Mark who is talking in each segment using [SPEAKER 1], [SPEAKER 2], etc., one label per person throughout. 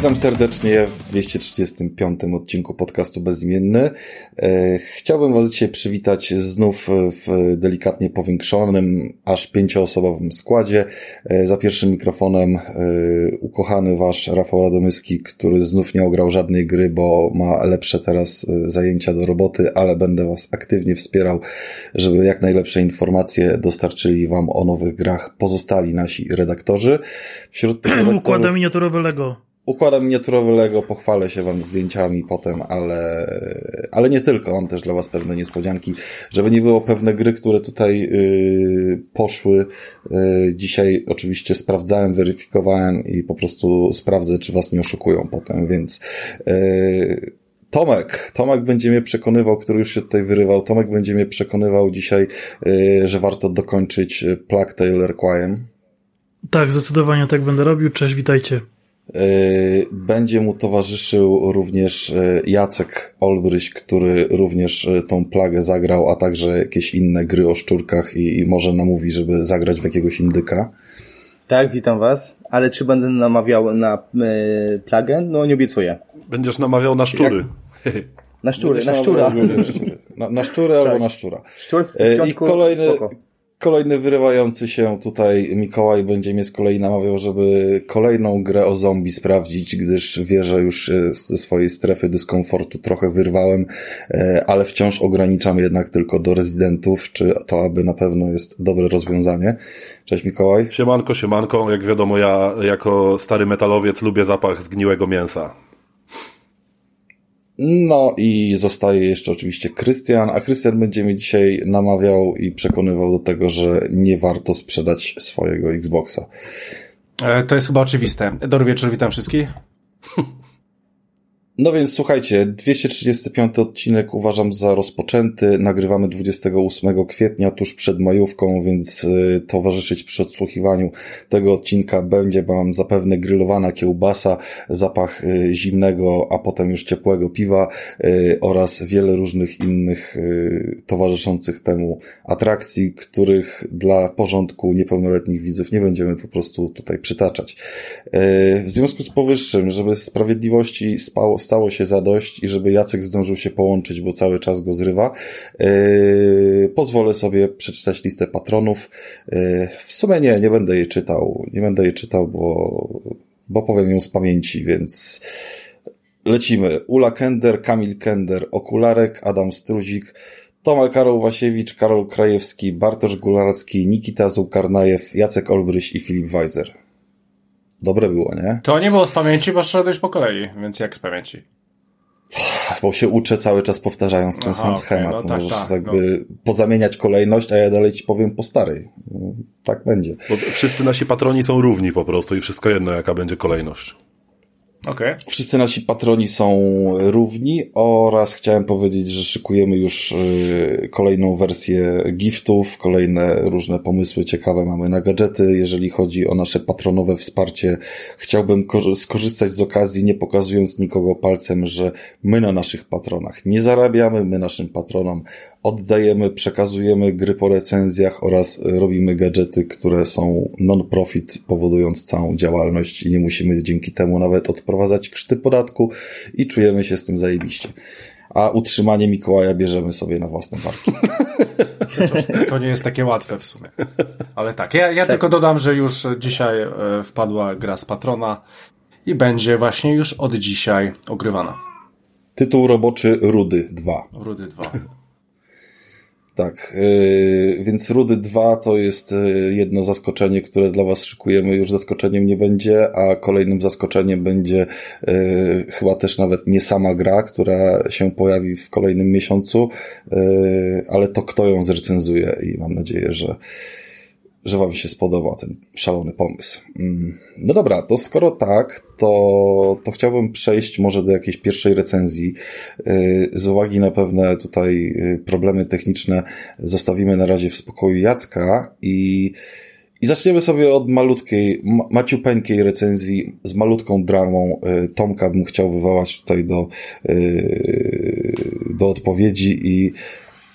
[SPEAKER 1] Witam serdecznie w 235 odcinku podcastu Bezimienny. Chciałbym Was dzisiaj przywitać znów w delikatnie powiększonym, aż 5-osobowym składzie. Za pierwszym mikrofonem ukochany Wasz Rafał Radomyski, który znów nie ograł żadnej gry, bo ma lepsze teraz zajęcia do roboty, ale będę Was aktywnie wspierał, żeby jak najlepsze informacje dostarczyli Wam o nowych grach pozostali nasi redaktorzy. Wśród tych redaktorów... Układam miniaturowy Lego, pochwalę się Wam zdjęciami potem, ale nie tylko, mam też dla Was pewne niespodzianki, żeby nie było pewne gry, które tutaj poszły. Dzisiaj oczywiście sprawdzałem, weryfikowałem i po prostu sprawdzę, czy Was nie oszukują potem, więc Tomek będzie mnie przekonywał, który już się tutaj wyrywał. Tomek będzie mnie przekonywał dzisiaj, że warto dokończyć Plague Tale Requiem.
[SPEAKER 2] Tak, zdecydowanie tak będę robił. Cześć, witajcie.
[SPEAKER 1] Będzie mu towarzyszył również Jacek Olbryś, który również tą plagę zagrał, a także jakieś inne gry o szczurkach i może namówi, żeby zagrać w jakiegoś indyka.
[SPEAKER 3] Tak, witam Was, ale czy będę namawiał na plagę? No nie obiecuję.
[SPEAKER 4] Będziesz namawiał na szczury.
[SPEAKER 3] Na szczury, na szczura.
[SPEAKER 1] Na szczury albo na szczura.
[SPEAKER 3] Szczur
[SPEAKER 1] I kolejny wyrywający się tutaj Mikołaj będzie mnie z kolei namawiał, żeby kolejną grę o zombie sprawdzić, gdyż wie, że już ze swojej strefy dyskomfortu trochę wyrwałem, ale wciąż ograniczam jednak tylko do rezydentów, czy to aby na pewno jest dobre rozwiązanie. Cześć Mikołaj.
[SPEAKER 4] Siemanko. Jak wiadomo, ja jako stary metalowiec lubię zapach zgniłego mięsa.
[SPEAKER 1] No i zostaje jeszcze oczywiście Krystian, a Krystian będzie mnie dzisiaj namawiał i przekonywał do tego, że nie warto sprzedać swojego Xboxa.
[SPEAKER 5] To jest chyba oczywiste. Dobry wieczór, witam wszystkich.
[SPEAKER 1] No więc słuchajcie, 235 odcinek uważam za rozpoczęty. Nagrywamy 28 kwietnia, tuż przed majówką, więc towarzyszyć przy odsłuchiwaniu tego odcinka będzie Wam zapewne grillowana kiełbasa, zapach zimnego, a potem już ciepłego piwa oraz wiele różnych innych towarzyszących temu atrakcji, których dla porządku niepełnoletnich widzów nie będziemy po prostu tutaj przytaczać. W związku z powyższym, żeby sprawiedliwości stało się zadość i żeby Jacek zdążył się połączyć, bo cały czas go zrywa, pozwolę sobie przeczytać listę patronów. W sumie nie będę jej czytał, bo powiem ją z pamięci, więc lecimy. Ula Kender, Kamil Kender, Okularek, Adam Struzik, Tomek Karol Wasiewicz, Karol Krajewski, Bartosz Gularski, Nikita Zułkarnajew, Jacek Olbryś i Filip Weiser. Dobre było, nie?
[SPEAKER 5] To nie było z pamięci, bo szedłeś po kolei, więc jak z pamięci?
[SPEAKER 1] Bo się uczę cały czas powtarzając ten sam schemat.
[SPEAKER 5] No tak,
[SPEAKER 1] możesz pozamieniać kolejność, a ja dalej ci powiem po starej. Tak będzie.
[SPEAKER 4] Bo wszyscy nasi patroni są równi po prostu i wszystko jedno, jaka będzie kolejność.
[SPEAKER 5] Okay.
[SPEAKER 1] Wszyscy nasi patroni są równi oraz chciałem powiedzieć, że szykujemy już kolejną wersję giftów, kolejne różne pomysły ciekawe mamy na gadżety. Jeżeli chodzi o nasze patronowe wsparcie, chciałbym skorzystać z okazji, nie pokazując nikogo palcem, że my na naszych patronach nie zarabiamy, my naszym patronom oddajemy, przekazujemy gry po recenzjach oraz robimy gadżety, które są non-profit, powodując całą działalność i nie musimy dzięki temu nawet odprowadzać krzty podatku i czujemy się z tym zajebiście. A utrzymanie Mikołaja bierzemy sobie na własne barki.
[SPEAKER 5] To nie jest takie łatwe w sumie. Ale tak, ja tylko dodam, że już dzisiaj wpadła gra z patrona i będzie właśnie już od dzisiaj ogrywana.
[SPEAKER 1] Tytuł roboczy Rudy 2.
[SPEAKER 5] Rudy 2.
[SPEAKER 1] Tak, więc Rudy 2 to jest jedno zaskoczenie, które dla Was szykujemy. Już zaskoczeniem nie będzie, a kolejnym zaskoczeniem będzie chyba też nawet nie sama gra, która się pojawi w kolejnym miesiącu, ale to kto ją zrecenzuje i mam nadzieję, że Wam się spodoba ten szalony pomysł. No dobra, to skoro tak, to chciałbym przejść może do jakiejś pierwszej recenzji. Z uwagi na pewne tutaj problemy techniczne zostawimy na razie w spokoju Jacka i zaczniemy sobie od malutkiej, maciupeńkiej recenzji z malutką dramą. Tomka bym chciał wywołać tutaj do odpowiedzi i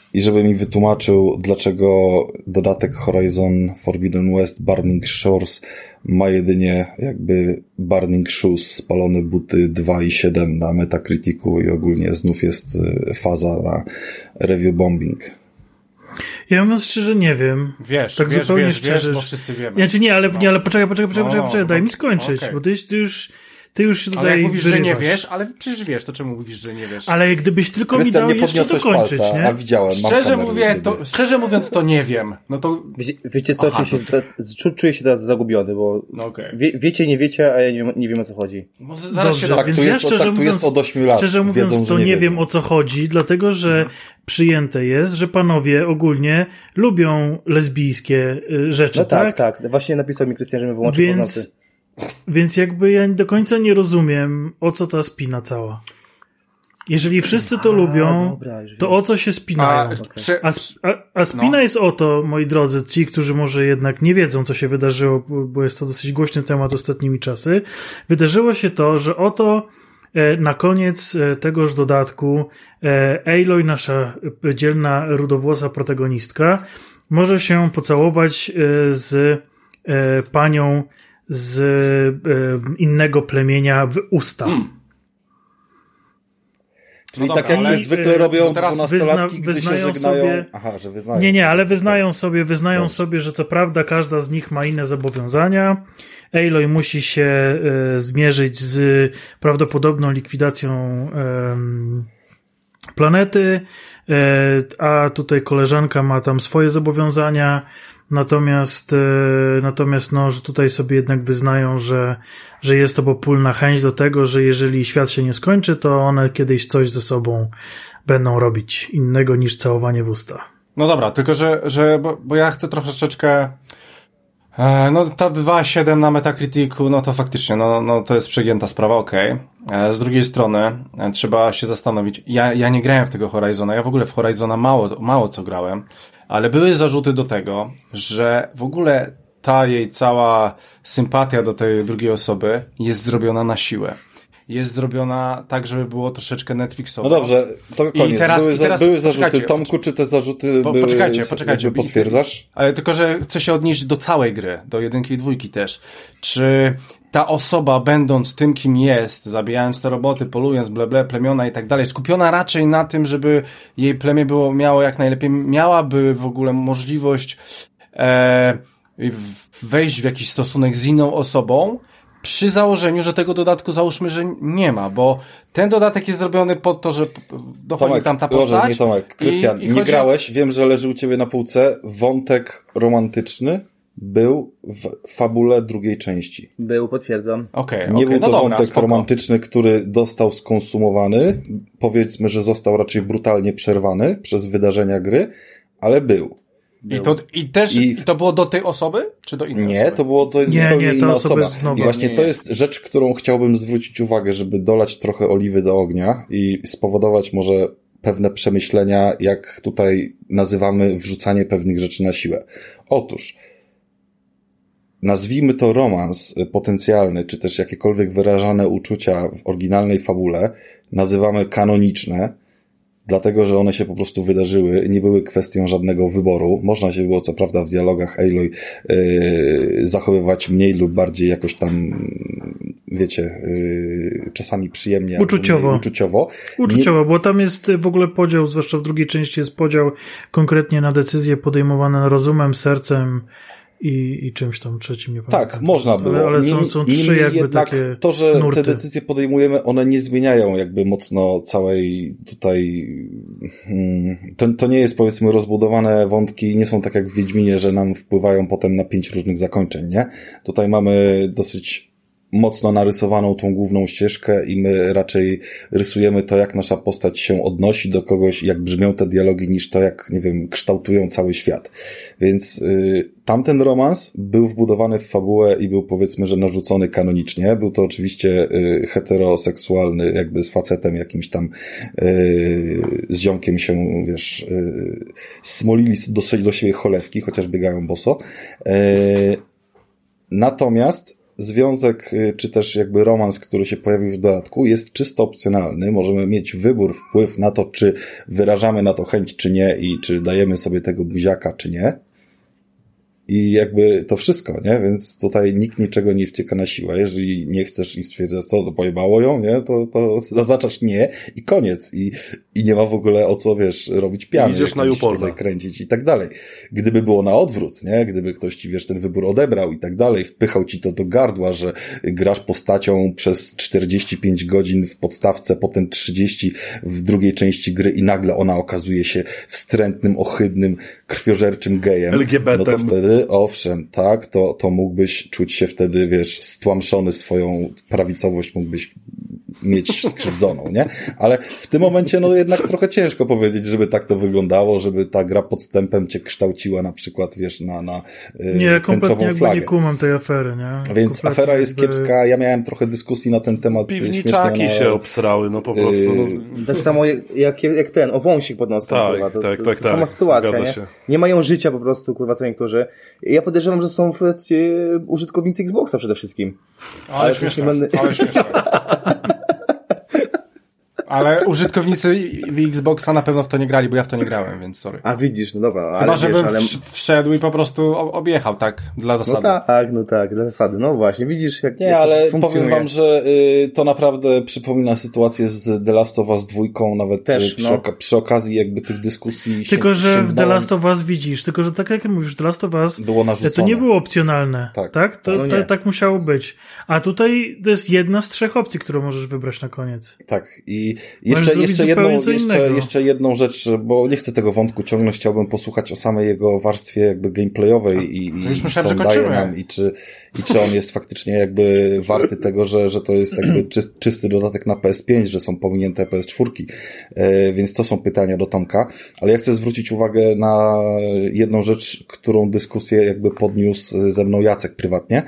[SPEAKER 1] i żeby mi wytłumaczył, dlaczego dodatek Horizon Forbidden West Burning Shores ma jedynie jakby Burning Shoes, spalone buty 2,7 na Metacriticu i ogólnie znów jest faza na review bombing.
[SPEAKER 2] Ja mówiąc szczerze nie wiem.
[SPEAKER 5] Wiesz,
[SPEAKER 2] tak
[SPEAKER 5] wiesz,
[SPEAKER 2] zupełnie
[SPEAKER 5] wiesz,
[SPEAKER 2] szczerze.
[SPEAKER 5] bo wszyscy wiemy.
[SPEAKER 2] Znaczy nie, ale poczekaj, daj mi skończyć,
[SPEAKER 5] okay.
[SPEAKER 2] Bo ty już tutaj
[SPEAKER 5] ale jak mówisz,
[SPEAKER 2] wyrywasz.
[SPEAKER 5] że nie wiesz, ale przecież wiesz, to czemu mówisz, że nie wiesz?
[SPEAKER 2] Ale gdybyś tylko
[SPEAKER 1] Krystian,
[SPEAKER 2] mi dał jeszcze dokończyć,
[SPEAKER 1] palca,
[SPEAKER 2] nie?
[SPEAKER 1] A widziałem,
[SPEAKER 5] Szczerze mówiąc, to nie wiem. No to...
[SPEAKER 3] Wiecie co, czuję się teraz zagubiony, bo wiecie, nie wiecie, a ja nie wiem o co chodzi.
[SPEAKER 2] Zaraz się
[SPEAKER 1] tak, tu jest od 8 lat.
[SPEAKER 2] Szczerze mówiąc,
[SPEAKER 1] wiedzą,
[SPEAKER 2] to nie wiem o co chodzi, dlatego że przyjęte jest, że panowie ogólnie lubią lesbijskie rzeczy,
[SPEAKER 3] no tak? Właśnie napisał mi Krystian, że my wyłączył poznawcy.
[SPEAKER 2] Więc jakby ja do końca nie rozumiem, o co ta spina cała. Jeżeli wszyscy to lubią, to o co się spinają? A spina jest o to, moi drodzy, ci, którzy może jednak nie wiedzą, co się wydarzyło, bo jest to dosyć głośny temat ostatnimi czasy. Wydarzyło się to, że oto na koniec tegoż dodatku Aloy, nasza dzielna rudowłosa protagonistka, może się pocałować z panią z innego plemienia w usta.
[SPEAKER 1] Czyli no tak jak zwykle robią 12-latki, gdy się żegnają.
[SPEAKER 2] Sobie...
[SPEAKER 1] Aha, że wyznają.
[SPEAKER 2] Nie, ale wyznają sobie, że co prawda każda z nich ma inne zobowiązania. Aloy musi się zmierzyć z prawdopodobną likwidacją planety, a tutaj koleżanka ma tam swoje zobowiązania. Natomiast no, że tutaj sobie jednak wyznają, że jest to obopólna chęć do tego, że jeżeli świat się nie skończy, to one kiedyś coś ze sobą będą robić innego niż całowanie w usta.
[SPEAKER 5] No dobra, tylko bo ja chcę troszeczkę no ta 2,7 na Metacriticu, no to faktycznie, no to jest przegięta sprawa, okej. Z drugiej strony trzeba się zastanowić, ja nie grałem w tego Horizona, ja w ogóle w Horizona mało co grałem, ale były zarzuty do tego, że w ogóle ta jej cała sympatia do tej drugiej osoby jest zrobiona na siłę. Jest zrobiona tak, żeby było troszeczkę Netflixowe.
[SPEAKER 1] No dobrze, to koniec. Były zarzuty. Tomku, czy te zarzuty
[SPEAKER 5] poczekajcie,
[SPEAKER 1] potwierdzasz?
[SPEAKER 5] Ale tylko, że chcę się odnieść do całej gry, do 1 i 2 też. Czy ta osoba, będąc tym, kim jest, zabijając te roboty, polując, plemiona i tak dalej, skupiona raczej na tym, żeby jej plemię miało jak najlepiej, miałaby w ogóle możliwość wejść w jakiś stosunek z inną osobą, przy założeniu, że tego dodatku załóżmy, że nie ma, bo ten dodatek jest zrobiony po to, że dochodzi
[SPEAKER 1] Tomek,
[SPEAKER 5] tam ta postać.
[SPEAKER 1] Tomek, Krystian, nie grałeś, wiem, że leży u ciebie na półce, wątek romantyczny był w fabule drugiej części.
[SPEAKER 3] Był, potwierdzam.
[SPEAKER 1] Nie był to wątek romantyczny, który został skonsumowany, powiedzmy, że został raczej brutalnie przerwany przez wydarzenia gry, ale był.
[SPEAKER 5] I to było do tej osoby, czy do innej osoby?
[SPEAKER 1] To jest zupełnie inna osoba. I właśnie to jest rzecz, którą chciałbym zwrócić uwagę, żeby dolać trochę oliwy do ognia i spowodować może pewne przemyślenia, jak tutaj nazywamy wrzucanie pewnych rzeczy na siłę. Otóż, nazwijmy to romans potencjalny, czy też jakiekolwiek wyrażane uczucia w oryginalnej fabule, nazywamy kanoniczne, dlatego, że one się po prostu wydarzyły, nie były kwestią żadnego wyboru. Można się było, co prawda, w dialogach Aloy zachowywać mniej lub bardziej jakoś tam, wiecie, czasami przyjemnie.
[SPEAKER 2] Uczuciowo, bo tam jest w ogóle podział, zwłaszcza w drugiej części jest podział konkretnie na decyzje podejmowane rozumem, sercem i czymś tam trzecim, nie pamiętam.
[SPEAKER 1] Tak, można było.
[SPEAKER 2] Ale są trzy jakby
[SPEAKER 1] jednak
[SPEAKER 2] takie
[SPEAKER 1] to, że
[SPEAKER 2] nurty.
[SPEAKER 1] te decyzje podejmujemy, one nie zmieniają jakby mocno całej tutaj... To nie jest, powiedzmy, rozbudowane wątki, nie są tak jak w Wiedźminie, że nam wpływają potem na 5 różnych zakończeń, nie? Tutaj mamy dosyć mocno narysowaną tą główną ścieżkę i my raczej rysujemy to, jak nasza postać się odnosi do kogoś, jak brzmią te dialogi, niż to, jak, nie wiem, kształtują cały świat. Więc tamten romans był wbudowany w fabułę i był, powiedzmy, że narzucony kanonicznie. Był to oczywiście heteroseksualny, jakby z facetem jakimś tam z ziomkiem się, wiesz, smolili do siebie cholewki, chociaż biegają boso. Natomiast związek, czy też jakby romans, który się pojawił w dodatku, jest czysto opcjonalny. Możemy mieć wybór, wpływ na to, czy wyrażamy na to chęć, czy nie i czy dajemy sobie tego buziaka, czy nie. I jakby to wszystko, nie? Więc tutaj nikt niczego nie wcieka na siłę. Jeżeli nie chcesz i stwierdzasz, to pojebało ją, nie? To zaznaczasz nie i koniec. I nie ma w ogóle o co, wiesz, robić piany.
[SPEAKER 4] Idziesz na Youporna.
[SPEAKER 1] Kręcić i tak dalej. Gdyby było na odwrót, nie? Gdyby ktoś ci, wiesz, ten wybór odebrał i tak dalej, wpychał ci to do gardła, że grasz postacią przez 45 godzin w podstawce, potem 30 w drugiej części gry i nagle ona okazuje się wstrętnym, ohydnym, krwiożerczym gejem.
[SPEAKER 4] LGBT.
[SPEAKER 1] No to wtedy owszem, tak, to mógłbyś czuć się wtedy, wiesz, stłamszony swoją prawicowość, mógłbyś mieć skrzywdzoną, nie? Ale w tym momencie, no jednak trochę ciężko powiedzieć, żeby tak to wyglądało, żeby ta gra podstępem cię kształciła na przykład, wiesz, na
[SPEAKER 2] nie, kompletnie jakby nie kumam tej afery, nie?
[SPEAKER 1] Więc
[SPEAKER 2] kompletnie
[SPEAKER 1] afera jest kiepska, ja miałem trochę dyskusji na ten temat.
[SPEAKER 4] Piwniczaki się obsrały, no po prostu. No.
[SPEAKER 3] Tak samo jak ten, o wąsik pod nosem,
[SPEAKER 4] tak,
[SPEAKER 3] kurwa.
[SPEAKER 4] Tak.
[SPEAKER 3] Sama sytuacja, nie? Nie mają życia po prostu, kurwa, co niektórzy. Ja podejrzewam, że są użytkownicy Xboxa przede wszystkim.
[SPEAKER 5] Ale śmieszne. Ale użytkownicy Xboxa na pewno w to nie grali, bo ja w to nie grałem, więc sorry.
[SPEAKER 3] A widzisz, no dobra.
[SPEAKER 5] Chyba, żebym wszedł i po prostu objechał, tak, dla zasady.
[SPEAKER 3] No tak, dla zasady. No właśnie, widzisz, jak
[SPEAKER 1] nie, ale powiem wam, że to naprawdę przypomina sytuację z The Last of Us 2, nawet też, przy okazji jakby tych dyskusji.
[SPEAKER 2] Tylko, że w The Last of Us widzisz, tylko, że tak jak mówisz, The Last of Us
[SPEAKER 1] było narzucone.
[SPEAKER 2] To nie było opcjonalne, tak? Tak musiało być. A tutaj to jest jedna z 3 opcji, którą możesz wybrać na koniec.
[SPEAKER 1] Tak, i jeszcze jedną rzecz, bo nie chcę tego wątku ciągnąć, chciałbym posłuchać o samej jego warstwie jakby gameplayowej i
[SPEAKER 5] myślałem,
[SPEAKER 1] co daje nam i czy on jest faktycznie jakby warty tego, że to jest jakby czysty dodatek na PS5, że są pominięte PS4. Więc to są pytania do Tomka, ale ja chcę zwrócić uwagę na jedną rzecz, którą dyskusję jakby podniósł ze mną Jacek prywatnie,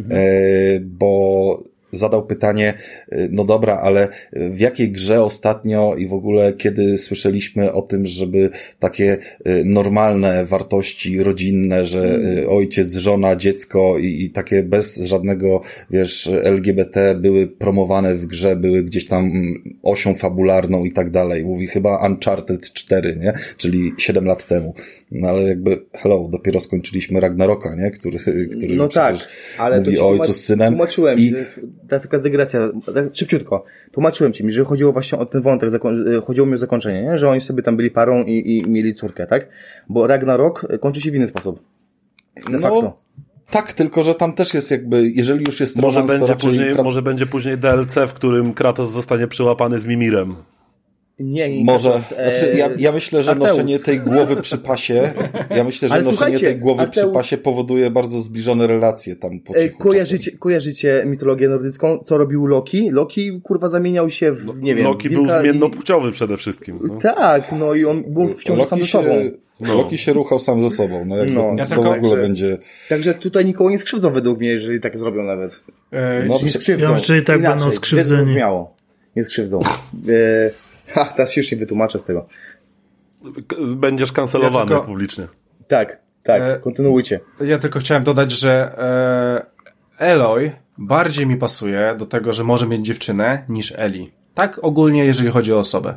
[SPEAKER 1] bo zadał pytanie, no dobra, ale w jakiej grze ostatnio i w ogóle kiedy słyszeliśmy o tym, żeby takie normalne wartości rodzinne, że ojciec, żona, dziecko i takie bez żadnego, wiesz, LGBT były promowane w grze, były gdzieś tam osią fabularną i tak dalej. Mówi chyba Uncharted 4, nie? Czyli 7 lat temu. No ale jakby, dopiero skończyliśmy Ragnaroka, nie? Który
[SPEAKER 3] no tak, ale
[SPEAKER 1] mówi o ojcu z synem.
[SPEAKER 3] Tłumaczyłem to jest taka dygresja, tak szybciutko. Tłumaczyłem ci, że chodziło właśnie o ten wątek, chodziło mi o zakończenie, nie? Że oni sobie tam byli parą i mieli córkę, tak? Bo Ragnarok kończy się w inny sposób. De facto.
[SPEAKER 1] Tak, tylko że tam też jest jakby, jeżeli już jest
[SPEAKER 4] może będzie później DLC, w którym Kratos zostanie przyłapany z Mimirem.
[SPEAKER 3] Nie,
[SPEAKER 1] może, ja myślę, że noszenie tej głowy przy pasie, przy pasie powoduje bardzo zbliżone relacje tam po cichu.
[SPEAKER 3] Kojarzycie mitologię nordycką? Co robił Loki? Loki, kurwa, zamieniał się w, nie wiem...
[SPEAKER 4] Loki był zmiennopłciowy przede wszystkim. No.
[SPEAKER 3] Tak, no i on był wciąż sam ze sobą.
[SPEAKER 1] Loki się ruchał sam ze sobą, to w ogóle będzie...
[SPEAKER 3] Także tutaj nikogo nie skrzywdzą według mnie, jeżeli tak zrobią nawet.
[SPEAKER 2] Nie skrzywdzą. Czyli tak będą skrzywdzeni.
[SPEAKER 3] Nie skrzywdzą. Teraz już nie wytłumaczę z tego.
[SPEAKER 4] Będziesz kancelowany publicznie.
[SPEAKER 3] Tak, kontynuujcie.
[SPEAKER 5] Ja tylko chciałem dodać, że Eloy bardziej mi pasuje do tego, że może mieć dziewczynę niż Eli. Tak ogólnie, jeżeli chodzi o osobę.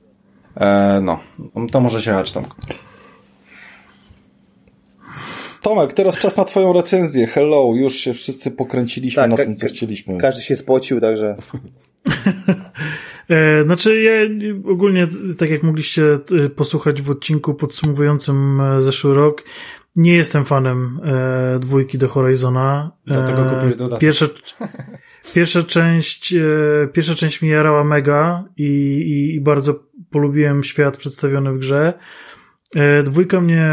[SPEAKER 5] To może się jechać, Tomku.
[SPEAKER 1] Tomek, teraz czas na twoją recenzję. Hello, już się wszyscy pokręciliśmy na tym, co chcieliśmy.
[SPEAKER 3] Każdy się spocił, także...
[SPEAKER 2] Znaczy ja ogólnie, tak jak mogliście posłuchać w odcinku podsumowującym zeszły rok, nie jestem fanem 2 do Horizona.
[SPEAKER 5] Dlatego kupiłeś dodatek. Pierwsza część mi jarała mega i bardzo polubiłem świat przedstawiony w grze. 2 mnie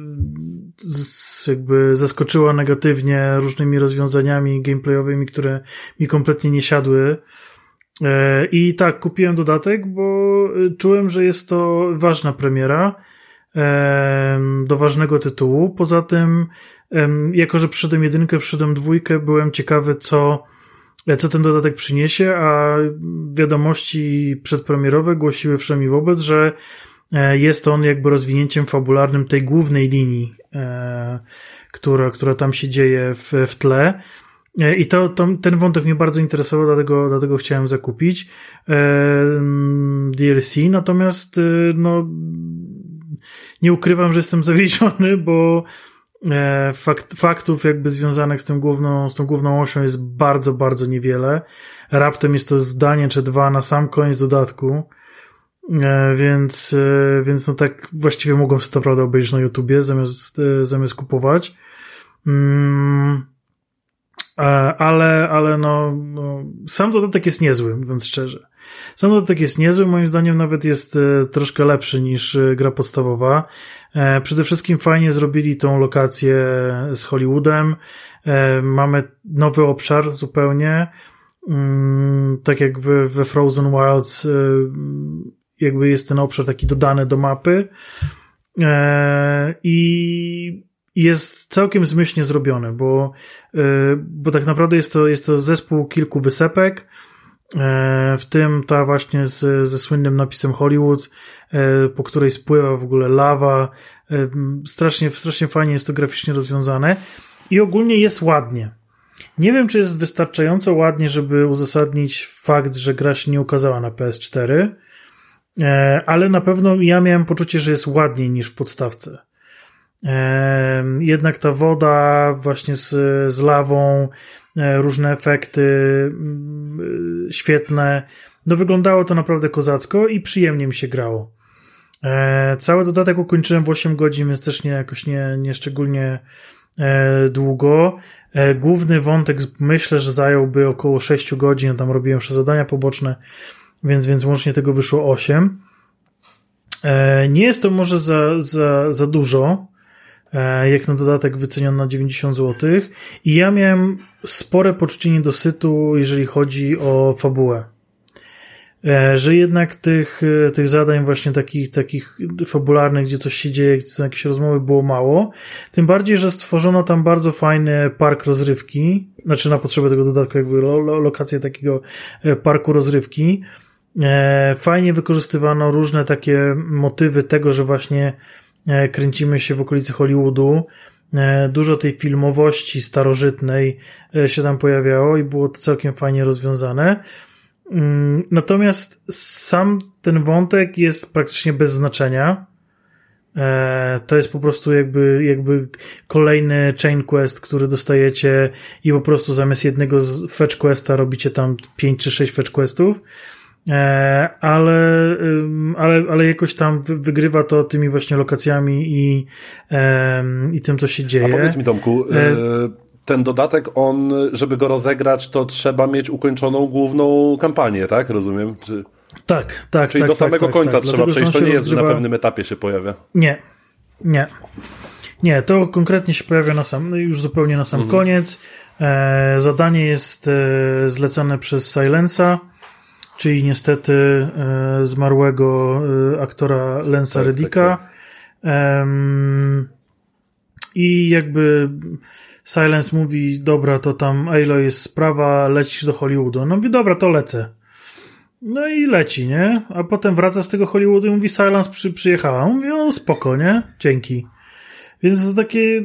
[SPEAKER 5] jakby zaskoczyła negatywnie różnymi rozwiązaniami gameplayowymi, które mi kompletnie nie siadły. I tak, kupiłem dodatek, bo czułem, że jest to ważna premiera do ważnego tytułu. Poza tym, jako że przyszedłem 1, przyszedłem 2, byłem ciekawy, co ten dodatek przyniesie, a wiadomości przedpremierowe głosiły wszemi wobec, że jest on jakby rozwinięciem fabularnym tej głównej linii, która tam się dzieje w tle.
[SPEAKER 2] I ten wątek mnie bardzo interesował, dlatego chciałem zakupić DLC, natomiast no nie ukrywam, że jestem zawiedziony, bo faktów jakby związanych z tą główną osią jest bardzo, bardzo niewiele. Raptem jest to zdanie czy dwa na sam koniec dodatku, więc no tak właściwie mogłem sobie to prawda obejrzeć na YouTubie zamiast kupować. Ale no sam dodatek jest niezły, mówiąc szczerze. Sam dodatek jest niezły, moim zdaniem nawet jest troszkę lepszy niż gra podstawowa. Przede wszystkim fajnie zrobili tą lokację z Hollywoodem. Mamy nowy obszar zupełnie. Tak jak we Frozen Wilds jakby jest ten obszar taki dodany do mapy. I jest całkiem zmyślnie zrobione, bo tak naprawdę jest to zespół kilku wysepek, w tym ta właśnie ze słynnym napisem Hollywood, po której spływa w ogóle lawa. Strasznie fajnie jest to graficznie rozwiązane i ogólnie jest ładnie. Nie wiem, czy jest wystarczająco ładnie, żeby uzasadnić fakt, że gra się nie ukazała na PS4, ale na pewno ja miałem poczucie, że jest ładniej niż w podstawce. Jednak ta woda właśnie z lawą, różne efekty świetlne, no wyglądało to naprawdę kozacko i przyjemnie mi się grało. Cały dodatek ukończyłem w 8 godzin, więc też nie szczególnie długo. Główny wątek myślę, że zająłby około 6 godzin, tam robiłem jeszcze zadania poboczne, więc łącznie tego wyszło 8. Nie jest to może za dużo, jak na dodatek wyceniony na 90 zł. I ja miałem spore poczucie niedosytu, jeżeli chodzi o fabułę. Że jednak tych zadań właśnie takich fabularnych, gdzie coś się dzieje, gdzie są jakieś rozmowy, było mało. Tym bardziej, że stworzono tam bardzo fajny park rozrywki, znaczy na potrzeby tego dodatku jakby lokację takiego parku rozrywki. Fajnie wykorzystywano różne takie motywy tego, że właśnie kręcimy się w okolicy Hollywoodu. Dużo tej filmowości starożytnej się tam pojawiało i było to całkiem fajnie rozwiązane. Natomiast sam ten wątek jest praktycznie bez znaczenia. To jest po prostu jakby kolejny chain quest, który dostajecie i po prostu zamiast jednego fetch questa robicie tam 5 czy 6 fetch questów. Ale jakoś tam wygrywa to tymi właśnie lokacjami i tym, co się dzieje.
[SPEAKER 4] A powiedz mi, Tomku, ten dodatek, żeby go rozegrać, to trzeba mieć ukończoną główną kampanię, tak? Rozumiem?
[SPEAKER 2] Tak.
[SPEAKER 4] Czyli do samego końca trzeba przejść, to nie jest, że na pewnym etapie się pojawia.
[SPEAKER 2] Nie, to konkretnie się pojawia już zupełnie na sam koniec. Zadanie jest zlecane przez Silensa, czyli niestety zmarłego aktora Lensa Reddicka. I jakby Silence mówi, dobra, to tam Aloy jest sprawa, lecisz do Hollywoodu. No mówi, dobra, to lecę. No i leci, nie? A potem wraca z tego Hollywoodu i mówi, Silence przyjechała. Mówi, o spoko, nie? Dzięki. Więc to takie...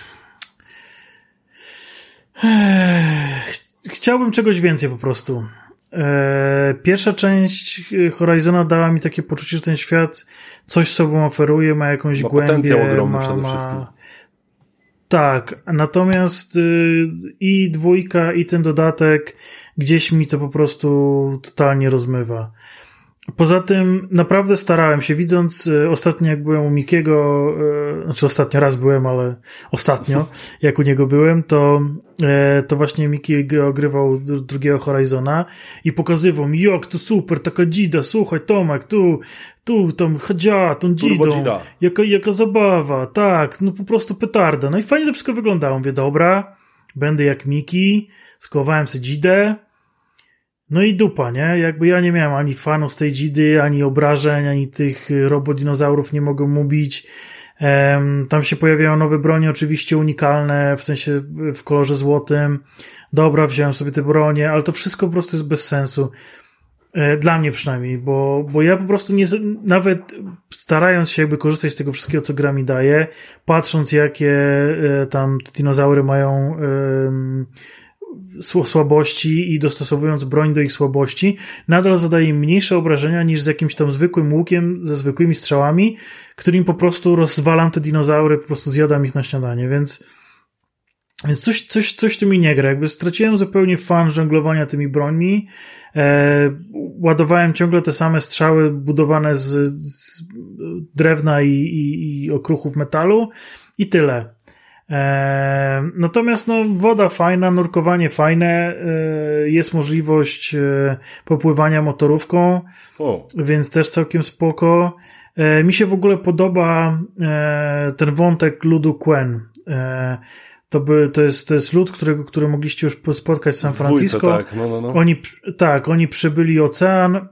[SPEAKER 2] Chciałbym czegoś więcej po prostu. Pierwsza część Horizona dała mi takie poczucie, że ten świat coś sobą oferuje, ma jakąś głębię.
[SPEAKER 4] Potencjał ogromny przede wszystkim.
[SPEAKER 2] Tak, natomiast i dwójka, i ten dodatek gdzieś mi to po prostu totalnie rozmywa. Poza tym naprawdę starałem się, widząc ostatnio jak byłem u Mikiego, znaczy ostatnio raz byłem, ale ostatnio jak u niego byłem, to właśnie Miki ogrywał drugiego Horizona i pokazywał mi, jak to super, taka dzida, słuchaj Tomek, tu tam chadzia, tą dzidą, jaka zabawa, tak, no po prostu petarda. No i fajnie to wszystko wyglądało. Mówię, dobra, będę jak Miki, skowałem sobie dzidę. No i dupa, nie? Jakby ja nie miałem ani fanów z tej dzidy, ani obrażeń, ani tych robodinozaurów nie mogą mu bić. Tam się pojawiają nowe bronie, oczywiście unikalne, w sensie w kolorze złotym. Dobra, wziąłem sobie te bronie, ale to wszystko po prostu jest bez sensu. Dla mnie przynajmniej, bo ja po prostu nawet starając się jakby korzystać z tego wszystkiego, co gra mi daje, patrząc jakie tam te dinozaury mają słabości i dostosowując broń do ich słabości, nadal zadaje im mniejsze obrażenia niż z jakimś tam zwykłym łukiem, ze zwykłymi strzałami, którym po prostu rozwalam te dinozaury, po prostu zjadam ich na śniadanie, więc coś tu mi nie gra. Jakby straciłem zupełnie fan żonglowania tymi brońmi. Ładowałem ciągle te same strzały budowane z drewna i okruchów metalu i tyle. Natomiast woda fajna, nurkowanie fajne, jest możliwość popływania motorówką, więc też całkiem spoko. Mi się w ogóle podoba ten wątek ludu Quen. To jest lud, który mogliście już spotkać w San Francisco. Tak, oni przebyli ocean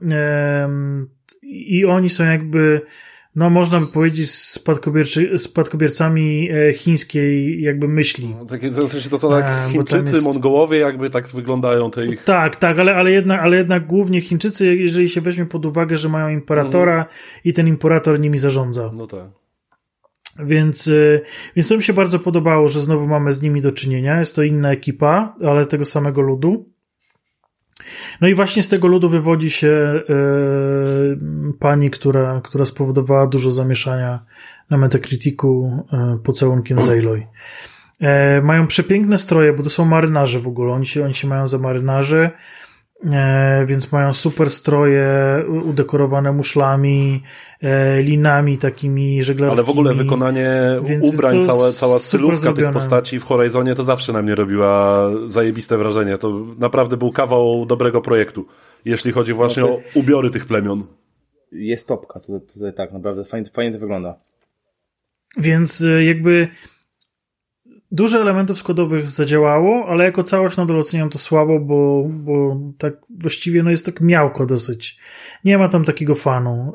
[SPEAKER 2] i oni są jakby, można by powiedzieć, spadkobiercami chińskiej jakby myśli.
[SPEAKER 4] Takie, w sensie to są tak Chińczycy, Mongołowie jakby tak wyglądają te ich...
[SPEAKER 2] Tak, ale jednak głównie Chińczycy, jeżeli się weźmie pod uwagę, że mają imperatora i ten imperator nimi zarządza.
[SPEAKER 4] No tak.
[SPEAKER 2] Więc to mi się bardzo podobało, że znowu mamy z nimi do czynienia. Jest to inna ekipa, ale tego samego ludu. No i właśnie z tego ludu wywodzi się pani, która spowodowała dużo zamieszania na Metacriticu pocałunkiem z Aloy. Mają przepiękne stroje, bo to są marynarze w ogóle. Oni się mają za marynarzy, więc mają super stroje udekorowane muszlami, linami takimi żeglarskimi.
[SPEAKER 4] Ale w ogóle wykonanie ubrań, cała stylówka tych postaci w Horizonie to zawsze na mnie robiła zajebiste wrażenie. To naprawdę był kawał dobrego projektu, jeśli chodzi właśnie o ubiory tych plemion.
[SPEAKER 3] Jest topka, tutaj tak, naprawdę fajnie to wygląda.
[SPEAKER 2] Więc jakby dużo elementów składowych zadziałało, ale jako całość nadal oceniam to słabo, bo tak właściwie jest tak miałko dosyć. Nie ma tam takiego fanu.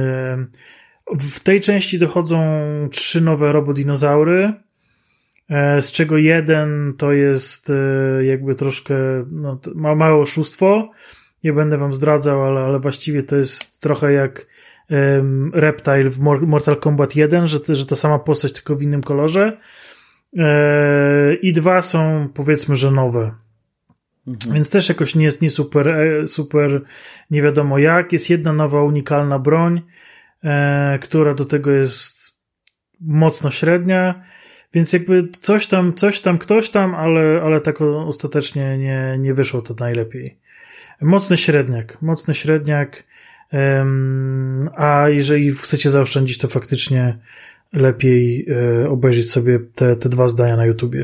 [SPEAKER 2] W tej części dochodzą 3 nowe robodinozaury, z czego jeden to jest jakby troszkę ma małe oszustwo. Nie będę wam zdradzał, ale właściwie to jest trochę jak Reptile w Mortal Kombat 1, że ta sama postać tylko w innym kolorze. I 2 są, powiedzmy, że nowe. Więc też jakoś nie jest super nie wiadomo jak. Jest jedna nowa unikalna broń, która do tego jest mocno średnia, więc jakby ktoś tam, ale tak ostatecznie nie wyszło to najlepiej. Mocny średniak, a jeżeli chcecie zaoszczędzić, to faktycznie lepiej obejrzeć sobie te 2 zdania na YouTubie.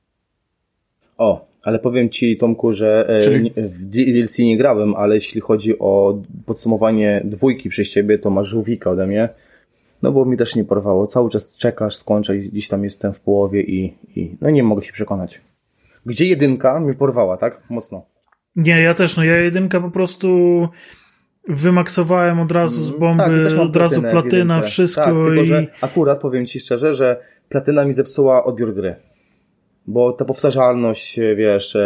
[SPEAKER 3] Ale powiem Ci, Tomku, że w DLC nie grałem, ale jeśli chodzi o podsumowanie 2 przez Ciebie, to masz żółwika ode mnie, bo mi też nie porwało. Cały czas czekasz, skończę i gdzieś tam jestem w połowie i nie mogę się przekonać. Gdzie 1 mnie porwała, tak? Mocno.
[SPEAKER 2] Nie, ja też, ja 1 po prostu wymaksowałem od razu z bomby, od razu platyna, wszystko. Tak,
[SPEAKER 3] tylko że akurat powiem Ci szczerze, że platyna mi zepsuła odbiór gry. Bo ta powtarzalność, wiesz,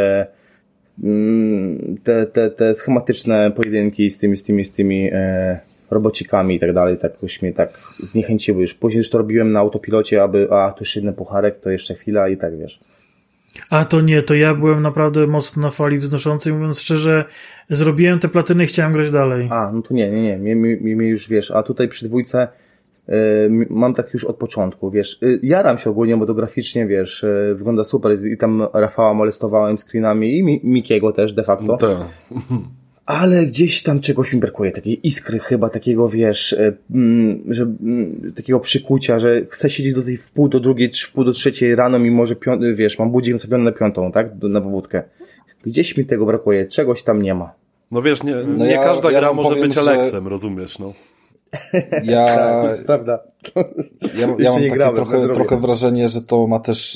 [SPEAKER 3] te schematyczne pojedynki z tymi robocikami i tak dalej, tak już mnie tak zniechęciły. Już później to robiłem na autopilocie, to jeszcze 1 pucharek, to jeszcze chwila i tak, wiesz.
[SPEAKER 2] A to nie, to ja byłem naprawdę mocno na fali wznoszącej, mówiąc szczerze, zrobiłem te platyny i chciałem grać dalej.
[SPEAKER 3] No to nie, mnie już, wiesz, a tutaj przy 2 mam tak już od początku, wiesz, jaram się ogólnie, bo to graficznie, wiesz, wygląda super i tam Rafała molestowałem screenami i Mikiego też de facto.
[SPEAKER 4] No
[SPEAKER 3] ale gdzieś tam czegoś mi brakuje, takiej iskry chyba, takiego, wiesz, takiego przykucia, że chcę siedzieć do tej w pół do 2 czy w pół do 3 rano, mimo że wiesz, mam budzik nastawiony na 5, tak, na pobudkę. Gdzieś mi tego brakuje, czegoś tam nie ma.
[SPEAKER 4] No wiesz, nie każda gra może być Aleksem, rozumiesz,
[SPEAKER 3] Tak, to prawda.
[SPEAKER 1] Ja mam takie trochę wrażenie, że to ma też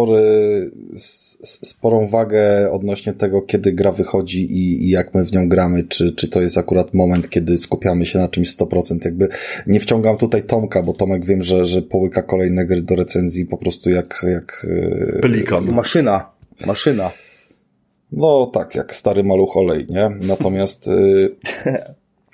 [SPEAKER 1] sporą wagę odnośnie tego, kiedy gra wychodzi i jak my w nią gramy, czy to jest akurat moment, kiedy skupiamy się na czymś 100%. Jakby nie wciągam tutaj Tomka, bo Tomek wiem, że połyka kolejne gry do recenzji po prostu jak
[SPEAKER 4] pelikan.
[SPEAKER 3] Maszyna.
[SPEAKER 1] No tak, jak stary maluch olej, nie? Natomiast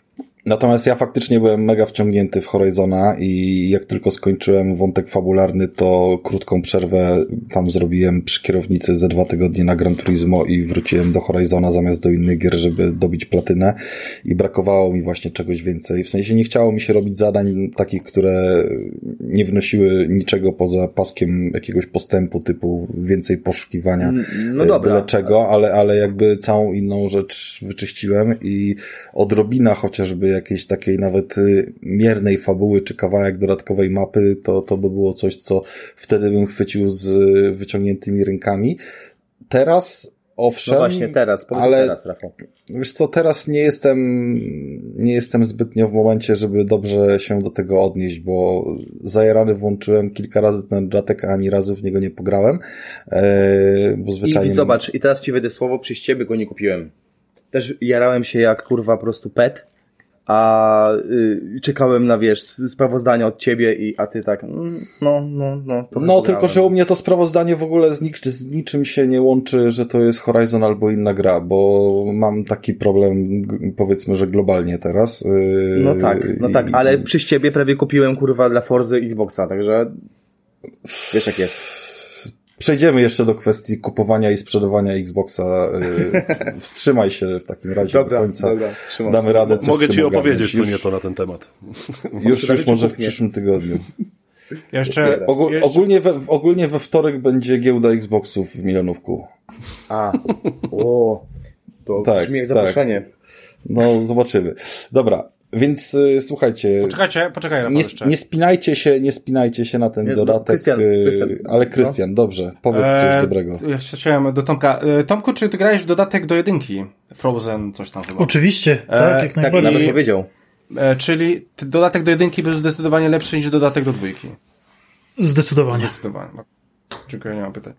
[SPEAKER 1] Natomiast ja faktycznie byłem mega wciągnięty w Horizona i jak tylko skończyłem wątek fabularny, to krótką przerwę tam zrobiłem przy kierownicy ze 2 tygodnie na Gran Turismo i wróciłem do Horizona zamiast do innych gier, żeby dobić platynę i brakowało mi właśnie czegoś więcej. W sensie nie chciało mi się robić zadań takich, które nie wnosiły niczego poza paskiem jakiegoś postępu typu więcej poszukiwania byle czego, ale jakby całą inną rzecz wyczyściłem i odrobina chociażby jakiejś takiej nawet miernej fabuły czy kawałek dodatkowej mapy, to by było coś, co wtedy bym chwycił z wyciągniętymi rękami. Teraz owszem,
[SPEAKER 3] no właśnie teraz,
[SPEAKER 1] ale
[SPEAKER 3] teraz, Rafał.
[SPEAKER 1] Wiesz co, teraz nie jestem zbytnio w momencie, żeby dobrze się do tego odnieść, bo zajarany włączyłem kilka razy ten dodatek, a ani razu w niego nie pograłem, bo zwyczajnie...
[SPEAKER 3] I zobacz, i teraz ci wejdę słowo, przez ciebie go nie kupiłem. Też jarałem się jak kurwa po prostu pet, a czekałem na, wiesz, sprawozdania od ciebie a ty tak,
[SPEAKER 1] no tylko, że u mnie to sprawozdanie w ogóle z niczym się nie łączy, że to jest Horizon albo inna gra, bo mam taki problem, powiedzmy, że globalnie teraz.
[SPEAKER 3] No tak, ale przez ciebie prawie kupiłem kurwa dla Forzy Xboxa, także wiesz jak jest.
[SPEAKER 1] Przejdziemy jeszcze do kwestii kupowania i sprzedawania Xboxa. Wstrzymaj się w takim razie do końca.
[SPEAKER 3] Dobra,
[SPEAKER 1] damy radę coś
[SPEAKER 4] Mogę
[SPEAKER 1] z
[SPEAKER 4] ci
[SPEAKER 1] tym
[SPEAKER 4] opowiedzieć co nieco na ten temat.
[SPEAKER 1] Już może w przyszłym tygodniu.
[SPEAKER 5] Jeszcze...
[SPEAKER 1] Ogólnie we wtorek będzie giełda Xboxów w Milionówku.
[SPEAKER 3] To brzmi jak zaproszenie.
[SPEAKER 1] Tak. No, zobaczymy. Dobra. Więc słuchajcie.
[SPEAKER 5] Poczekaj,
[SPEAKER 1] nie spinajcie się na ten dodatek. Ale Krystian, dobrze, powiedz coś dobrego.
[SPEAKER 5] Ja chciałem do Tomka. Tomku, czy ty grałeś w dodatek do 1? Frozen, coś tam chyba.
[SPEAKER 2] Oczywiście, tak, jak najbardziej.
[SPEAKER 3] Nawet powiedział.
[SPEAKER 5] Czyli dodatek do 1 był zdecydowanie lepszy niż dodatek do 2.
[SPEAKER 2] Zdecydowanie.
[SPEAKER 5] Dziękuję, nie mam pytań.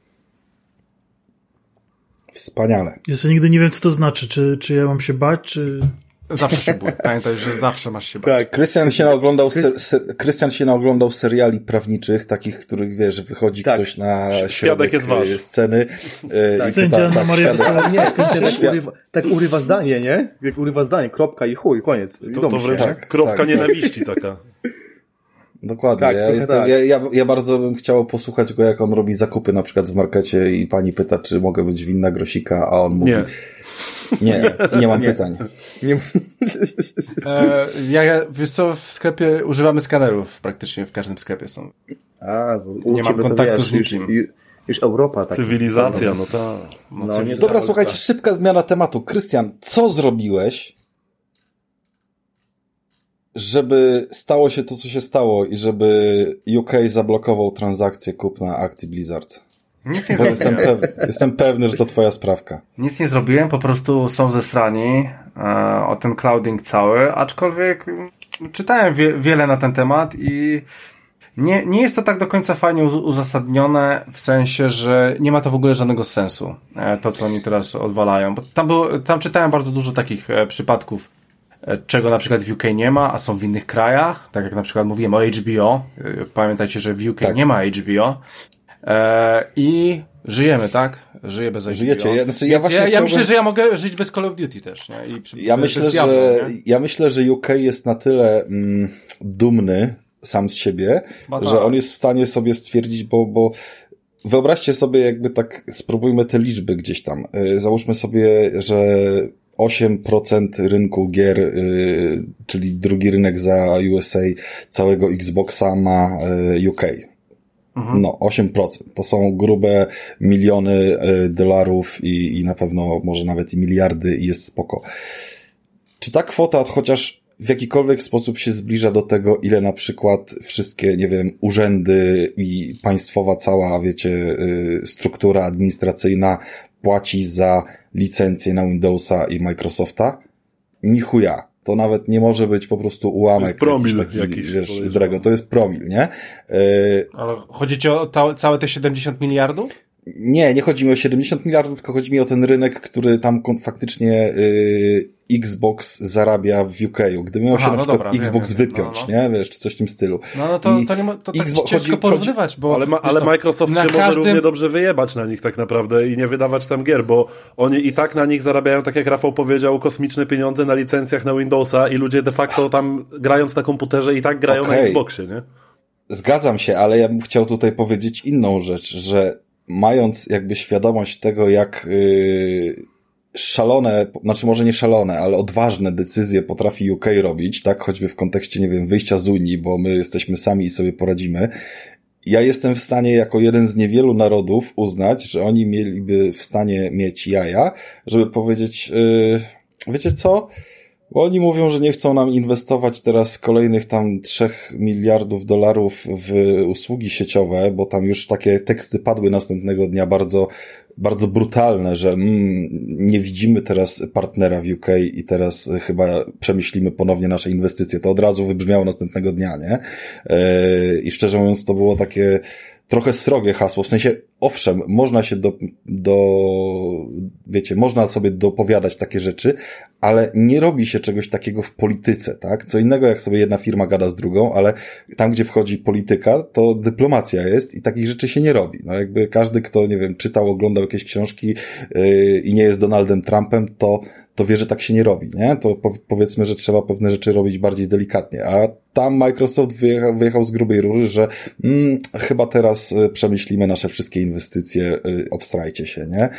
[SPEAKER 1] Wspaniale.
[SPEAKER 2] Ja nigdy nie wiem, co to znaczy. Czy ja mam się bać, czy...
[SPEAKER 5] Zawsze się bój. Pamiętaj, że zawsze masz się bać.
[SPEAKER 1] Tak, Krystian się naoglądał seriali prawniczych, takich, których wiesz, wychodzi ktoś na
[SPEAKER 4] świadek jest wasz.
[SPEAKER 1] Sceny.
[SPEAKER 2] Sędzia na Maria
[SPEAKER 3] tak urywa zdanie, nie? Jak urywa zdanie, kropka i chuj, koniec.
[SPEAKER 4] To wręcz kropka nienawiści taka.
[SPEAKER 1] Dokładnie. Ja bardzo bym chciał posłuchać go, jak on robi zakupy na przykład w markecie i pani pyta, czy mogę być winna grosika, a on mówi... Nie mam pytań.
[SPEAKER 5] Wiesz co, w sklepie używamy skanerów, praktycznie w każdym sklepie są.
[SPEAKER 3] Nie mam kontaktu z nikim. Już Europa. Tak.
[SPEAKER 4] Cywilizacja, no tak.
[SPEAKER 1] Dobra, słuchajcie, szybka zmiana tematu. Krystian, co zrobiłeś, żeby stało się to, co się stało i żeby UK zablokował transakcję kupna Acti Blizzard?
[SPEAKER 5] Nic nie zrobiłem.
[SPEAKER 1] Jestem pewny, że to twoja sprawka.
[SPEAKER 5] Nic nie zrobiłem, po prostu są zestrani o ten clouding cały, aczkolwiek czytałem wiele na ten temat i nie jest to tak do końca fajnie uzasadnione, w sensie, że nie ma to w ogóle żadnego sensu, to co oni teraz odwalają. Bo tam czytałem bardzo dużo takich przypadków, czego na przykład w UK nie ma, a są w innych krajach, tak jak na przykład mówiłem o HBO. Pamiętajcie, że w UK nie ma HBO. I żyjemy, tak? Żyję bez HBO.
[SPEAKER 1] Żyjecie.
[SPEAKER 5] Ja myślę, że ja mogę żyć bez Call of Duty też, nie?
[SPEAKER 1] Ja myślę, że UK jest na tyle dumny sam z siebie, że on jest w stanie sobie stwierdzić, bo wyobraźcie sobie, jakby tak spróbujmy te liczby gdzieś tam. Załóżmy sobie, że 8% rynku gier, czyli drugi rynek za USA całego Xboxa ma UK. No, 8%. To są grube miliony dolarów i na pewno może nawet i miliardy i jest spoko. Czy ta kwota chociaż w jakikolwiek sposób się zbliża do tego, ile na przykład wszystkie, nie wiem, urzędy i państwowa cała, wiecie, struktura administracyjna płaci za licencję na Windowsa i Microsofta? Ni chuja. To nawet nie może być po prostu ułamek.
[SPEAKER 4] To jest promil jakiś
[SPEAKER 1] wiesz, drego. To jest promil, nie?
[SPEAKER 5] Ale chodzi ci o całe te 70 miliardów?
[SPEAKER 1] Nie chodzi mi o 70 miliardów, tylko chodzi mi o ten rynek, który tam faktycznie Xbox zarabia w UK-u. Gdyby miał się na przykład Xbox wypiąć, nie? Wiesz, czy coś w tym stylu.
[SPEAKER 5] No to nie ma, to tak ciężko porównywać, bo...
[SPEAKER 4] Ale Microsoft się może równie dobrze wyjebać na nich tak naprawdę i nie wydawać tam gier, bo oni i tak na nich zarabiają, tak jak Rafał powiedział, kosmiczne pieniądze na licencjach na Windowsa i ludzie de facto tam grając na komputerze i tak grają na Xboxie, nie?
[SPEAKER 1] Zgadzam się, ale ja bym chciał tutaj powiedzieć inną rzecz, że mając jakby świadomość tego, jak szalone, znaczy może nie szalone, ale odważne decyzje potrafi UK robić, tak, choćby w kontekście, nie wiem, wyjścia z Unii, bo my jesteśmy sami i sobie poradzimy. Ja jestem w stanie jako jeden z niewielu narodów uznać, że oni mieliby w stanie mieć jaja, żeby powiedzieć, wiecie co? Bo oni mówią, że nie chcą nam inwestować teraz kolejnych tam $3 miliardów w usługi sieciowe, bo tam już takie teksty padły następnego dnia bardzo, bardzo brutalne, że nie widzimy teraz partnera w UK i teraz chyba przemyślimy ponownie nasze inwestycje. To od razu wybrzmiało następnego dnia, nie? I szczerze mówiąc to było takie trochę srogie hasło, w sensie, owszem, można się wiecie, można sobie dopowiadać takie rzeczy, ale nie robi się czegoś takiego w polityce, tak? Co innego, jak sobie jedna firma gada z drugą, ale tam, gdzie wchodzi polityka, to dyplomacja jest i takich rzeczy się nie robi. No jakby każdy, kto, nie wiem, czytał, oglądał jakieś książki i nie jest Donaldem Trumpem, to wie, że tak się nie robi, nie? To powiedzmy, że trzeba pewne rzeczy robić bardziej delikatnie, a tam Microsoft wyjechał z grubej rury, że chyba teraz przemyślimy nasze wszystkie inwestycje, obstrajcie się, nie?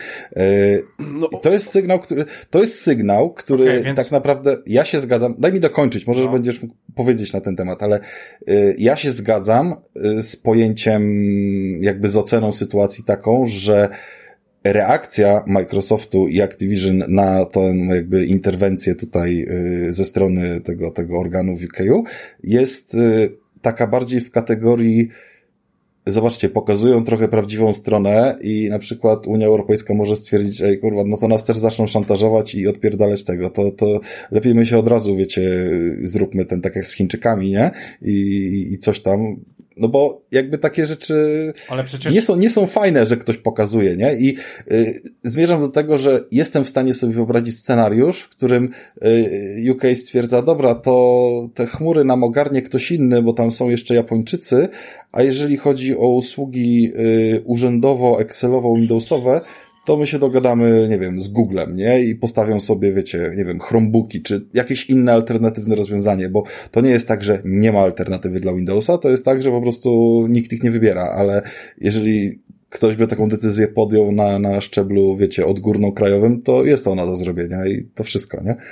[SPEAKER 1] To jest sygnał, który więc... tak naprawdę, ja się zgadzam, daj mi dokończyć, możesz będziesz mógł powiedzieć na ten temat, ale ja się zgadzam z pojęciem, jakby z oceną sytuacji taką, że reakcja Microsoftu i Activision na tę jakby interwencję tutaj ze strony tego organu w UK jest taka bardziej w kategorii, zobaczcie, pokazują trochę prawdziwą stronę i na przykład Unia Europejska może stwierdzić, ej kurwa, no to nas też zaczną szantażować i odpierdalać tego, to lepiej my się od razu, wiecie, zróbmy ten tak jak z Chińczykami, nie? I coś tam. No bo jakby takie rzeczy ale przecież... nie są fajne, że ktoś pokazuje, nie? I zmierzam do tego, że jestem w stanie sobie wyobrazić scenariusz, w którym UK stwierdza, dobra, to te chmury nam ogarnie ktoś inny, bo tam są jeszcze Japończycy, a jeżeli chodzi o usługi urzędowo, Excelowo, Windowsowe, to my się dogadamy, nie wiem, z Googlem, nie? I postawią sobie, wiecie, nie wiem, Chromebooki, czy jakieś inne alternatywne rozwiązanie, bo to nie jest tak, że nie ma alternatywy dla Windowsa, to jest tak, że po prostu nikt ich nie wybiera, ale jeżeli ktoś by taką decyzję podjął na szczeblu, wiecie, odgórno-krajowym, to jest to do zrobienia i to wszystko, nie?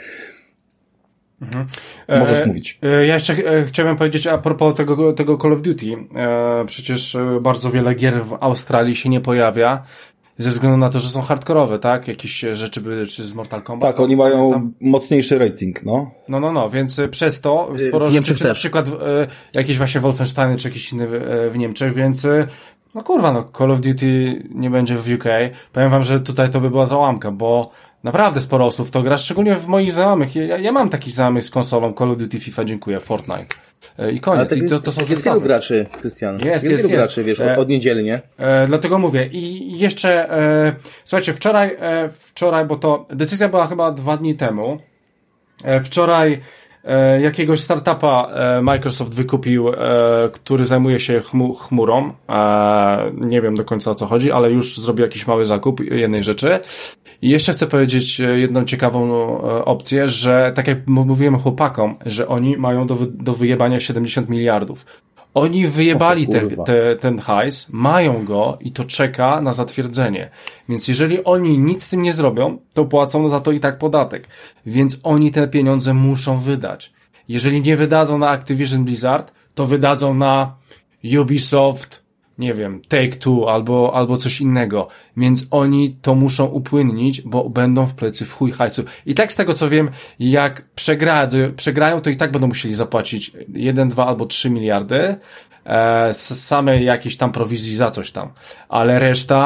[SPEAKER 5] Mhm.
[SPEAKER 1] Możesz mówić.
[SPEAKER 5] Ja jeszcze chciałem powiedzieć a propos tego Call of Duty. Przecież bardzo wiele gier w Australii się nie pojawia, ze względu na to, że są hardkorowe, tak? Jakieś rzeczy były, czy z Mortal Kombat.
[SPEAKER 1] Tak, oni mają mocniejszy rating, no.
[SPEAKER 5] No, więc przez to sporo rzeczy, czy na przykład jakieś właśnie Wolfensteiny, czy jakieś inne w Niemczech, więc no kurwa, no Call of Duty nie będzie w UK. Powiem wam, że tutaj to by była załamka, bo naprawdę sporo osób w to gra, szczególnie w moich znajomych. Ja mam takich znajomych z konsolą Call of Duty, FIFA, dziękuję, Fortnite. I koniec.
[SPEAKER 3] Ale
[SPEAKER 5] to są
[SPEAKER 3] jest wielu graczy, Krystian.
[SPEAKER 5] Jest
[SPEAKER 3] wielu graczy, wiesz, od niedzieli, nie?
[SPEAKER 5] Dlatego mówię. I jeszcze, słuchajcie, wczoraj, bo to decyzja była chyba 2 dni temu. Wczoraj jakiegoś startupa Microsoft wykupił, który zajmuje się chmurą. Nie wiem do końca o co chodzi, ale już zrobił jakiś mały zakup jednej rzeczy. I jeszcze chcę powiedzieć jedną ciekawą opcję, że tak jak mówiłem chłopakom, że oni mają do wyjebania 70 miliardów. Oni wyjebali ten hajs, mają go i to czeka na zatwierdzenie. Więc jeżeli oni nic z tym nie zrobią, to płacą za to i tak podatek. Więc oni te pieniądze muszą wydać. Jeżeli nie wydadzą na Activision Blizzard, to wydadzą na Ubisoft, nie wiem, Take-Two albo coś innego. Więc oni to muszą upłynnić, bo będą w plecy w chuj hajsu. I tak z tego co wiem, jak przegrają, to i tak będą musieli zapłacić 1, 2 albo 3 miliardy samej jakiejś tam prowizji za coś tam. Ale reszta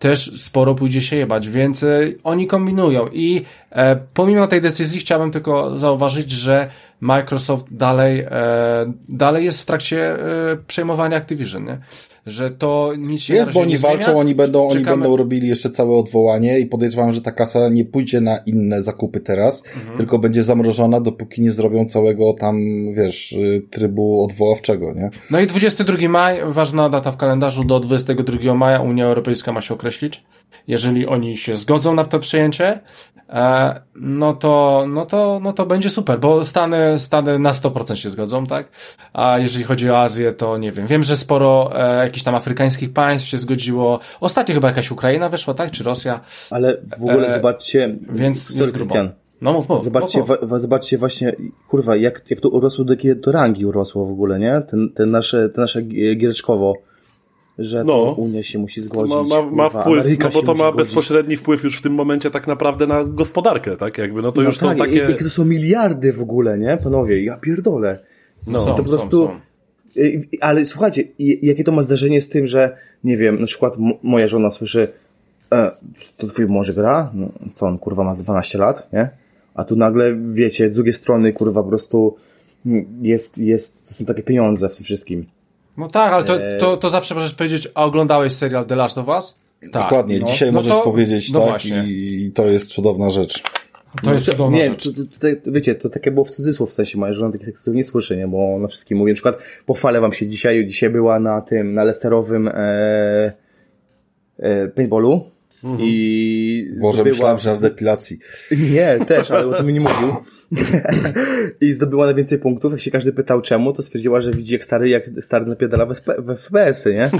[SPEAKER 5] też sporo pójdzie się jebać, więc oni kombinują i pomimo tej decyzji chciałbym tylko zauważyć, że Microsoft dalej jest w trakcie przejmowania Activision, nie? Że to nic się
[SPEAKER 1] jest, bo oni walczą, oni będą robili jeszcze całe odwołanie i podejrzewam, że ta kasa nie pójdzie na inne zakupy teraz, tylko będzie zamrożona, dopóki nie zrobią całego tam, wiesz, trybu odwoławczego, nie?
[SPEAKER 5] No i 22 maj, ważna data w kalendarzu, do 22 maja Unia Europejska ma się określić. Jeżeli oni się zgodzą na to przejęcie, no to będzie super, bo Stany na 100% się zgodzą, tak? A jeżeli chodzi o Azję, to nie wiem. Wiem, że sporo jakichś tam afrykańskich państw się zgodziło. Ostatnio chyba jakaś Ukraina weszła, tak? Czy Rosja?
[SPEAKER 3] Ale w ogóle zobaczcie,
[SPEAKER 5] więc jest
[SPEAKER 3] Krystian.
[SPEAKER 5] No mów.
[SPEAKER 3] Zobaczcie właśnie, kurwa, jak to urosło, do jakiej to rangi urosło w ogóle, nie? Te nasze giereczkowo. Że to Unia się musi zgodzić.
[SPEAKER 4] Ma wpływ, no bo to ma bezpośredni wpływ już w tym momencie tak naprawdę na gospodarkę, tak? Jakby, no to już są takie...
[SPEAKER 3] Jakie to są miliardy w ogóle, nie? Panowie, ja pierdolę. To po prostu... Ale słuchajcie, jakie to ma zdarzenie z tym, że nie wiem, na przykład moja żona słyszy to twój mąż gra? No, co on, kurwa, ma 12 lat, nie? A tu nagle, wiecie, z drugiej strony, kurwa, po prostu to są takie pieniądze w tym wszystkim.
[SPEAKER 5] No tak, ale to zawsze możesz powiedzieć, a oglądałeś serial The Last of Us? Tak.
[SPEAKER 1] Dokładnie, dzisiaj możesz powiedzieć tak właśnie. I to jest cudowna rzecz.
[SPEAKER 5] To jest cudowna rzecz.
[SPEAKER 3] Tutaj, wiecie, to takie było w cudzysłów, w sensie moja żona takich tekstów nie słyszy, nie? Bo na wszystkim mówię, na przykład pochwalę wam się dzisiaj była na Lesterowym paintballu i
[SPEAKER 1] Boże, myślałem, że na depilacji.
[SPEAKER 3] Nie, też, ale o tym mi nie mówił. I zdobyła najwięcej punktów. Jak się każdy pytał czemu, to stwierdziła, że widzi jak stary napierdala w FPS-y, nie?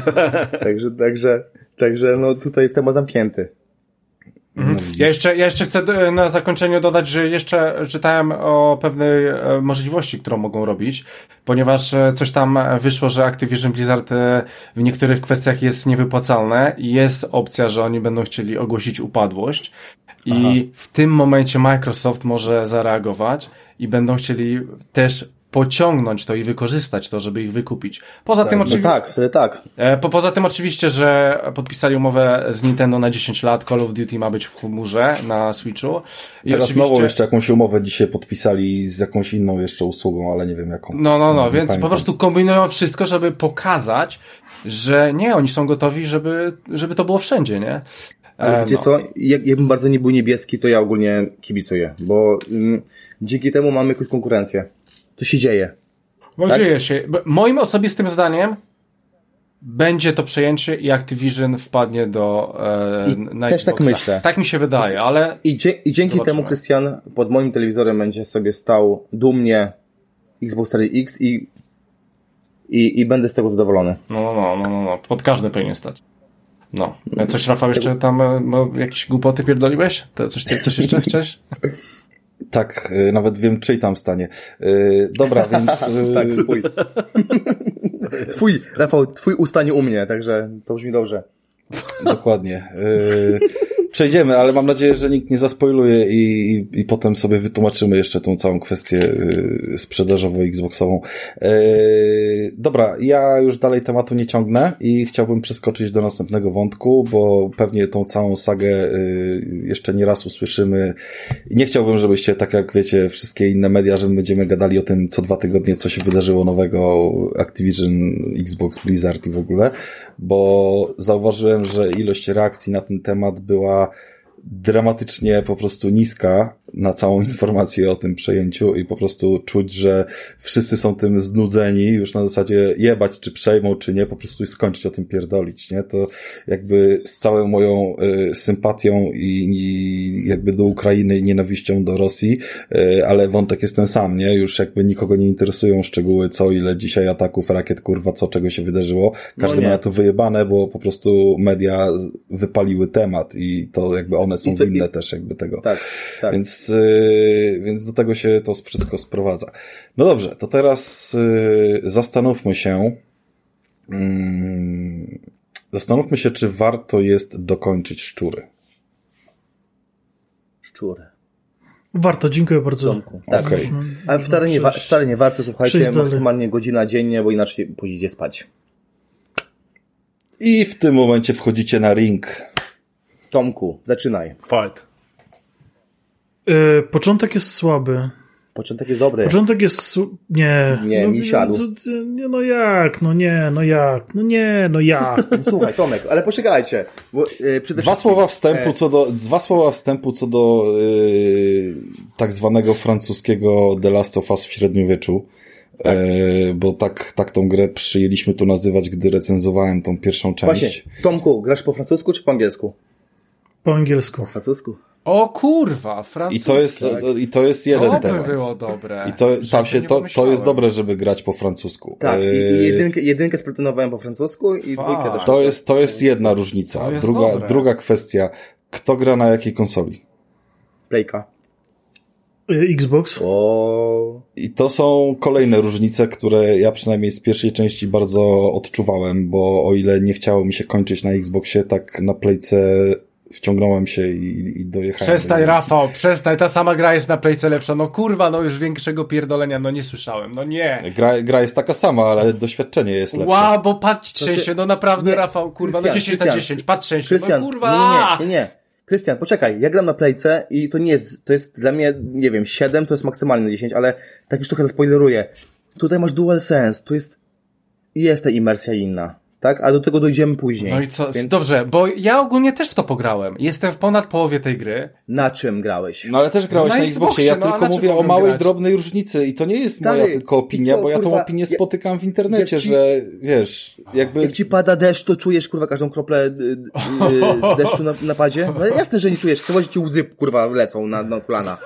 [SPEAKER 3] Także no tutaj jest temat zamknięty.
[SPEAKER 5] Ja jeszcze chcę na zakończeniu dodać, że jeszcze czytałem o pewnej możliwości, którą mogą robić, ponieważ coś tam wyszło, że Activision Blizzard w niektórych kwestiach jest niewypłacalne i jest opcja, że oni będą chcieli ogłosić upadłość i w tym momencie Microsoft może zareagować i będą chcieli też pociągnąć to i wykorzystać to, żeby ich wykupić. Poza tym oczywiście...
[SPEAKER 3] No tak, wtedy tak.
[SPEAKER 5] Poza tym oczywiście, że podpisali umowę z Nintendo na 10 lat, Call of Duty ma być w chmurze na Switchu. I
[SPEAKER 1] teraz oczywiście... nową jeszcze jakąś umowę dzisiaj podpisali z jakąś inną jeszcze usługą, ale nie wiem jaką.
[SPEAKER 5] No, więc pamiętam. Po prostu kombinują wszystko, żeby pokazać, że nie, oni są gotowi, żeby to było wszędzie, nie?
[SPEAKER 3] Ale wiecie co, jakbym bardzo nie był niebieski, to ja ogólnie kibicuję, bo dzięki temu mamy jakąś konkurencję. To się dzieje.
[SPEAKER 5] No tak? Dzieje się. Moim osobistym zdaniem będzie to przejęcie i Activision wpadnie do na
[SPEAKER 3] też Xboxa. Tak myślę.
[SPEAKER 5] Tak mi się wydaje, ale...
[SPEAKER 3] I dzięki temu, Krystian, pod moim telewizorem będzie sobie stał dumnie Xbox Series X i będę z tego zadowolony.
[SPEAKER 5] No. Pod każdym powinien stać. No. Coś, Rafał, jeszcze tam jakieś głupoty pierdoliłeś? Coś jeszcze chciałeś?
[SPEAKER 1] Tak, nawet wiem, czyj tam stanie. Dobra, więc...
[SPEAKER 3] tak, twój, Rafał, twój ustanie u mnie, także to brzmi dobrze.
[SPEAKER 1] Dokładnie. Przejdziemy, ale mam nadzieję, że nikt nie zaspoiluje i potem sobie wytłumaczymy jeszcze tą całą kwestię sprzedażowo-xboxową. Dobra, ja już dalej tematu nie ciągnę i chciałbym przeskoczyć do następnego wątku, bo pewnie tą całą sagę jeszcze nie raz usłyszymy. Nie chciałbym, żebyście, tak jak wiecie, wszystkie inne media, że my będziemy gadali o tym co 2 tygodnie, co się wydarzyło nowego Activision, Xbox, Blizzard i w ogóle, bo zauważyłem, że ilość reakcji na ten temat była dramatycznie po prostu niska na całą informację o tym przejęciu i po prostu czuć, że wszyscy są tym znudzeni, już na zasadzie jebać, czy przejmą, czy nie, po prostu skończyć o tym pierdolić, nie? To jakby z całą moją sympatią i jakby do Ukrainy i nienawiścią do Rosji, ale wątek jest ten sam, nie? Już jakby nikogo nie interesują szczegóły, co, ile dzisiaj ataków, rakiet, kurwa, co, czego się wydarzyło. Każdy ma na to wyjebane, bo po prostu media wypaliły temat i to jakby one są winne też jakby tego. Tak. Więc do tego się to wszystko sprowadza. No dobrze, to teraz zastanówmy się, czy warto jest dokończyć Szczury.
[SPEAKER 2] Warto, dziękuję bardzo.
[SPEAKER 3] Tak. Okay. Ale wcale nie warto, słuchajcie, maksymalnie godzina dziennie, bo inaczej pójdziecie spać.
[SPEAKER 1] I w tym momencie wchodzicie na ring
[SPEAKER 3] Tomku, zaczynaj.
[SPEAKER 4] Fight.
[SPEAKER 2] Początek jest słaby.
[SPEAKER 3] Początek jest dobry.
[SPEAKER 2] Początek jest... Nie.
[SPEAKER 3] Nie, mi siadł.
[SPEAKER 2] No jak?
[SPEAKER 3] Słuchaj, Tomek, ale poczekajcie. Bo,
[SPEAKER 1] Dwa słowa wstępu co do tak zwanego francuskiego The Last of Us w średniowieczu. Tak. Bo tak tą grę przyjęliśmy tu nazywać, gdy recenzowałem tą pierwszą część.
[SPEAKER 3] Właśnie, Tomku, grasz po francusku czy po angielsku?
[SPEAKER 2] Po angielsku.
[SPEAKER 3] Po francusku.
[SPEAKER 5] O kurwa, francuski.
[SPEAKER 1] I to jest jeden
[SPEAKER 5] to
[SPEAKER 1] temat.
[SPEAKER 5] To by było dobre.
[SPEAKER 1] I to jest dobre, żeby grać po francusku.
[SPEAKER 3] Tak, i jedynkę splatynowałem po francusku i dwójkę też.
[SPEAKER 1] To jest jedna różnica. Druga kwestia. Kto gra na jakiej konsoli?
[SPEAKER 3] Playka.
[SPEAKER 2] Xbox.
[SPEAKER 1] I to są kolejne różnice, które ja przynajmniej z pierwszej części bardzo odczuwałem, bo o ile nie chciało mi się kończyć na Xboxie, tak na Playce wciągnąłem się i dojechałem.
[SPEAKER 5] Przestań, Rafał, przestań, ta sama gra jest na Playce lepsza. No kurwa, no już większego pierdolenia, no nie słyszałem, no nie.
[SPEAKER 1] Gra jest taka sama, ale doświadczenie jest lepsze.
[SPEAKER 5] Bo patrzcie się, no naprawdę, nie, Rafał, kurwa, no 10 na 10, patrzcie się, no kurwa.
[SPEAKER 3] Nie. Krystian, poczekaj, ja gram na Playce i to jest dla mnie, nie wiem, 7 to jest maksymalnie 10, ale tak już trochę zaspoileruję. Tutaj masz DualSense, tu jest ta imersja inna. Tak? A do tego dojdziemy później.
[SPEAKER 5] No i co? Więc... Dobrze, bo ja ogólnie też w to pograłem. Jestem w ponad połowie tej gry.
[SPEAKER 3] Na czym grałeś?
[SPEAKER 1] No ale też grałeś na Xboxie. Ja tylko mówię o małej, drobnej różnicy i to nie jest moja tylko opinia, bo ja tą opinię spotykam w internecie, że wiesz, jakby...
[SPEAKER 3] Jak ci pada deszcz, to czujesz, kurwa, każdą kroplę deszczu na padzie? No jasne, że nie czujesz. Chyba, że ci łzy, kurwa, lecą na kolana.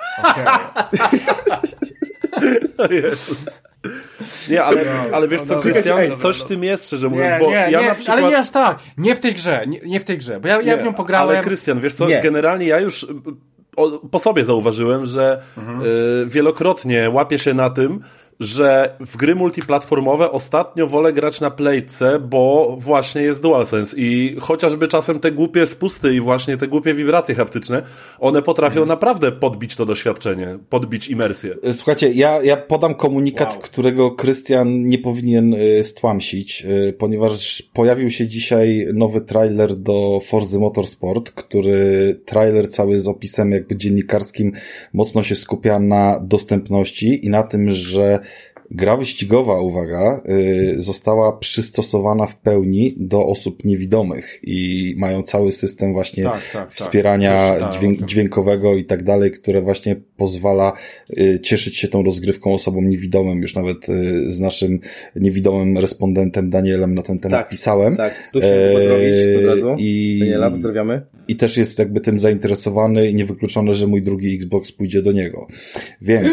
[SPEAKER 4] Jezus. Nie, ale wiesz co, Krystian, coś w tym jest, szczerze mówiąc, bo ja na przykład...
[SPEAKER 5] Ale nie aż tak, nie w tej grze, bo ja w nią pograłem...
[SPEAKER 4] Ale Krystian, wiesz co, generalnie ja już po sobie zauważyłem, że wielokrotnie łapię się na tym, że w gry multiplatformowe ostatnio wolę grać na Playce, bo właśnie jest DualSense i chociażby czasem te głupie spusty i właśnie te głupie wibracje haptyczne, one potrafią naprawdę podbić to doświadczenie, podbić imersję.
[SPEAKER 1] Słuchajcie, ja podam komunikat, którego Krystian nie powinien stłamsić, ponieważ pojawił się dzisiaj nowy trailer do Forzy Motorsport, który trailer cały z opisem jakby dziennikarskim mocno się skupia na dostępności i na tym, że gra wyścigowa, uwaga, została przystosowana w pełni do osób niewidomych i mają cały system właśnie wspierania dźwiękowego i tak dalej, które właśnie pozwala cieszyć się tą rozgrywką osobom niewidomym. Już nawet z naszym niewidomym respondentem Danielem na ten temat pisałem.
[SPEAKER 3] Tak, tu się pozdrowić od razu. Daniela, pozdrawiamy.
[SPEAKER 1] I też jest jakby tym zainteresowany i niewykluczone, że mój drugi Xbox pójdzie do niego. Więc...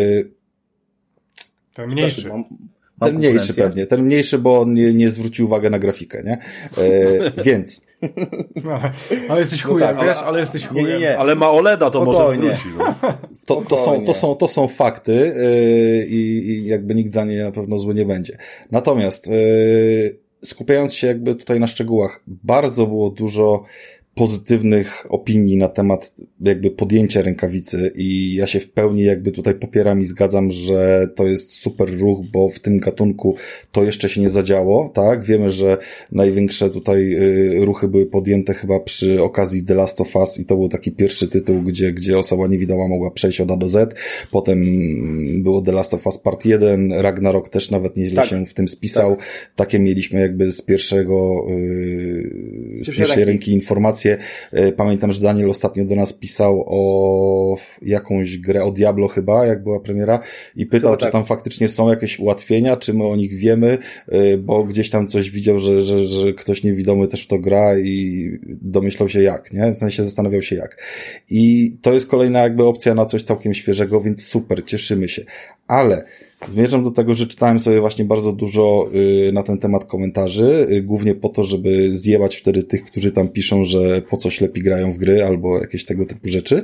[SPEAKER 5] Ten mniejszy.
[SPEAKER 1] Ten mniejszy, bo on nie zwrócił uwagi na grafikę, nie? Więc.
[SPEAKER 5] Ale jesteś chujem, wiesz, ale jesteś chujem.
[SPEAKER 4] Nie. Ale ma OLEDa, to może zwróci. No.
[SPEAKER 1] To są fakty i jakby nikt za nie na pewno zły nie będzie. Natomiast skupiając się jakby tutaj na szczegółach, bardzo było dużo pozytywnych opinii na temat jakby podjęcia rękawicy i ja się w pełni jakby tutaj popieram i zgadzam, że to jest super ruch, bo w tym gatunku to jeszcze się nie zadziało, tak? Wiemy, że największe tutaj ruchy były podjęte chyba przy okazji The Last of Us i to był taki pierwszy tytuł, gdzie osoba niewidoma mogła przejść od A do Z. Potem było The Last of Us Part 1, Ragnarok też nawet nieźle się w tym spisał. Takie mieliśmy jakby z pierwszej ręki informacje. Pamiętam, że Daniel ostatnio do nas pisał o jakąś grę, o Diablo chyba, jak była premiera i pytał, czy tam faktycznie są jakieś ułatwienia, czy my o nich wiemy, bo gdzieś tam coś widział, że ktoś niewidomy też w to gra i domyślał się jak, nie? W sensie zastanawiał się jak. I to jest kolejna jakby opcja na coś całkiem świeżego, więc super, cieszymy się. Ale zmierzam do tego, że czytałem sobie właśnie bardzo dużo na ten temat komentarzy, głównie po to, żeby zjebać wtedy tych, którzy tam piszą, że po co ślepi grają w gry albo jakieś tego typu rzeczy,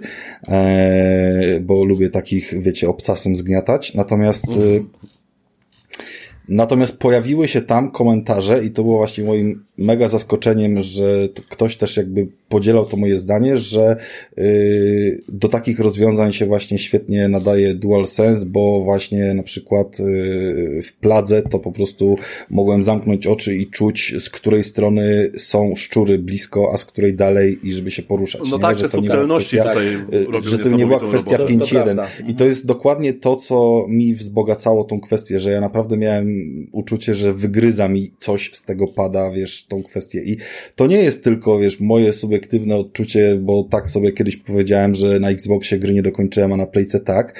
[SPEAKER 1] bo lubię takich, wiecie, obsasem zgniatać. Natomiast Natomiast pojawiły się tam komentarze i to było właśnie moim mega zaskoczeniem, że ktoś też jakby podzielał to moje zdanie, że do takich rozwiązań się właśnie świetnie nadaje DualSense, bo właśnie na przykład w Pladze to po prostu mogłem zamknąć oczy i czuć, z której strony są szczury blisko, a z której dalej i żeby się poruszać.
[SPEAKER 4] No tak, te subtelności tutaj robią
[SPEAKER 1] że to nie była kwestia 5.1. I to jest dokładnie to, co mi wzbogacało tą kwestię, że ja naprawdę miałem uczucie, że wygryza mi coś z tego pada, wiesz, tą kwestię. I to nie jest tylko, wiesz, moje subiektywne odczucie, bo tak sobie kiedyś powiedziałem, że na Xboxie gry nie dokończyłem, a na Playce tak.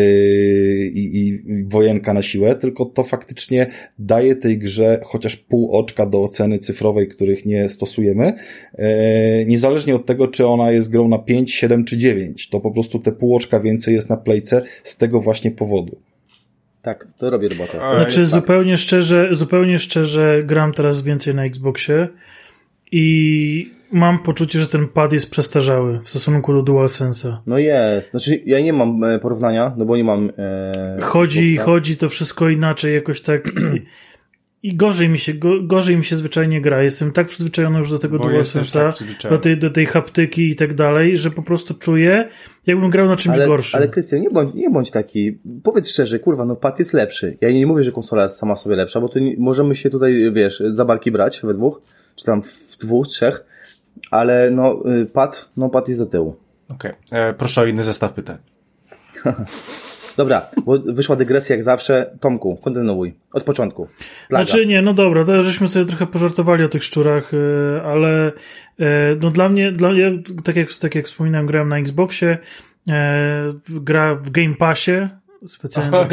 [SPEAKER 1] I wojenka na siłę, tylko to faktycznie daje tej grze chociaż pół oczka do oceny cyfrowej, których nie stosujemy. Niezależnie od tego, czy ona jest grą na 5, 7 czy 9. To po prostu te pół oczka więcej jest na Playce z tego właśnie powodu.
[SPEAKER 3] Tak, to robię robotę.
[SPEAKER 2] Znaczy zupełnie szczerze gram teraz więcej na Xboxie i mam poczucie, że ten pad jest przestarzały w stosunku do DualSense'a.
[SPEAKER 3] No jest. Znaczy ja nie mam porównania, no bo nie mam
[SPEAKER 2] chodzi to wszystko inaczej jakoś tak i gorzej mi się zwyczajnie gra. Jestem tak przyzwyczajony już do tego DualSense'a, tak do tej haptyki i tak dalej, że po prostu czuję, jakbym grał na czymś gorszym.
[SPEAKER 3] Ale Krystian, nie bądź taki. Powiedz szczerze, kurwa, no pad jest lepszy. Ja nie mówię, że konsola jest sama sobie lepsza, bo to możemy się tutaj, wiesz, za barki brać we dwóch, czy tam w dwóch, trzech, ale pad jest do tyłu.
[SPEAKER 5] Okej. Proszę o inny zestaw pytań.
[SPEAKER 3] Dobra, bo wyszła dygresja jak zawsze. Tomku, kontynuuj. Od początku. Plaga.
[SPEAKER 2] Znaczy nie, no dobra, to żeśmy sobie trochę pożartowali o tych szczurach, ale no dla mnie tak jak wspominałem, grałem na Xboxie, gra w Game Passie, specjalnie dla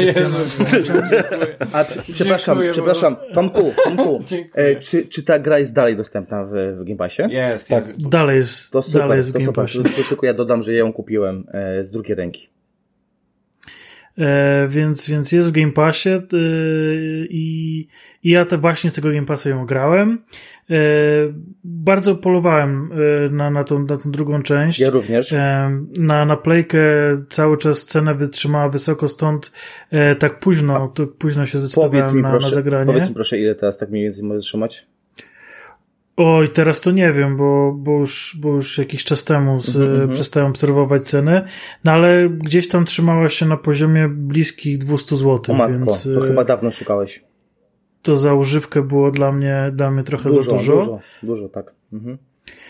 [SPEAKER 3] Przepraszam, Tomku, czy ta gra jest dalej dostępna w Game Passie?
[SPEAKER 5] Jest.
[SPEAKER 2] Dalej jest
[SPEAKER 3] to super,
[SPEAKER 2] dalej jest w Game Passie.
[SPEAKER 3] To tylko ja dodam, że ja ją kupiłem z drugiej ręki.
[SPEAKER 2] Więc jest w Game Passie i ja właśnie z tego Game Passa ją grałem. Bardzo polowałem na tą drugą część.
[SPEAKER 3] Ja również.
[SPEAKER 2] Na Playkę cały czas cenę wytrzymała wysoko, stąd tak późno się zdecydowałem na zagranie.
[SPEAKER 3] Powiedz mi proszę, ile teraz tak mniej więcej może trzymać?
[SPEAKER 2] Oj, teraz to nie wiem, bo już jakiś czas temu przestałem obserwować ceny, no ale gdzieś tam trzymała się na poziomie bliskich 200 zł.
[SPEAKER 3] O matko,
[SPEAKER 2] więc
[SPEAKER 3] to chyba dawno szukałeś.
[SPEAKER 2] To za używkę było dla mnie trochę za dużo.
[SPEAKER 3] Dużo, tak. Mhm.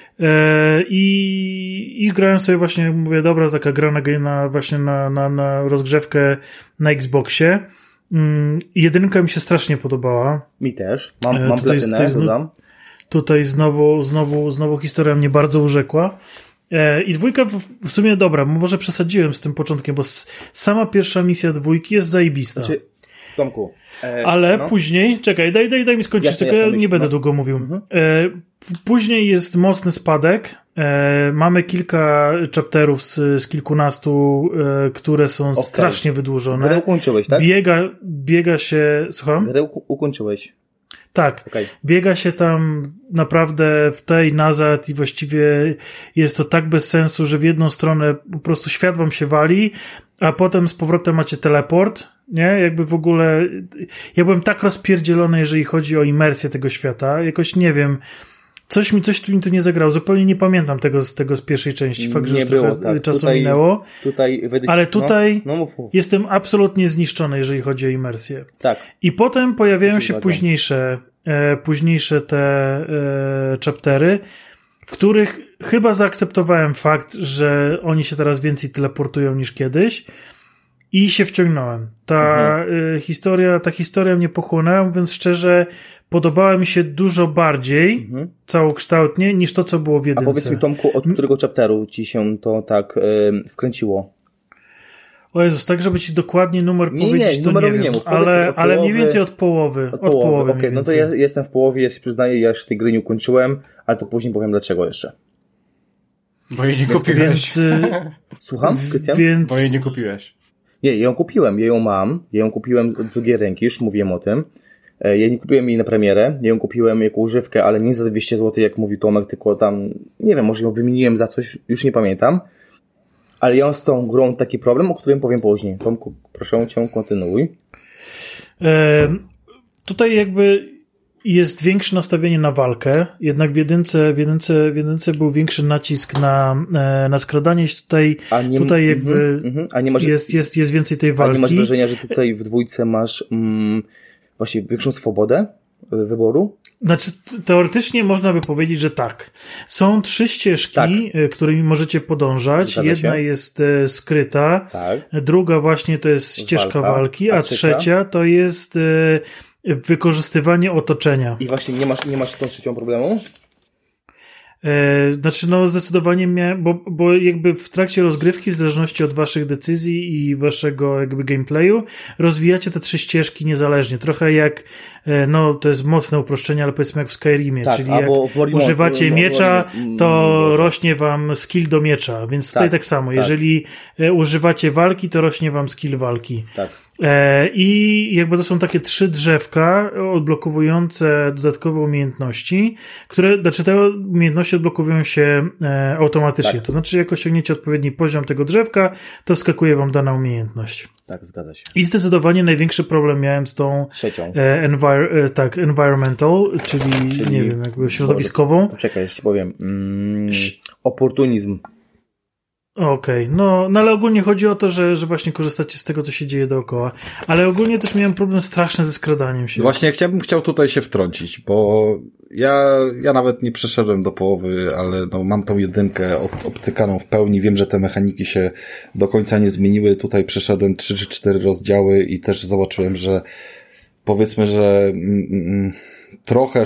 [SPEAKER 2] I grałem sobie właśnie, mówię, dobra, taka gra właśnie na rozgrzewkę na Xboxie. Jedynka mi się strasznie podobała.
[SPEAKER 3] Mi też. Mam platynę, dodam.
[SPEAKER 2] Tutaj znowu historia mnie bardzo urzekła. I dwójka w sumie dobra, może przesadziłem z tym początkiem, bo sama pierwsza misja dwójki jest zajebista.
[SPEAKER 3] Znaczy, Tomku.
[SPEAKER 2] Ale później, czekaj, daj mi skończyć, tylko ja nie będę długo mówił. Mhm. Później jest mocny spadek. Mamy kilka chapterów z kilkunastu, które są strasznie wydłużone.
[SPEAKER 3] Grę ukończyłeś, tak?
[SPEAKER 2] Biega się, słucham?
[SPEAKER 3] Grę ukończyłeś.
[SPEAKER 2] Tak, okay. Biega się tam naprawdę w tej nazad i właściwie jest to tak bez sensu, że w jedną stronę po prostu świat wam się wali, a potem z powrotem macie teleport, nie? Jakby w ogóle ja byłem tak rozpierdzielony, jeżeli chodzi o imersję tego świata, jakoś nie wiem, coś mi tu nie zagrało, zupełnie nie pamiętam tego z pierwszej części, fakt, że już trochę czasu minęło, ale tutaj jestem absolutnie zniszczony, jeżeli chodzi o imersję.
[SPEAKER 3] Tak.
[SPEAKER 2] I potem pojawiają się późniejsze te chaptery, w których chyba zaakceptowałem fakt, że oni się teraz więcej teleportują niż kiedyś i się wciągnąłem. Ta historia mnie pochłonęła, mówiąc szczerze, podobała mi się dużo bardziej całokształtnie niż to, co było w jedynce.
[SPEAKER 3] A powiedz mi, Tomku, od którego chapteru ci się to tak wkręciło?
[SPEAKER 2] O Jezus, tak żeby ci dokładnie numer powiedzieć, to nie wiem, nie mów. Ale mniej więcej od połowy. Od połowy
[SPEAKER 3] Okej, no to ja jestem w połowie, ja się przyznaję, ja jeszcze tej gry nie ukończyłem, ale to później powiem dlaczego jeszcze.
[SPEAKER 5] Bo jej nie kupiłeś.
[SPEAKER 3] Słucham, Krystian?
[SPEAKER 5] Bo jej nie kupiłeś.
[SPEAKER 3] Nie, ja ją kupiłem, ja ją kupiłem z drugiej ręki, już mówiłem o tym. Ja nie kupiłem jej na premierę, ja ją kupiłem jako używkę, ale nie za 200 zł, jak mówił Tomek, tylko tam, nie wiem, może ją wymieniłem za coś, już nie pamiętam. Ale ja mam z tą grą taki problem, o którym powiem później. Tomku, proszę cię, kontynuuj.
[SPEAKER 2] tutaj jakby jest większe nastawienie na walkę, jednak w jedynce był większy nacisk na skradanie się, tutaj jakby jest więcej tej walki.
[SPEAKER 3] A nie masz wrażenia, że tutaj w dwójce masz właśnie większą swobodę wyboru?
[SPEAKER 2] Znaczy, teoretycznie można by powiedzieć, że tak. Są 3 ścieżki, którymi możecie podążać. Jedna jest skryta, druga właśnie to jest ścieżka walki, a trzecia to jest wykorzystywanie otoczenia.
[SPEAKER 3] I właśnie nie masz z tą trzecią problemu?
[SPEAKER 2] Znaczy, zdecydowanie miałem, bo jakby w trakcie rozgrywki, w zależności od waszych decyzji i waszego jakby gameplayu, rozwijacie te 3 ścieżki niezależnie. Trochę jak, to jest mocne uproszczenie, ale powiedzmy jak w Skyrimie, czyli jak używacie miecza, to rośnie wam skill do miecza, więc tutaj tak samo. Jeżeli używacie walki, to rośnie wam skill walki.
[SPEAKER 3] Tak.
[SPEAKER 2] I jakby to są takie 3 drzewka odblokowujące dodatkowe umiejętności, te umiejętności odblokowują się automatycznie. Tak. To znaczy, jak osiągniecie odpowiedni poziom tego drzewka, to wskakuje wam dana umiejętność.
[SPEAKER 3] Tak, zgadza się.
[SPEAKER 2] I zdecydowanie największy problem miałem z tą
[SPEAKER 3] trzecią.
[SPEAKER 2] Environmental, czyli nie wiem, jakby środowiskową.
[SPEAKER 3] Poczekaj, jeszcze powiem. Oportunizm.
[SPEAKER 2] Okej, ale ogólnie chodzi o to, że właśnie korzystacie z tego, co się dzieje dookoła. Ale ogólnie też miałem problem straszny ze skradaniem się.
[SPEAKER 1] Właśnie chciał tutaj się wtrącić, bo ja nawet nie przeszedłem do połowy, ale mam tą jedynkę obcykaną w pełni. Wiem, że te mechaniki się do końca nie zmieniły. Tutaj przeszedłem 3 czy 4 rozdziały i też zobaczyłem, że powiedzmy, że trochę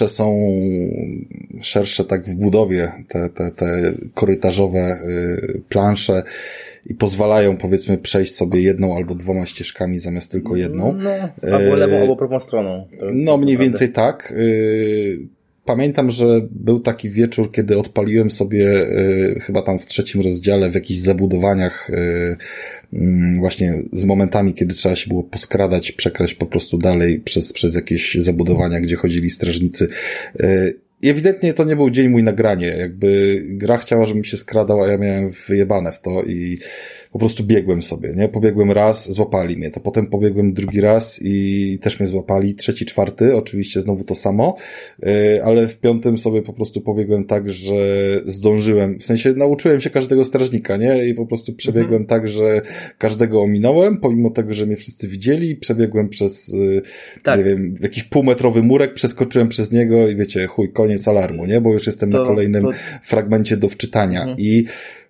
[SPEAKER 1] szersze tak w budowie te korytarzowe plansze i pozwalają powiedzmy przejść sobie 1 albo 2 ścieżkami zamiast tylko 1.
[SPEAKER 3] Albo lewą, albo prawą stroną.
[SPEAKER 1] Mniej więcej tak. Pamiętam, że był taki wieczór, kiedy odpaliłem sobie chyba tam w 3 rozdziale w jakichś zabudowaniach właśnie z momentami, kiedy trzeba się było poskradać, przekraść po prostu dalej przez jakieś zabudowania, gdzie chodzili strażnicy. I ewidentnie to nie był dzień mój na granie. Jakby gra chciała, żebym się skradał, a ja miałem wyjebane w to i po prostu biegłem sobie, nie? Pobiegłem raz, złapali mnie, to potem pobiegłem drugi raz i też mnie złapali, 3., 4, oczywiście znowu to samo, ale w 5 sobie po prostu pobiegłem tak, że zdążyłem, w sensie nauczyłem się każdego strażnika, nie? I po prostu przebiegłem tak, że każdego ominąłem, pomimo tego, że mnie wszyscy widzieli, przebiegłem przez, nie wiem, jakiś półmetrowy murek, przeskoczyłem przez niego i wiecie, koniec alarmu, nie? Bo już jestem na kolejnym fragmencie do wczytania i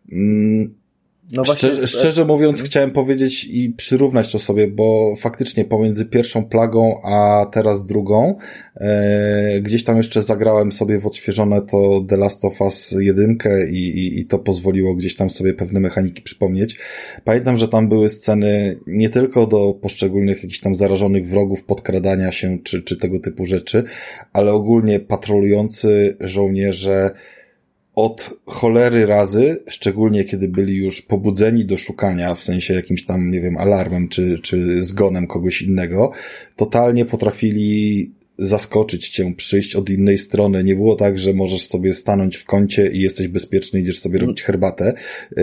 [SPEAKER 1] szczerze mówiąc, chciałem powiedzieć i przyrównać to sobie, bo faktycznie pomiędzy pierwszą plagą a teraz drugą, gdzieś tam jeszcze zagrałem sobie w odświeżone to The Last of Us 1 i to pozwoliło gdzieś tam sobie pewne mechaniki przypomnieć. Pamiętam, że tam były sceny nie tylko do poszczególnych jakichś tam zarażonych wrogów, podkradania się czy tego typu rzeczy, ale ogólnie patrolujący żołnierze od cholery razy, szczególnie kiedy byli już pobudzeni do szukania, w sensie jakimś tam, nie wiem, alarmem czy zgonem kogoś innego, totalnie potrafili zaskoczyć cię, przyjść od innej strony. Nie było tak, że możesz sobie stanąć w kącie i jesteś bezpieczny, idziesz sobie robić herbatę,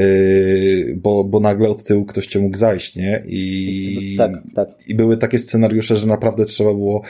[SPEAKER 1] bo nagle od tyłu ktoś cię mógł zajść, nie? I były takie scenariusze, że naprawdę trzeba było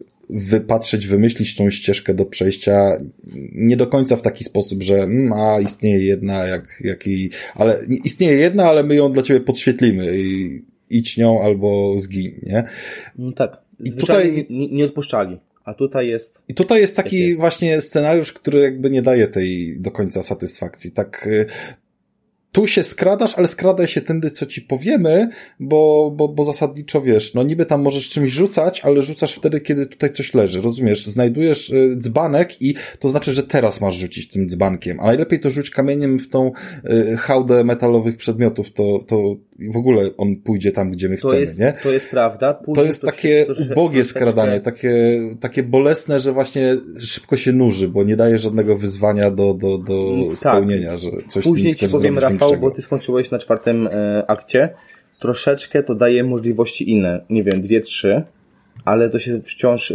[SPEAKER 1] wymyślić tą ścieżkę do przejścia nie do końca w taki sposób, że istnieje jedna, ale istnieje jedna, ale my ją dla ciebie podświetlimy i idź nią albo zgiń, nie?
[SPEAKER 3] No tak. I tutaj nie odpuszczali. A tutaj jest...
[SPEAKER 1] I tutaj jest taki właśnie scenariusz, który jakby nie daje tej do końca satysfakcji. Tak, tu się skradasz, ale skradaj się tędy, co ci powiemy, bo zasadniczo wiesz, niby tam możesz czymś rzucać, ale rzucasz wtedy, kiedy tutaj coś leży, rozumiesz? Znajdujesz dzbanek i to znaczy, że teraz masz rzucić tym dzbankiem, a najlepiej to rzuć kamieniem w tą hałdę metalowych przedmiotów, to w ogóle on pójdzie tam, gdzie my chcemy, nie?
[SPEAKER 3] To jest prawda.
[SPEAKER 1] To jest takie ubogie skradanie, takie bolesne, że właśnie szybko się nuży, bo nie daje żadnego wyzwania do spełnienia, że coś
[SPEAKER 3] później
[SPEAKER 1] z tym chcesz
[SPEAKER 3] ci powiem,
[SPEAKER 1] zrobić
[SPEAKER 3] Rafał, bo ty skończyłeś na 4. akcie, troszeczkę to daje możliwości inne, nie wiem, 2, 3, ale to się wciąż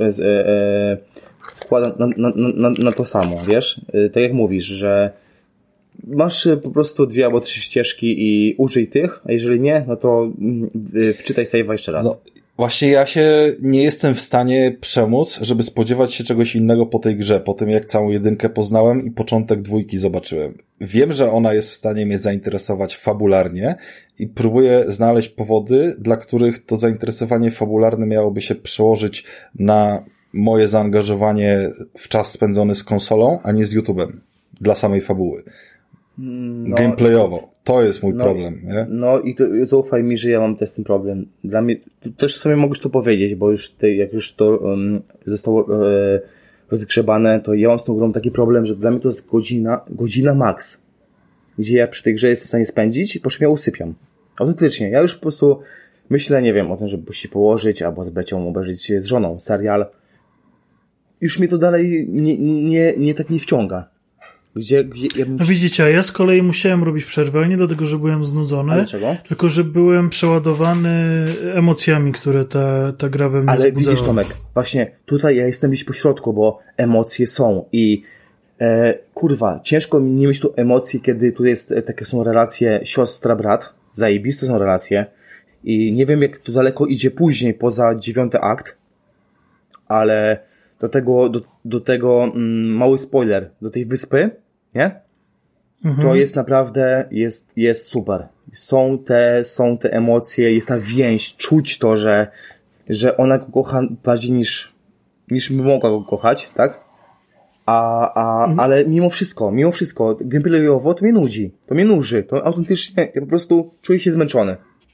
[SPEAKER 3] składa na to samo, wiesz? Tak jak mówisz, że masz po prostu 2 albo 3 ścieżki i użyj tych, a jeżeli nie, no to wczytaj save'a jeszcze raz.
[SPEAKER 1] Właśnie ja się nie jestem w stanie przemóc, żeby spodziewać się czegoś innego po tej grze, po tym jak całą 1 poznałem i początek 2 zobaczyłem. Wiem, że ona jest w stanie mnie zainteresować fabularnie i próbuję znaleźć powody, dla których to zainteresowanie fabularne miałoby się przełożyć na moje zaangażowanie w czas spędzony z konsolą, a nie z YouTube'em. Dla samej fabuły. Gameplayowo. To jest mój problem, nie?
[SPEAKER 3] No i to, zaufaj mi, że ja mam też ten problem. Dla mnie, też sobie mogłeś to powiedzieć, bo już jak już to zostało rozgrzebane, to ja mam z tą grą taki problem, że dla mnie to jest godzina max. Gdzie ja przy tej grze jestem w stanie spędzić i po czym ja usypiam. Autentycznie. Ja już po prostu myślę, nie wiem, o tym, żeby się położyć, albo z Becią obejrzeć z żoną serial. Już mnie to dalej nie tak nie wciąga.
[SPEAKER 2] No widzicie, a ja z kolei musiałem robić przerwę, nie dlatego, że byłem znudzony,
[SPEAKER 3] dlaczego?
[SPEAKER 2] Tylko że byłem przeładowany emocjami, które ta gra we mnie
[SPEAKER 3] Ale
[SPEAKER 2] wzbudzała.
[SPEAKER 3] widzisz, Tomek, właśnie tutaj ja jestem gdzieś pośrodku, bo emocje są i kurwa, ciężko mi nie mieć tu emocji, kiedy tu jest takie są relacje siostra-brat, zajebiste są relacje i nie wiem, jak to daleko idzie później, poza 9 akt, ale do tego mały spoiler, do tej wyspy, nie? To jest naprawdę, jest super. Są te emocje, jest ta więź, czuć to, że ona go kocha bardziej niż by mogła go kochać, tak? Ale mimo wszystko, gameplayowo to mnie nuży, to autentycznie, ja po prostu czuję się zmęczony.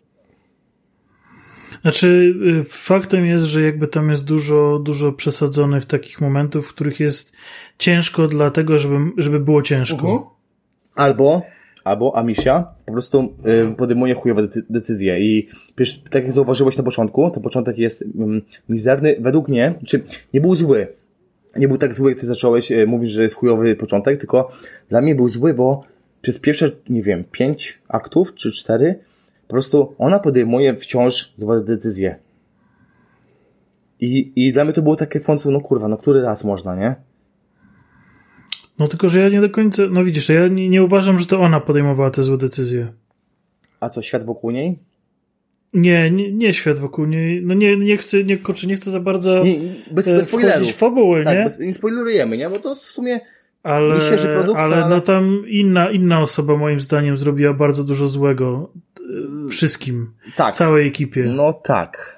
[SPEAKER 2] Znaczy, faktem jest, że jakby tam jest dużo przesadzonych takich momentów, w których jest ciężko dlatego, żeby było ciężko.
[SPEAKER 3] Albo Amicia po prostu podejmuje chujowe decyzje i przecież, tak jak zauważyłeś na początku, to początek jest mizerny, według mnie, czy nie był zły. Nie był tak zły, jak ty zacząłeś mówić, że jest chujowy początek, tylko dla mnie był zły, bo przez pierwsze, nie wiem, 5 aktów, czy 4, po prostu ona podejmuje wciąż złe decyzje. I dla mnie to było takie w końcu, no kurwa, no który raz można, nie?
[SPEAKER 2] No tylko, że ja nie do końca, no widzisz, ja nie uważam, że to ona podejmowała te złe decyzje.
[SPEAKER 3] A co, świat wokół niej?
[SPEAKER 2] Nie świat wokół niej. No nie chcę za bardzo
[SPEAKER 3] bez
[SPEAKER 2] wchodzić w fabuły,
[SPEAKER 3] tak,
[SPEAKER 2] nie?
[SPEAKER 3] Nie spoilerujemy, nie? Bo to w sumie
[SPEAKER 2] świeży produkt, ale no tam inna osoba moim zdaniem zrobiła bardzo dużo złego wszystkim.
[SPEAKER 3] Tak.
[SPEAKER 2] Całej ekipie.
[SPEAKER 3] No tak.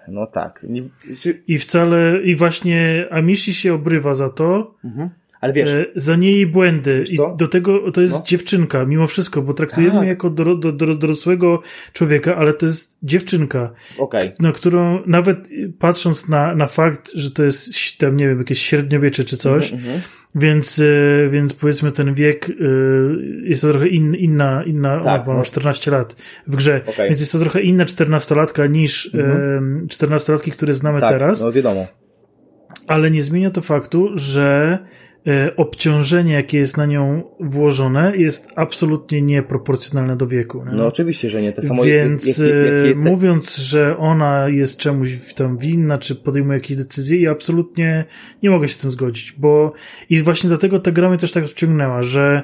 [SPEAKER 2] I właśnie Amici się obrywa za to.
[SPEAKER 3] Ale wiesz,
[SPEAKER 2] za jej błędy. I do tego to jest dziewczynka, mimo wszystko, bo traktujemy ją jako dorosłego człowieka, ale to jest dziewczynka.
[SPEAKER 3] Okay.
[SPEAKER 2] Którą nawet patrząc na fakt, że to jest tam, nie wiem, jakieś średniowiecze czy coś, więc powiedzmy ten wiek jest to trochę inna
[SPEAKER 3] tak,
[SPEAKER 2] ma 14 lat w grze, więc jest to trochę inna 14-latka niż 14-latki, które znamy teraz.
[SPEAKER 3] No wiadomo.
[SPEAKER 2] Ale nie zmienia to faktu, że obciążenie, jakie jest na nią włożone, jest absolutnie nieproporcjonalne do wieku. Nie?
[SPEAKER 3] No oczywiście, że nie. To samo
[SPEAKER 2] więc mówiąc, że ona jest czemuś tam winna, czy podejmuje jakieś decyzje, ja absolutnie nie mogę się z tym zgodzić, i właśnie dlatego ta gra mnie też tak wciągnęła, że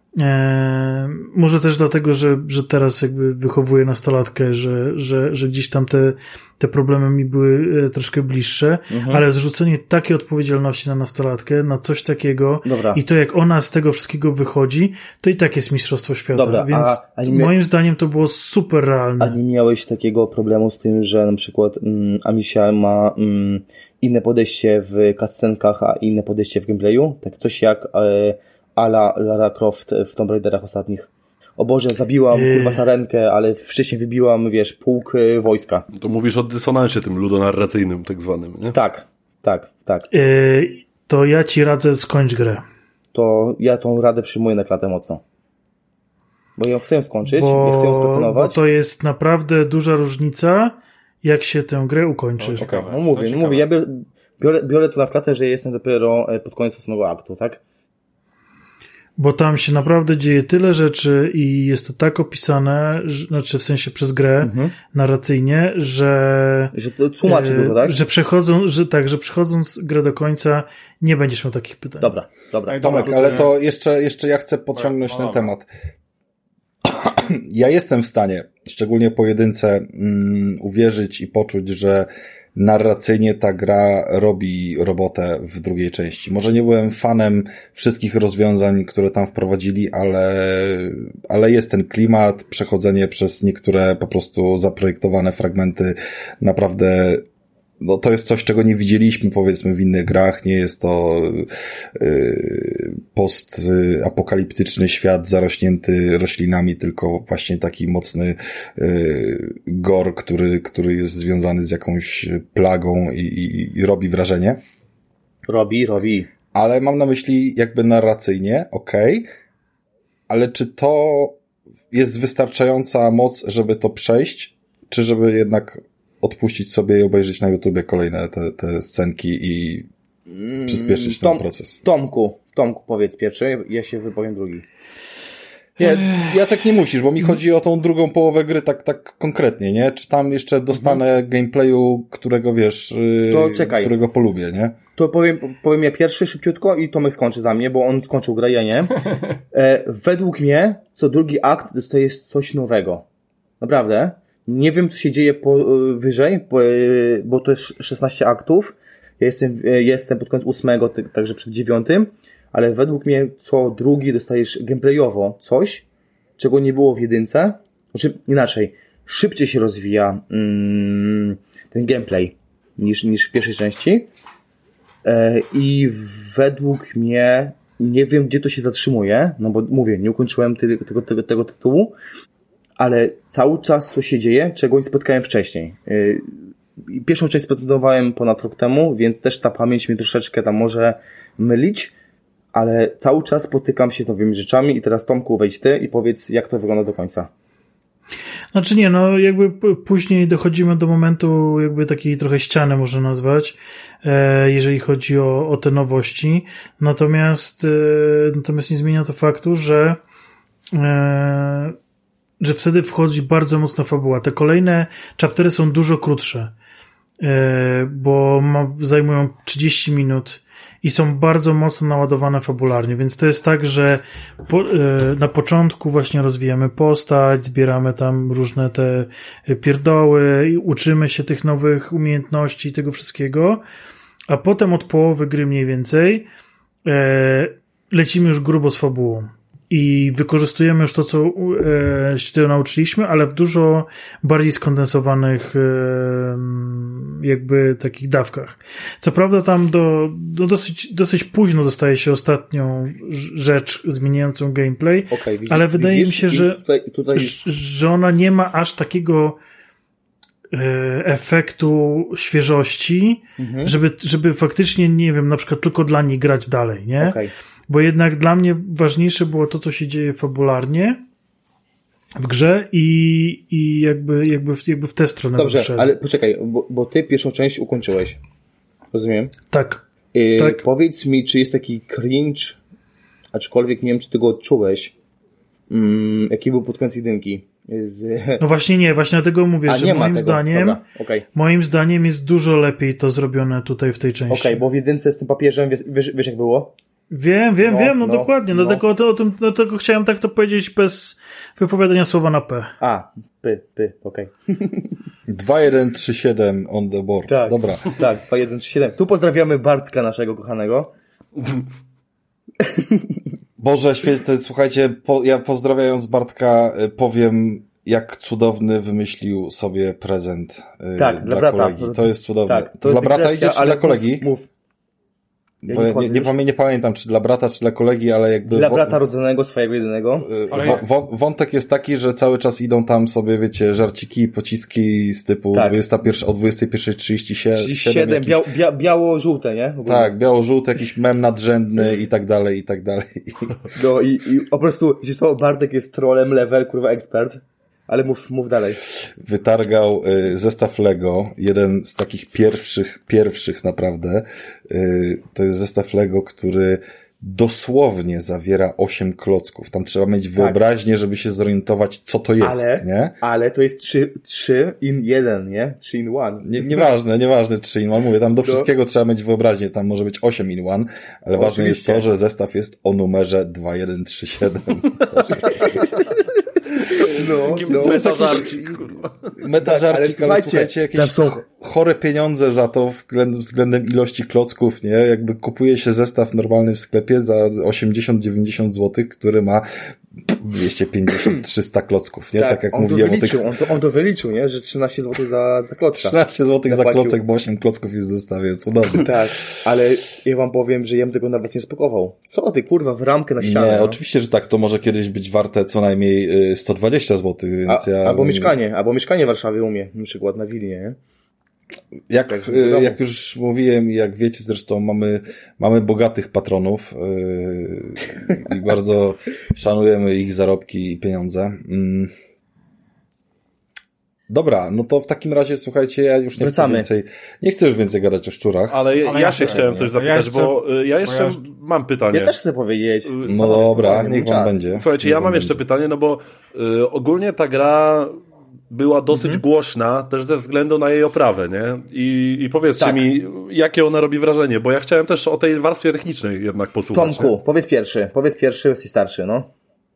[SPEAKER 2] może też dlatego, że teraz jakby wychowuję nastolatkę, że gdzieś tam te problemy mi były troszkę bliższe, ale zrzucenie takiej odpowiedzialności na nastolatkę, na coś takiego i to jak ona z tego wszystkiego wychodzi, to i tak jest mistrzostwo świata.
[SPEAKER 3] Dobra,
[SPEAKER 2] więc moim zdaniem to było super realne.
[SPEAKER 3] A nie miałeś takiego problemu z tym, że na przykład Amicia ma inne podejście w cutscenkach, a inne podejście w gameplayu? Tak coś jak ala Lara Croft w Tomb Raiderach ostatnich. O Boże, zabiłam kurwa sarenkę, ale wcześniej wybiłam, wiesz, pułk wojska.
[SPEAKER 4] To mówisz o dysonansie tym ludonarracyjnym tak zwanym, nie?
[SPEAKER 3] Tak.
[SPEAKER 2] To ja ci radzę, skończ grę.
[SPEAKER 3] To ja tą radę przyjmuję na klatę mocno. Bo ja chcę ją skończyć, ja chcę ją spracjonować.
[SPEAKER 2] Bo to jest naprawdę duża różnica, jak się tę grę ukończy.
[SPEAKER 3] No, ciekawe. No mówię, ja biorę to na klatę, że jestem dopiero pod koniec 8 aktu, tak?
[SPEAKER 2] Bo tam się naprawdę dzieje tyle rzeczy i jest to tak opisane, znaczy w sensie przez grę narracyjnie, że
[SPEAKER 3] to tłumaczy dużo, tak?
[SPEAKER 2] Że przechodząc grę do końca nie będziesz miał takich pytań.
[SPEAKER 3] Dobra.
[SPEAKER 1] Tomek, ale to jeszcze ja chcę podciągnąć ten temat. ja jestem w stanie, szczególnie po jedynce, uwierzyć i poczuć, że narracyjnie ta gra robi robotę w drugiej części. Może nie byłem fanem wszystkich rozwiązań, które tam wprowadzili, ale jest ten klimat, przechodzenie przez niektóre po prostu zaprojektowane fragmenty naprawdę. No to jest coś, czego nie widzieliśmy, powiedzmy, w innych grach. Nie jest to postapokaliptyczny świat zarośnięty roślinami, tylko właśnie taki mocny gore, który jest związany z jakąś plagą i robi wrażenie.
[SPEAKER 3] Robi.
[SPEAKER 1] Ale mam na myśli jakby narracyjnie, okej. Ale czy to jest wystarczająca moc, żeby to przejść, czy żeby jednak odpuścić sobie i obejrzeć na YouTubie kolejne te scenki i przyspieszyć ten proces?
[SPEAKER 3] Tomku, powiedz pierwszy, ja się wypowiem drugi.
[SPEAKER 1] Nie, Jacek, nie musisz, bo mi chodzi o tą drugą połowę gry tak konkretnie, nie? Czy tam jeszcze dostanę gameplayu, którego wiesz, którego polubię, nie?
[SPEAKER 3] To powiem ja pierwszy szybciutko i Tomek skończy za mnie, bo on skończył grę, ja nie. Według mnie co drugi akt dostajesz coś nowego. Naprawdę. Nie wiem, co się dzieje wyżej, bo to jest 16 aktów. Ja jestem pod koniec 8, także przed 9, ale według mnie co drugi dostajesz gameplayowo coś, czego nie było w jedynce. Znaczy, inaczej, szybciej się rozwija ten gameplay niż w pierwszej części. I według mnie nie wiem, gdzie to się zatrzymuje, no bo mówię, nie ukończyłem tego tytułu, ale cały czas co się dzieje, czego nie spotkałem wcześniej. Pierwszą część spotykałem ponad rok temu, więc też ta pamięć mnie troszeczkę tam może mylić, ale cały czas spotykam się z nowymi rzeczami i teraz Tomku, wejdź ty i powiedz, jak to wygląda do końca.
[SPEAKER 2] Znaczy nie, no jakby później dochodzimy do momentu jakby takiej trochę ściany można nazwać, jeżeli chodzi o te nowości. Natomiast nie zmienia to faktu, że wtedy wchodzi bardzo mocna fabuła. Te kolejne chaptery są dużo krótsze, bo zajmują 30 minut i są bardzo mocno naładowane fabularnie, więc to jest tak, że na początku właśnie rozwijamy postać, zbieramy tam różne te pierdoły i uczymy się tych nowych umiejętności i tego wszystkiego, a potem od połowy gry mniej więcej lecimy już grubo z fabułą. I wykorzystujemy już to, co się tego nauczyliśmy, ale w dużo bardziej skondensowanych jakby takich dawkach. Co prawda tam dosyć późno dostaje się ostatnią rzecz zmieniającą gameplay, ale wydaje mi się, że że ona nie ma aż takiego efektu świeżości, żeby faktycznie, nie wiem, na przykład tylko dla niej grać dalej, nie? Bo jednak dla mnie ważniejsze było to, co się dzieje fabularnie w grze i jakby w tę stronę.
[SPEAKER 3] Dobrze, ale poczekaj, bo ty pierwszą część ukończyłeś. Rozumiem?
[SPEAKER 2] Tak.
[SPEAKER 3] Tak. Powiedz mi, czy jest taki cringe, aczkolwiek nie wiem, czy ty go odczułeś, jaki był pod koniec jedynki.
[SPEAKER 2] No właśnie nie, właśnie dlatego mówię, że moim zdaniem jest dużo lepiej to zrobione tutaj w tej części.
[SPEAKER 3] Bo w jedynce z tym papieżem, wiesz jak było?
[SPEAKER 2] Wiem, dokładnie. Dlatego chciałem tak to powiedzieć bez wypowiadania słowa na P.
[SPEAKER 3] Okej.
[SPEAKER 1] 2137 on the board.
[SPEAKER 3] Tak,
[SPEAKER 1] dobra.
[SPEAKER 3] Tak, 2137. Tu pozdrawiamy Bartka, naszego kochanego.
[SPEAKER 1] Boże święty, słuchajcie, ja pozdrawiając Bartka powiem, jak cudowny wymyślił sobie prezent dla brata. Kolegi. To jest cudowne. Tak, to dla brata idzie, czy dla kolegi?
[SPEAKER 3] Mów.
[SPEAKER 1] Bo nie pamiętam, czy dla brata, czy dla kolegi, ale jakby...
[SPEAKER 3] Dla brata rodzonego, swojego jedynego.
[SPEAKER 1] Wątek jest taki, że cały czas idą tam sobie, wiecie, żarciki i pociski z typu o 21:37.
[SPEAKER 3] Biało-żółte, nie?
[SPEAKER 1] Tak, biało-żółte, jakiś mem nadrzędny i tak dalej, i tak dalej.
[SPEAKER 3] No i po prostu, Bartek jest trollem, level, kurwa, ekspert. Ale mów dalej.
[SPEAKER 1] Wytargał zestaw Lego, jeden z takich pierwszych naprawdę. To jest zestaw Lego, który dosłownie zawiera 8 klocków. Tam trzeba mieć wyobraźnię, żeby się zorientować, co to jest, nie?
[SPEAKER 3] Ale to jest 3 in 1, nie? 3 in 1.
[SPEAKER 1] Nieważne 3 in 1. Mówię, tam do wszystkiego trzeba mieć wyobraźnię. Tam może być 8 in 1, ale ważne jest to, że zestaw jest o numerze 2137. Metażarcik, ale słuchajcie, jakieś chore pieniądze za to względem ilości klocków, nie? Jakby kupuje się zestaw normalny w sklepie za 80-90 zł, który ma 250-300 klocków, nie? Tak jak mówiłem o tych...
[SPEAKER 3] On to wyliczył, nie? Że 13 zł za klocka.
[SPEAKER 1] 13 zł za klocek, bo 8 klocków jest w zestawie, cudownie.
[SPEAKER 3] Tak, ale ja wam powiem, że jem tego nawet nie spakował. Co ty, kurwa, w ramkę na ścianę?
[SPEAKER 1] Nie, oczywiście, że tak, to może kiedyś być warte co najmniej 120 zł, więc
[SPEAKER 3] Albo mieszkanie w Warszawie umie, na przykład na Wilnie, nie?
[SPEAKER 1] Jak już mówiłem, jak wiecie, zresztą mamy bogatych patronów i bardzo szanujemy ich zarobki i pieniądze. Dobra, no to w takim razie, słuchajcie, ja już nie chcę już więcej gadać o szczurach.
[SPEAKER 4] Ale ja się chciałem coś zapytać, bo ja jeszcze mam pytanie.
[SPEAKER 3] Ja też chcę powiedzieć.
[SPEAKER 1] No dobra, niech wam będzie.
[SPEAKER 4] Słuchajcie, ja mam jeszcze pytanie, no bo ogólnie ta gra była dosyć głośna też ze względu na jej oprawę, nie? I powiedzcie mi, jakie ona robi wrażenie, bo ja chciałem też o tej warstwie technicznej jednak posłuchać.
[SPEAKER 3] Tomku, powiedz pierwszy, jesteś starszy, no.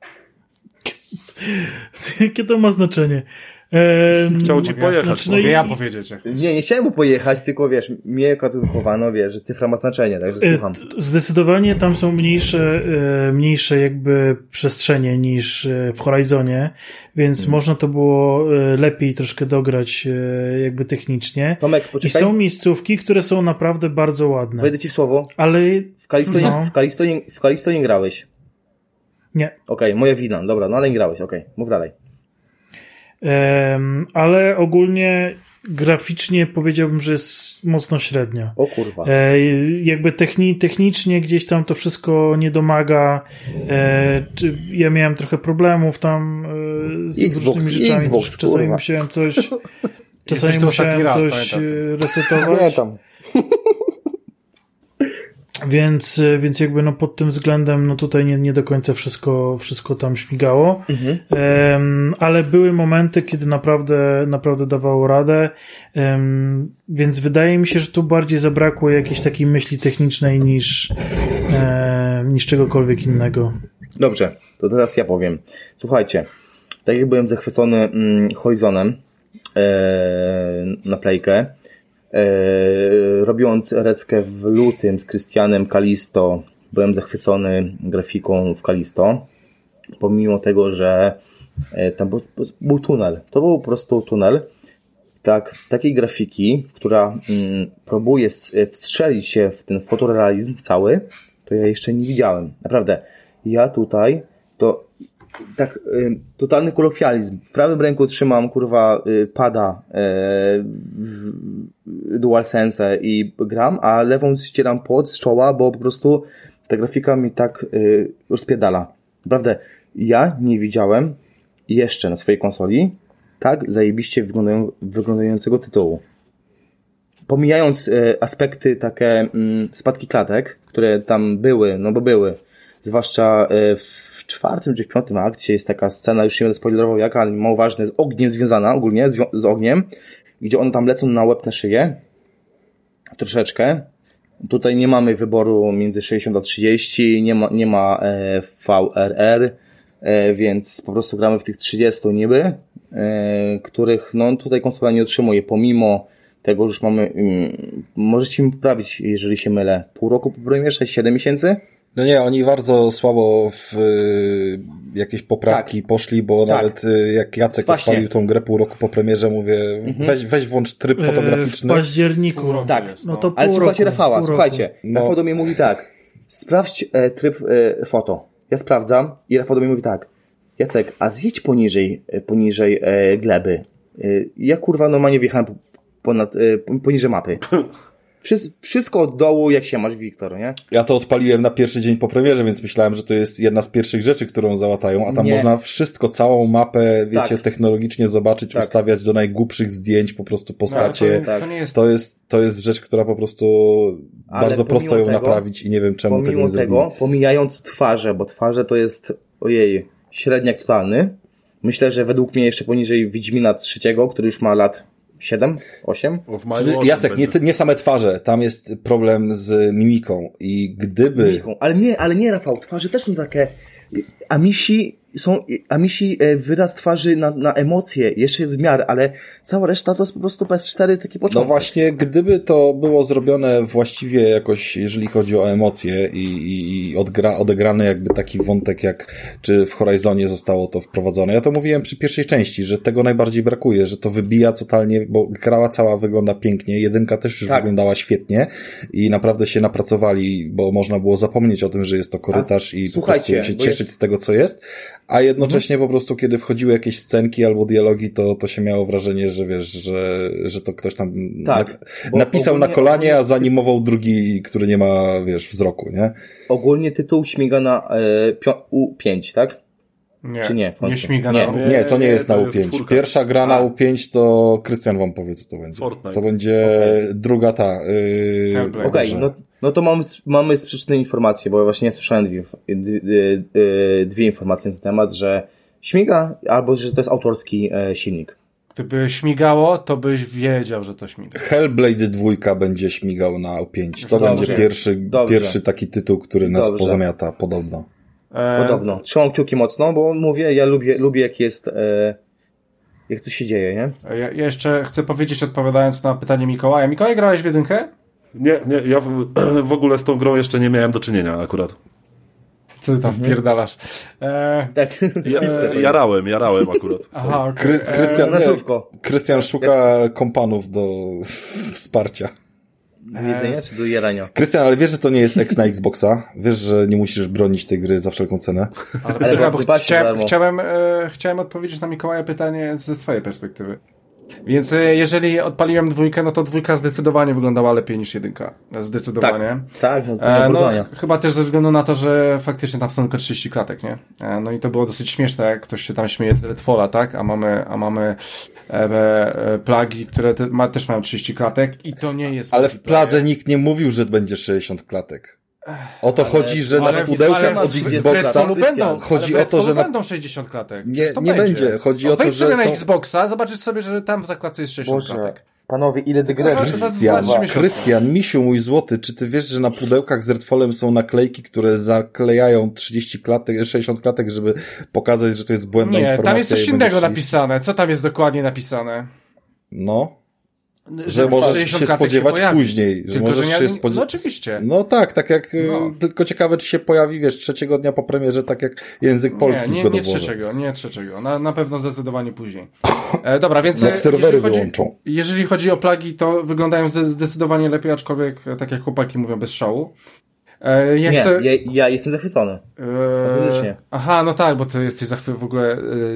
[SPEAKER 2] Jakie to ma znaczenie?
[SPEAKER 4] Chciał ci pojechać.
[SPEAKER 5] Mogę ja powiedzieć.
[SPEAKER 3] Nie chciałem mu pojechać, tylko wiesz, mnie wychowano, wiesz, że cyfra ma znaczenie, także słucham.
[SPEAKER 2] Zdecydowanie tam są mniejsze jakby przestrzenie niż w Horizonie, więc można to było lepiej troszkę dograć jakby technicznie.
[SPEAKER 3] Tomek, poczekaj.
[SPEAKER 2] I są miejscówki, które są naprawdę bardzo ładne.
[SPEAKER 3] Wejdę ci w słowo.
[SPEAKER 2] Ale
[SPEAKER 3] w Kalisto nie grałeś.
[SPEAKER 2] Nie.
[SPEAKER 3] Okej, moja wina, dobra, no ale nie grałeś, mów dalej.
[SPEAKER 2] Ale ogólnie graficznie powiedziałbym, że jest mocno średnio.
[SPEAKER 3] O kurwa.
[SPEAKER 2] Jakby technicznie gdzieś tam to wszystko nie domaga. Ja miałem trochę problemów tam z różnymi rzeczami. Czasami musiałem coś resetować.
[SPEAKER 3] Pamiętam.
[SPEAKER 2] Więc jakby no pod tym względem no tutaj nie do końca wszystko tam śmigało. Ale były momenty, kiedy naprawdę dawało radę. Więc wydaje mi się, że tu bardziej zabrakło jakiejś takiej myśli technicznej niż czegokolwiek innego.
[SPEAKER 3] Dobrze, to teraz ja powiem. Słuchajcie, tak jak byłem zachwycony Horizonem na Playkę, robiąc reckę w lutym z Krystianem Kalisto, byłem zachwycony grafiką w Kalisto, pomimo tego, że tam był tunel. To był po prostu tunel. Takiej grafiki, która próbuje wstrzelić się w ten fotorealizm cały, to ja jeszcze nie widziałem. Naprawdę. Ja tutaj to tak, totalny kolokwializm. W prawym ręku trzymam, pada DualSense i gram, a lewą ścieram pot z czoła, bo po prostu ta grafika mi tak rozpierdala. Naprawdę, ja nie widziałem jeszcze na swojej konsoli tak zajebiście wyglądającego tytułu. Pomijając aspekty takie spadki klatek, które tam były, no bo były, zwłaszcza w 4. czy w 5. akcie jest taka scena, już nie będę spoilerował jaka, ale mało ważne, z ogniem związana ogólnie, z ogniem, gdzie one tam lecą na łeb, na szyję. Troszeczkę. Tutaj nie mamy wyboru między 60 a 30, nie ma VRR, więc po prostu gramy w tych 30 niby, których no tutaj konsola nie otrzymuje, pomimo tego, że już mamy, możecie mi poprawić, jeżeli się mylę, pół roku po premierze, 7 miesięcy?
[SPEAKER 1] No nie, oni bardzo słabo w jakieś poprawki poszli, bo nawet jak Jacek odpalił tą grę pół roku po premierze, mówię, weź włącz tryb fotograficzny.
[SPEAKER 2] W październiku.
[SPEAKER 3] Tak, no to ale słuchajcie Rafała, słuchajcie. Rafał do mnie mówi tak, sprawdź tryb foto. Ja sprawdzam i Rafał do mnie mówi tak, Jacek, a zjedź poniżej gleby. Ja normalnie wjechałem poniżej mapy. Wszystko od dołu, jak się masz, Wiktor, nie?
[SPEAKER 1] Ja to odpaliłem na pierwszy dzień po premierze, więc myślałem, że to jest jedna z pierwszych rzeczy, którą załatają, a tam można wszystko, całą mapę, wiecie, technologicznie zobaczyć, ustawiać do najgłupszych zdjęć, po prostu postacie. To jest rzecz, która po prostu bardzo prosto ją naprawić i nie wiem, czemu tego nie zrobili.
[SPEAKER 3] Pomijając twarze, bo twarze to jest, średniak totalny. Myślę, że według mnie jeszcze poniżej Wiedźmina III, który już ma lat 7? 8?
[SPEAKER 1] Jacek, nie same twarze, tam jest problem z mimiką i gdyby...
[SPEAKER 3] Ale nie, Rafał, twarze też są takie... Amisi Amishi wyraz twarzy na emocje, jeszcze jest w miarę, ale cała reszta to jest po prostu PS4 taki początek.
[SPEAKER 1] No właśnie, gdyby to było zrobione właściwie jakoś, jeżeli chodzi o emocje i odegrany jakby taki wątek, jak czy w Horizonie zostało to wprowadzone. Ja to mówiłem przy pierwszej części, że tego najbardziej brakuje, że to wybija totalnie, bo gra cała wygląda pięknie, 1 też już wyglądała świetnie i naprawdę się napracowali, bo można było zapomnieć o tym, że jest to korytarz i po prostu się cieszyć z tego, co jest, a jednocześnie po prostu, kiedy wchodziły jakieś scenki albo dialogi, to się miało wrażenie, że wiesz, że to ktoś tam napisał na kolanie, a zanimował drugi, który nie ma, wiesz, wzroku, nie?
[SPEAKER 3] Ogólnie tytuł śmiga na U5, tak?
[SPEAKER 5] Nie,
[SPEAKER 3] czy nie?
[SPEAKER 5] Nie śmiga na U5.
[SPEAKER 1] Nie, to nie jest na U5. Pierwsza gra na U5 to Krystian wam powie, co to będzie.
[SPEAKER 4] Fortnite.
[SPEAKER 1] To będzie druga ta.
[SPEAKER 3] Okej, no to mamy sprzeczne informacje, bo ja właśnie słyszałem dwie informacje na ten temat, że śmiga, albo że to jest autorski silnik.
[SPEAKER 5] Gdyby śmigało, to byś wiedział, że to śmiga.
[SPEAKER 1] Hellblade 2 będzie śmigał na U5. To będzie pierwszy taki tytuł, który nas pozamiata, podobno.
[SPEAKER 3] Podobno. Trzymam kciuki mocno, bo mówię, ja lubię jak jest, jak to się dzieje, nie?
[SPEAKER 5] Ja jeszcze chcę powiedzieć, odpowiadając na pytanie Mikołaja. Mikołaj, grałeś w 1?
[SPEAKER 4] Nie, ja w ogóle z tą grą jeszcze nie miałem do czynienia akurat.
[SPEAKER 5] Co ty tam wpierdalasz?
[SPEAKER 3] Tak.
[SPEAKER 4] Jarałem akurat.
[SPEAKER 5] Aha, okay.
[SPEAKER 1] Krystian szuka kompanów do wsparcia.
[SPEAKER 3] Do jedzenia czy do jarania?
[SPEAKER 1] Krystian, ale wiesz, że to nie jest X na Xboxa? Wiesz, że nie musisz bronić tej gry za wszelką cenę?
[SPEAKER 5] Ale czekaj, bo chciałem odpowiedzieć na Mikołaja pytanie ze swojej perspektywy. Więc jeżeli odpaliłem 2, no to 2 zdecydowanie wyglądała lepiej niż 1. Zdecydowanie.
[SPEAKER 3] Tak.
[SPEAKER 5] Chyba też ze względu na to, że faktycznie tam są tylko 30 klatek, nie? No i to było dosyć śmieszne, jak ktoś się tam śmieje z Redfalla, tak? A mamy plagi, które też mają 30 klatek i to nie jest...
[SPEAKER 1] Ale w pladze nikt nie mówił, że będzie 60 klatek. O to chodzi, że na pudełkach od Xboxa chodzi o to, że
[SPEAKER 5] będą 60 klatek.
[SPEAKER 1] Nie będzie. Chodzi o to, że
[SPEAKER 5] sobie na Xboxa, zobaczysz sobie, że tam w zakładce jest 60 klatek.
[SPEAKER 3] Panowie, ile dygresji.
[SPEAKER 1] Krystian, misiu mój złoty, czy ty wiesz, że na pudełkach z Redfallem są naklejki, które zaklejają 60 klatek, żeby pokazać, że to jest błędna informacja?
[SPEAKER 5] Nie, tam jest coś innego napisane. Co tam jest dokładnie napisane?
[SPEAKER 1] No. Że możesz się spodziewać później. Że możesz się spodziewać.
[SPEAKER 5] No oczywiście.
[SPEAKER 1] No tak jak tylko ciekawe, czy się pojawi, wiesz, 3 dnia po premierze, tak jak język polski w
[SPEAKER 5] Nie trzeciego. Na pewno zdecydowanie później. Dobra, więc
[SPEAKER 1] jak serwery wyłączą.
[SPEAKER 5] Jeżeli chodzi o plagi, to wyglądają zdecydowanie lepiej, aczkolwiek tak jak chłopaki mówią, bez szału.
[SPEAKER 3] Ja jestem zachwycony.
[SPEAKER 5] Aha, no tak, bo ty jesteś w ogóle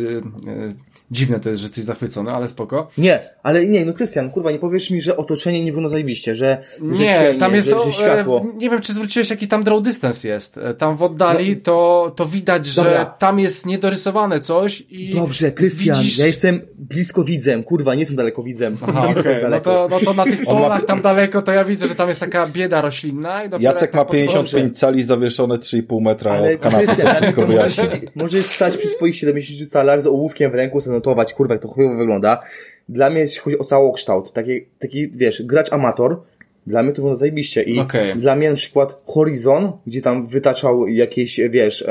[SPEAKER 5] dziwne to jest, że jesteś zachwycony, ale spoko.
[SPEAKER 3] No Krystian, kurwa, nie powiesz mi, że otoczenie nie wygląda zajebiście, że
[SPEAKER 5] tam jest
[SPEAKER 3] że światło.
[SPEAKER 5] Nie wiem, czy zwróciłeś, jaki tam draw distance jest. Tam w oddali to widać, że tam jest niedorysowane coś i
[SPEAKER 3] dobrze, Krystian, ja jestem blisko widzem, kurwa, nie jestem daleko widzem.
[SPEAKER 5] Aha, okay. No to na tych polach tam daleko, to ja widzę, że tam jest taka bieda roślinna. I
[SPEAKER 1] Jacek ma 55 cali zawieszone 3,5 metra od kanapy, to wszystko wyjaśni.
[SPEAKER 3] Możesz stać przy swoich 70 calach z ołówkiem w ręku, notować, kurwa, jak to chujowo wygląda. Dla mnie, jeśli chodzi o całokształt, taki, wiesz, gracz amator, dla mnie to wygląda zajebiście. I dla mnie na przykład Horizon, gdzie tam wytaczał jakieś, wiesz,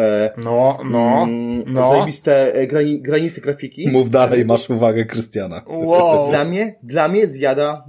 [SPEAKER 3] zajebiste granice grafiki.
[SPEAKER 1] Mów dalej, masz uwagę Krystiana.
[SPEAKER 3] Wow. Dla mnie zjada,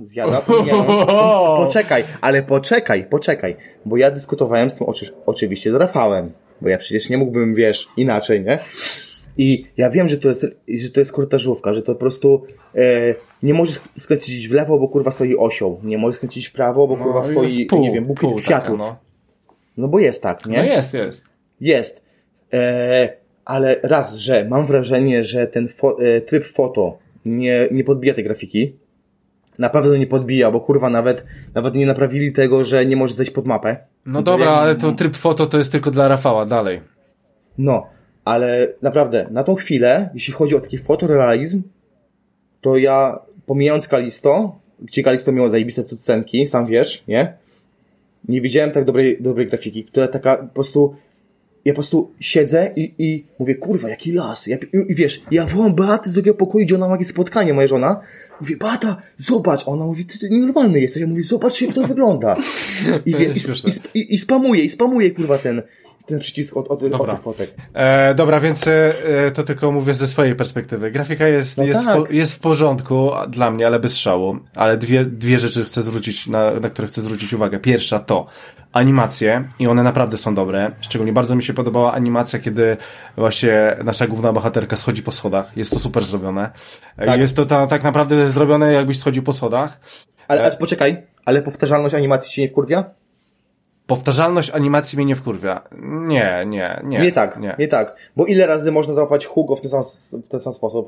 [SPEAKER 3] poczekaj, bo ja dyskutowałem z tym oczywiście z Rafałem, bo ja przecież nie mógłbym, wiesz, inaczej, nie? I ja wiem, że to jest korytarzówka, że to po prostu nie możesz skręcić w lewo, bo kurwa stoi osioł. Nie możesz skręcić w prawo, bo kurwa stoi, nie wiem, bukiet kwiatów. No bo jest tak, nie?
[SPEAKER 5] No jest.
[SPEAKER 3] Jest. Ale raz, że mam wrażenie, że ten tryb foto nie podbija tej grafiki. Na pewno nie podbija, bo kurwa nawet nie naprawili tego, że nie możesz zejść pod mapę.
[SPEAKER 5] No dobra, ale to tryb foto to jest tylko dla Rafała, dalej.
[SPEAKER 3] No. Ale naprawdę, na tą chwilę, jeśli chodzi o taki fotorealizm, to ja, pomijając Kalisto, gdzie Kalisto miało zajebiste cutscenki, sam wiesz, nie widziałem tak dobrej grafiki, która taka po prostu, ja po prostu siedzę i mówię, kurwa, jaki las. I wiesz, ja wołam Beatę z drugiego pokoju, gdzie ona ma jakieś spotkanie, moja żona. Mówię, Beata, zobacz. A ona mówi, ty nienormalny jesteś. Ja mówię, zobacz, jak to wygląda. I spamuję, kurwa, ten przycisk od tych fotek.
[SPEAKER 5] Dobra, więc to tylko mówię ze swojej perspektywy. Grafika jest w porządku dla mnie, ale bez szału. Ale dwie rzeczy chcę zwrócić, na które chcę zwrócić uwagę. Pierwsza to animacje i one naprawdę są dobre. Szczególnie bardzo mi się podobała animacja, kiedy właśnie nasza główna bohaterka schodzi po schodach. Jest to super zrobione. Tak. Jest to tak naprawdę zrobione, jakbyś schodził po schodach.
[SPEAKER 3] Ale poczekaj, ale powtarzalność animacji ci nie wkurwia?
[SPEAKER 5] Powtarzalność animacji mnie nie wkurwia. Nie.
[SPEAKER 3] Nie tak. Bo ile razy można załapać Hugo w ten sam sposób?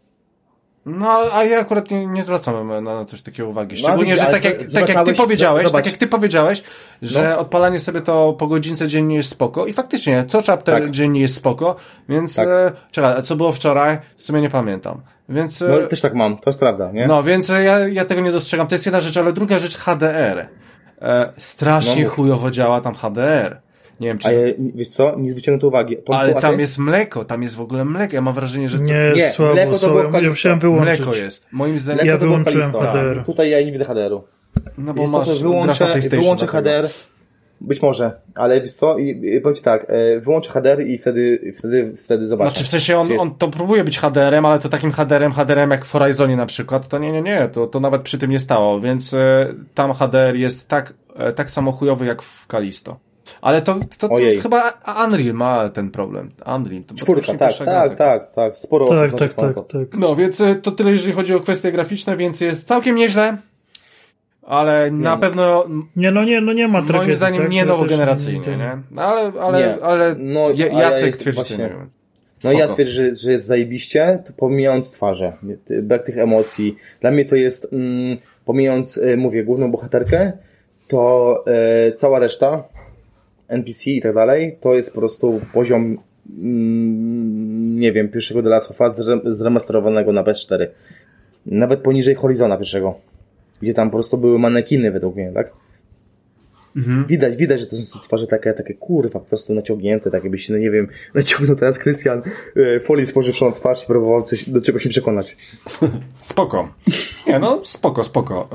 [SPEAKER 5] No, a ja akurat nie zwracam na coś takiego uwagi. Szczególnie, że tak jak ty powiedziałeś, że odpalanie sobie to po godzince dziennie jest spoko i faktycznie, co chapter dziennie jest spoko, więc czekaj, a co było wczoraj? W sumie nie pamiętam. Więc,
[SPEAKER 3] no też tak mam, to jest prawda, nie?
[SPEAKER 5] No, więc ja tego nie dostrzegam. To jest jedna rzecz, ale druga rzecz HDR. Strasznie chujowo działa tam HDR. Nie wiem, czy...
[SPEAKER 3] Ale wiesz co, nie zwróciłem na to uwagi.
[SPEAKER 5] Ale tam jest mleko, tam jest w ogóle mleko. Ja mam wrażenie, że...
[SPEAKER 2] Nie, słabo, mleko to było w Kalisto. Ja musiałem wyłączyć.
[SPEAKER 5] Mleko jest. Moim zdaniem...
[SPEAKER 2] Ja wyłączyłem HDR.
[SPEAKER 3] Tutaj ja nie widzę HDR-u.
[SPEAKER 5] No bo masz...
[SPEAKER 3] Wyłączę HDR. Być może, ale wiesz co, i powiem ci tak, wyłączę HDR i wtedy zobaczę.
[SPEAKER 5] Znaczy w sensie on to próbuje być HDR-em, ale to takim HDR-em jak w Horizonie na przykład, to nie, to nawet przy tym nie stało, więc tam HDR jest tak samo chujowy jak w Kalisto. Ale to chyba Unreal ma ten problem. Unreal.
[SPEAKER 3] Czwórka, tak. Sporo osób.
[SPEAKER 2] Tak.
[SPEAKER 5] No, więc to tyle, jeżeli chodzi o kwestie graficzne, więc jest całkiem nieźle. Ale na pewno
[SPEAKER 2] nie ma tragedii,
[SPEAKER 5] moim zdaniem nie nowogeneracyjnie, nie? Ale Jacek twierdzi, nie wiem.
[SPEAKER 3] No ja twierdzę, że jest zajebiście, to pomijając twarze, brak tych emocji. Dla mnie to jest, pomijając, główną bohaterkę, to cała reszta, NPC i tak dalej, to jest po prostu poziom, pierwszego The Last of Us zremasterowanego na PS4. Nawet poniżej Horizona pierwszego. Gdzie tam po prostu były manekiny według mnie, tak? Mhm. Widać, że to są twarze takie kurwa, po prostu naciągnięte, tak jakby się, naciągnął teraz Krystian folię spożywczą na twarz i próbował do czegoś się przekonać.
[SPEAKER 5] Spoko. Nie, spoko.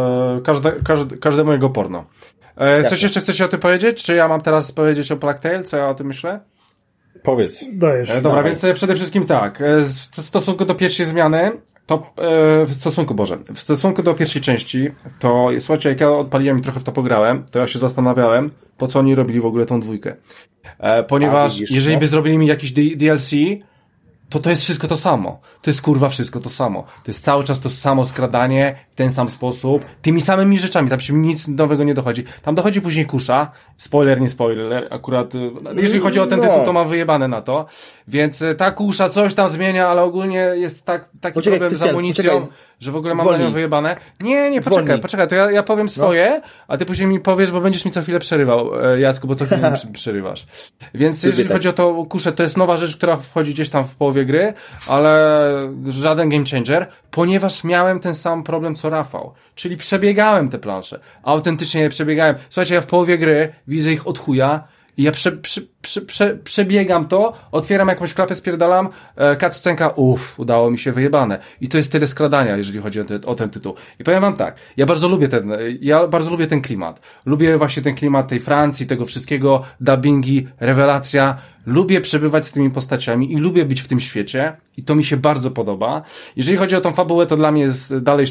[SPEAKER 5] Każde mojego porno. Coś jeszcze chcecie o tym powiedzieć? Czy ja mam teraz powiedzieć o Plague Tale? Co ja o tym myślę?
[SPEAKER 1] Powiedz.
[SPEAKER 2] Dajesz.
[SPEAKER 5] Dobra, dawaj. Więc przede wszystkim tak. W stosunku do pierwszej zmiany, w stosunku do pierwszej części, to słuchajcie, jak ja odpaliłem i trochę w to pograłem, to ja się zastanawiałem, po co oni robili w ogóle tą dwójkę. Ponieważ jeżeli by zrobili mi jakiś DLC, to jest wszystko to samo. To jest kurwa wszystko to samo. To jest cały czas to samo skradanie w ten sam sposób, tymi samymi rzeczami. Tam się nic nowego nie dochodzi. Tam dochodzi później kusza. Spoiler, nie spoiler. Akurat, jeżeli chodzi o ten tytuł, to mam wyjebane na to. Więc ta kusza coś tam zmienia, ale ogólnie jest taki problem z amunicją, że w ogóle mam na nią wyjebane. Nie, poczekaj, to ja powiem swoje, a ty później mi powiesz, bo będziesz mi co chwilę przerywał, Jacku, bo co chwilę mi przerywasz. Więc jeżeli chodzi o to kuszę, to jest nowa rzecz, która wchodzi gdzieś tam w połowie gry, ale żaden game changer, ponieważ miałem ten sam problem co Rafał, czyli przebiegałem te plansze, autentycznie je przebiegałem. Słuchajcie, ja w połowie gry widzę ich od chuja i ja przebiegam to, otwieram jakąś klapę, spierdalam, cutscenka, udało mi się, wyjebane. I to jest tyle skradania, jeżeli chodzi o ten tytuł. I powiem wam tak, ja bardzo lubię ten klimat. Lubię właśnie ten klimat tej Francji, tego wszystkiego, dubbingi, rewelacja. Lubię przebywać z tymi postaciami i lubię być w tym świecie i to mi się bardzo podoba. Jeżeli chodzi o tą fabułę, to dla mnie jest dalej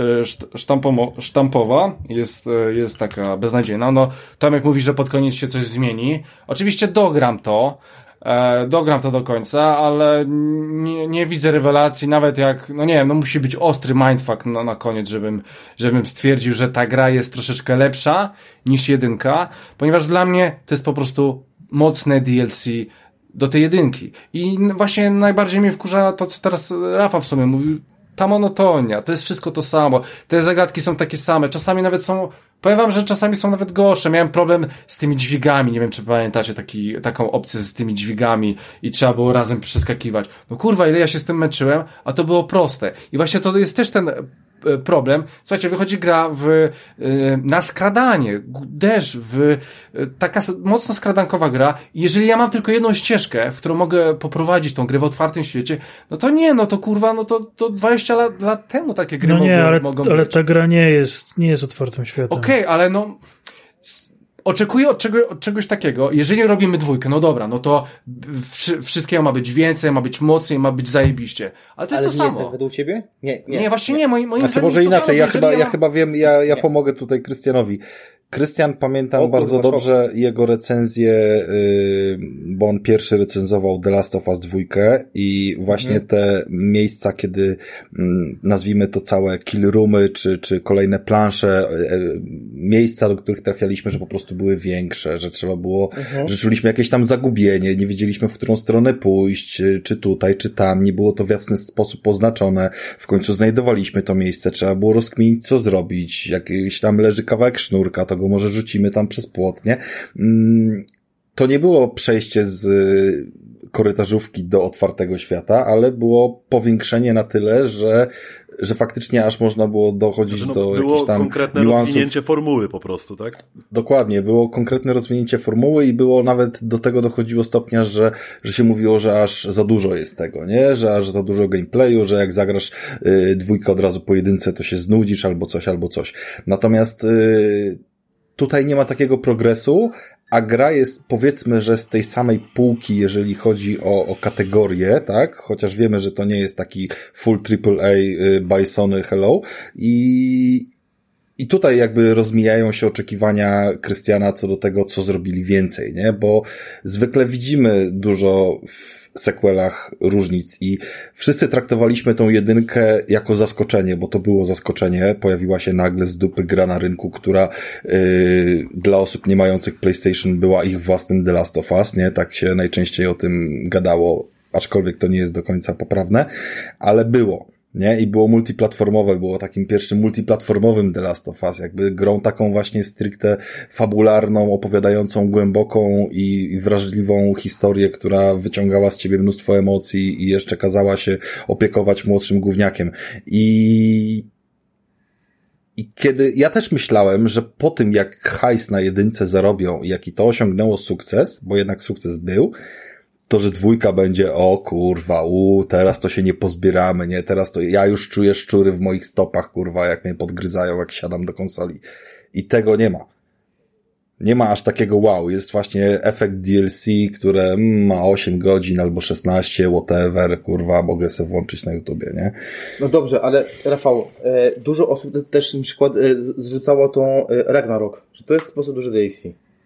[SPEAKER 5] sztampowa, jest taka beznadziejna. No, Tomek mówi, że pod koniec się coś zmieni. Oczywiście dogram to do końca, ale nie widzę rewelacji, nawet jak, musi być ostry mindfuck na koniec, żebym stwierdził, że ta gra jest troszeczkę lepsza niż 1, ponieważ dla mnie to jest po prostu mocne DLC do tej 1. I właśnie najbardziej mnie wkurza to, co teraz Rafa w sumie mówił, ta monotonia, to jest wszystko to samo, te zagadki są takie same, czasami nawet powiem wam, że czasami są nawet gorsze. Miałem problem z tymi dźwigami, nie wiem, czy pamiętacie taką opcję z tymi dźwigami i trzeba było razem przeskakiwać. No kurwa, ile ja się z tym męczyłem, a to było proste. I właśnie to jest też ten problem. Słuchajcie, wychodzi gra na skradanie, taka mocno skradankowa gra i jeżeli ja mam tylko jedną ścieżkę, w którą mogę poprowadzić tą grę w otwartym świecie, to kurwa, to 20 lat temu takie gry mogą być.
[SPEAKER 2] Ale ta gra nie jest otwartym światem.
[SPEAKER 5] Okej, ale oczekuję od czegoś takiego, jeżeli robimy 2, no dobra, no to wszystkiego ma być więcej, ma być mocniej, ma być zajebiście. Ale to jest to samo. Ale nie jest tak
[SPEAKER 3] według ciebie?
[SPEAKER 5] Nie, właśnie nie. Moim
[SPEAKER 1] znaczy może inaczej, ja chyba wiem, ja pomogę tutaj Krystianowi. Krystian, pamiętam bardzo dobrze jego recenzję, bo on pierwszy recenzował The Last of Us 2 i właśnie te miejsca, kiedy nazwijmy to całe kill roomy, czy kolejne plansze, miejsca, do których trafialiśmy, że po prostu były większe, że trzeba było, że czuliśmy jakieś tam zagubienie, nie wiedzieliśmy, w którą stronę pójść, czy tutaj, czy tam, nie było to w jasny sposób oznaczone, w końcu znajdowaliśmy to miejsce, trzeba było rozkminić, co zrobić, jakiś tam leży kawałek sznurka, to go może rzucimy tam przez płot, nie? To nie było przejście z korytarzówki do otwartego świata, ale było powiększenie na tyle, że faktycznie aż można było dochodzić do jakichś tam
[SPEAKER 4] konkretne
[SPEAKER 1] niuansów.
[SPEAKER 4] Rozwinięcie formuły po prostu, tak?
[SPEAKER 1] Dokładnie, było konkretne rozwinięcie formuły i było nawet do tego dochodziło stopnia, że się mówiło, że aż za dużo jest tego, nie? Że aż za dużo gameplayu, że jak zagrasz 2 od razu po 1, to się znudzisz albo coś. Natomiast tutaj nie ma takiego progresu, a gra jest, powiedzmy, że z tej samej półki, jeżeli chodzi o kategorię, tak? Chociaż wiemy, że to nie jest taki full AAA by Sony Hello. I tutaj jakby rozmijają się oczekiwania Krystiana co do tego, co zrobili więcej, nie? Bo zwykle widzimy dużo w sequelach różnic i wszyscy traktowaliśmy tą 1 jako zaskoczenie, bo to było zaskoczenie. Pojawiła się nagle z dupy gra na rynku, która dla osób nie mających PlayStation była ich własnym The Last of Us, nie? Tak się najczęściej o tym gadało, aczkolwiek to nie jest do końca poprawne, ale było. Nie? I było multiplatformowe, było takim pierwszym multiplatformowym The Last of Us, jakby grą taką właśnie stricte fabularną, opowiadającą głęboką i wrażliwą historię, która wyciągała z ciebie mnóstwo emocji i jeszcze kazała się opiekować młodszym gówniakiem. I kiedy ja też myślałem, że po tym jak hajs na 1 zarobią i jaki to osiągnęło sukces, bo jednak sukces był, to, że 2 będzie, o kurwa, teraz to się nie pozbieramy, nie, teraz to ja już czuję szczury w moich stopach, kurwa, jak mnie podgryzają, jak siadam do konsoli. I tego nie ma. Nie ma aż takiego wow. Jest właśnie efekt DLC, które ma 8 godzin albo 16, whatever, kurwa, mogę sobie włączyć na YouTubie, nie?
[SPEAKER 3] No dobrze, ale Rafał, dużo osób też na przykład zrzucało tą Ragnarok, że to jest po prostu duży DLC.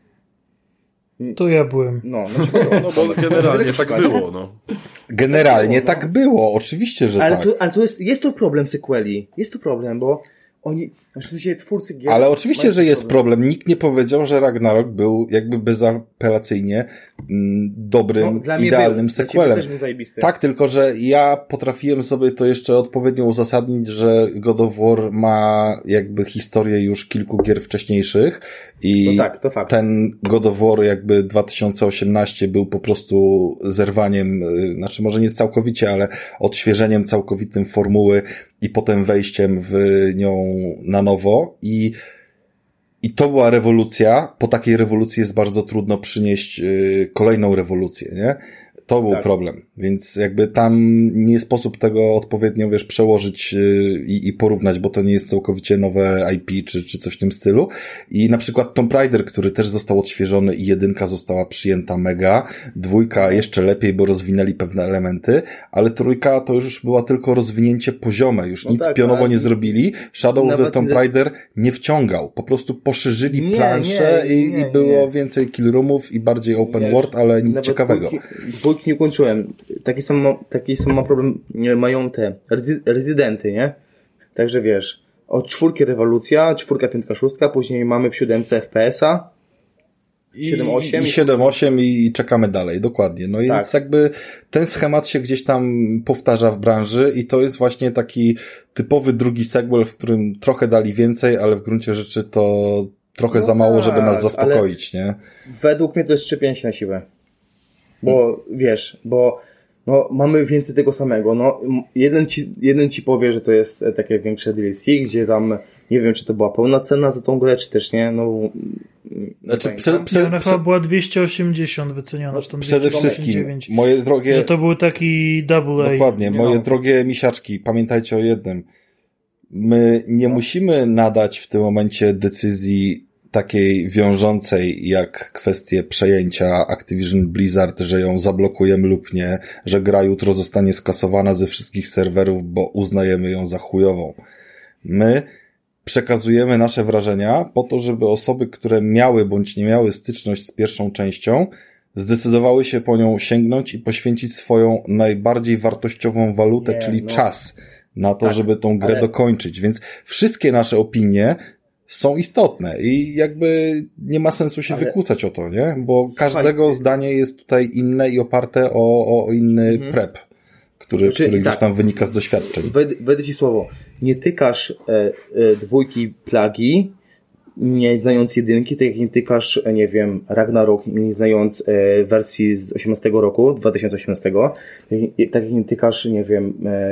[SPEAKER 2] To ja byłem.
[SPEAKER 4] No bo generalnie tak było, no.
[SPEAKER 1] Generalnie tak było, oczywiście, że
[SPEAKER 3] ale
[SPEAKER 1] tak.
[SPEAKER 3] Ale to jest tu problem sequeli. Jest tu problem, bo oni, w sensie twórcy gier...
[SPEAKER 1] Ale oczywiście, że jest problem. Nikt nie powiedział, że Ragnarok był jakby bezapelacyjnie dobrym, idealnym sequelem. Tak, tylko że ja potrafiłem sobie to jeszcze odpowiednio uzasadnić, że God of War ma jakby historię już kilku gier wcześniejszych i
[SPEAKER 3] to fakt.
[SPEAKER 1] Ten God of War jakby 2018 był po prostu zerwaniem, znaczy może nie całkowicie, ale odświeżeniem całkowitym formuły i potem wejściem w nią na nowo i to była rewolucja. Po takiej rewolucji jest bardzo trudno przynieść kolejną rewolucję, nie? To był problem, więc jakby tam nie sposób tego odpowiednio, przełożyć i porównać, bo to nie jest całkowicie nowe IP czy coś w tym stylu. I na przykład Tomb Raider, który też został odświeżony i 1 została przyjęta mega, 2 jeszcze lepiej, bo rozwinęli pewne elementy, ale 3 to już była tylko rozwinięcie poziome, już nic pionowo nie zrobili. Shadow of the Tomb Raider nie wciągał, po prostu poszerzyli planszę i było więcej kill roomów i bardziej open world, ale nic ciekawego.
[SPEAKER 3] Nie kończyłem. Taki sam ma problem mają te rezydenty, nie? Także wiesz, od 4 rewolucja, 4, 5, 6, później mamy w 7 FPS-a, 7-8
[SPEAKER 1] i 7-8 i czekamy dalej, dokładnie. No więc jakby ten schemat się gdzieś tam powtarza w branży i to jest właśnie taki typowy drugi sequel, w którym trochę dali więcej, ale w gruncie rzeczy to trochę za mało, żeby nas zaspokoić, nie?
[SPEAKER 3] Według mnie to jest szczepienie się na siłę. Bo mamy więcej tego samego. No, jeden ci powie, że to jest takie większe DLC, gdzie tam, nie wiem, czy to była pełna cena za tą grę, czy też nie. No,
[SPEAKER 2] znaczy, ona chyba była 280 wyceniona, czy tam
[SPEAKER 1] przede wszystkim, moje drogie...
[SPEAKER 2] Że to był taki double A.
[SPEAKER 1] Dokładnie, moje drogie misiaczki, pamiętajcie o jednym. My nie musimy nadać w tym momencie decyzji takiej wiążącej jak kwestie przejęcia Activision Blizzard, że ją zablokujemy lub nie, że gra jutro zostanie skasowana ze wszystkich serwerów, bo uznajemy ją za chujową. My przekazujemy nasze wrażenia po to, żeby osoby, które miały bądź nie miały styczność z pierwszą częścią, zdecydowały się po nią sięgnąć i poświęcić swoją najbardziej wartościową walutę, czyli czas na to, żeby tą grę dokończyć. Więc wszystkie nasze opinie są istotne i jakby nie ma sensu się wykłócać o to, nie? Bo każdego zdanie jest tutaj inne i oparte o inny prep, który gdzieś tam wynika z doświadczeń.
[SPEAKER 3] Wejdę ci słowo. Nie tykasz dwójki plagi, nie znając jedynki, tak jak nie tykasz, nie wiem, Ragnarok, nie znając wersji z 2018, tak jak nie tykasz, nie wiem,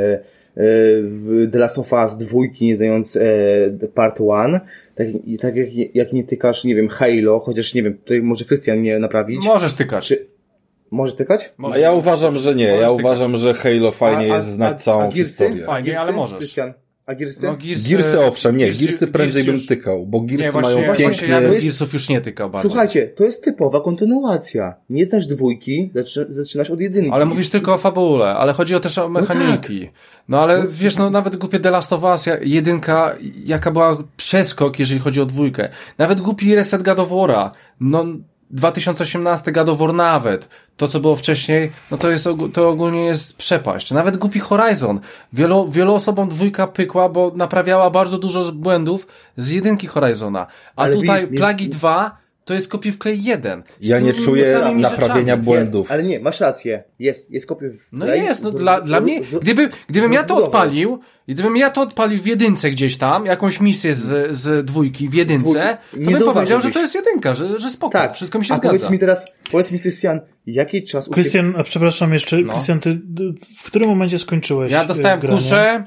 [SPEAKER 3] The Last of Us 2, nie znając Part 1, tak jak nie tykasz, nie wiem, Halo, chociaż nie wiem, tutaj może Krystian mnie naprawić.
[SPEAKER 5] Możesz tykać.
[SPEAKER 3] Może tykać?
[SPEAKER 1] A ja uważam, że nie. Ja uważam, że Halo fajnie jest znać całą historię.
[SPEAKER 5] Fajnie, ale możesz.
[SPEAKER 3] Krystian. A Gearsy?
[SPEAKER 5] No,
[SPEAKER 1] Gearsy owszem, nie. Gearsy prędzej bym tykał, bo Gearsy mają pięknie...
[SPEAKER 5] Ja bym Gearsów już nie tykał bardziej.
[SPEAKER 3] Słuchajcie, to jest typowa kontynuacja. Nie znasz dwójki, zaczynasz od jedynki.
[SPEAKER 5] Ale mówisz tylko o fabule, ale chodzi też o mechaniki. No, tak. No ale wiesz, no nawet głupie The Last of Us, jedynka, jaka była przeskok, jeżeli chodzi o dwójkę. Nawet głupi Reset God of War'a. No 2018 God of War nawet. To, co było wcześniej, no to ogólnie jest przepaść. Nawet głupi Horizon. Wielu osobom dwójka pykła, bo naprawiała bardzo dużo błędów z jedynki Horizona. A ale tutaj Plagi 2 to jest kopiuj wklej 1.
[SPEAKER 1] Ja nie czuję naprawienia błędów.
[SPEAKER 3] Ale nie, masz rację. Jest kopiuj wklej.
[SPEAKER 5] No jest, no dla mnie, gdybym ja to odpalił, i gdybym ja to odpalił w jedynce gdzieś tam, jakąś misję z dwójki w jedynce, to bym powiedział, że to jest jedynka, że spoko, tak. Wszystko mi się zgadza.
[SPEAKER 3] Powiedz mi Krystian, jaki czas...
[SPEAKER 2] Krystian, a przepraszam jeszcze, Krystian, ty w którym momencie skończyłeś
[SPEAKER 5] Ja dostałem kuszę,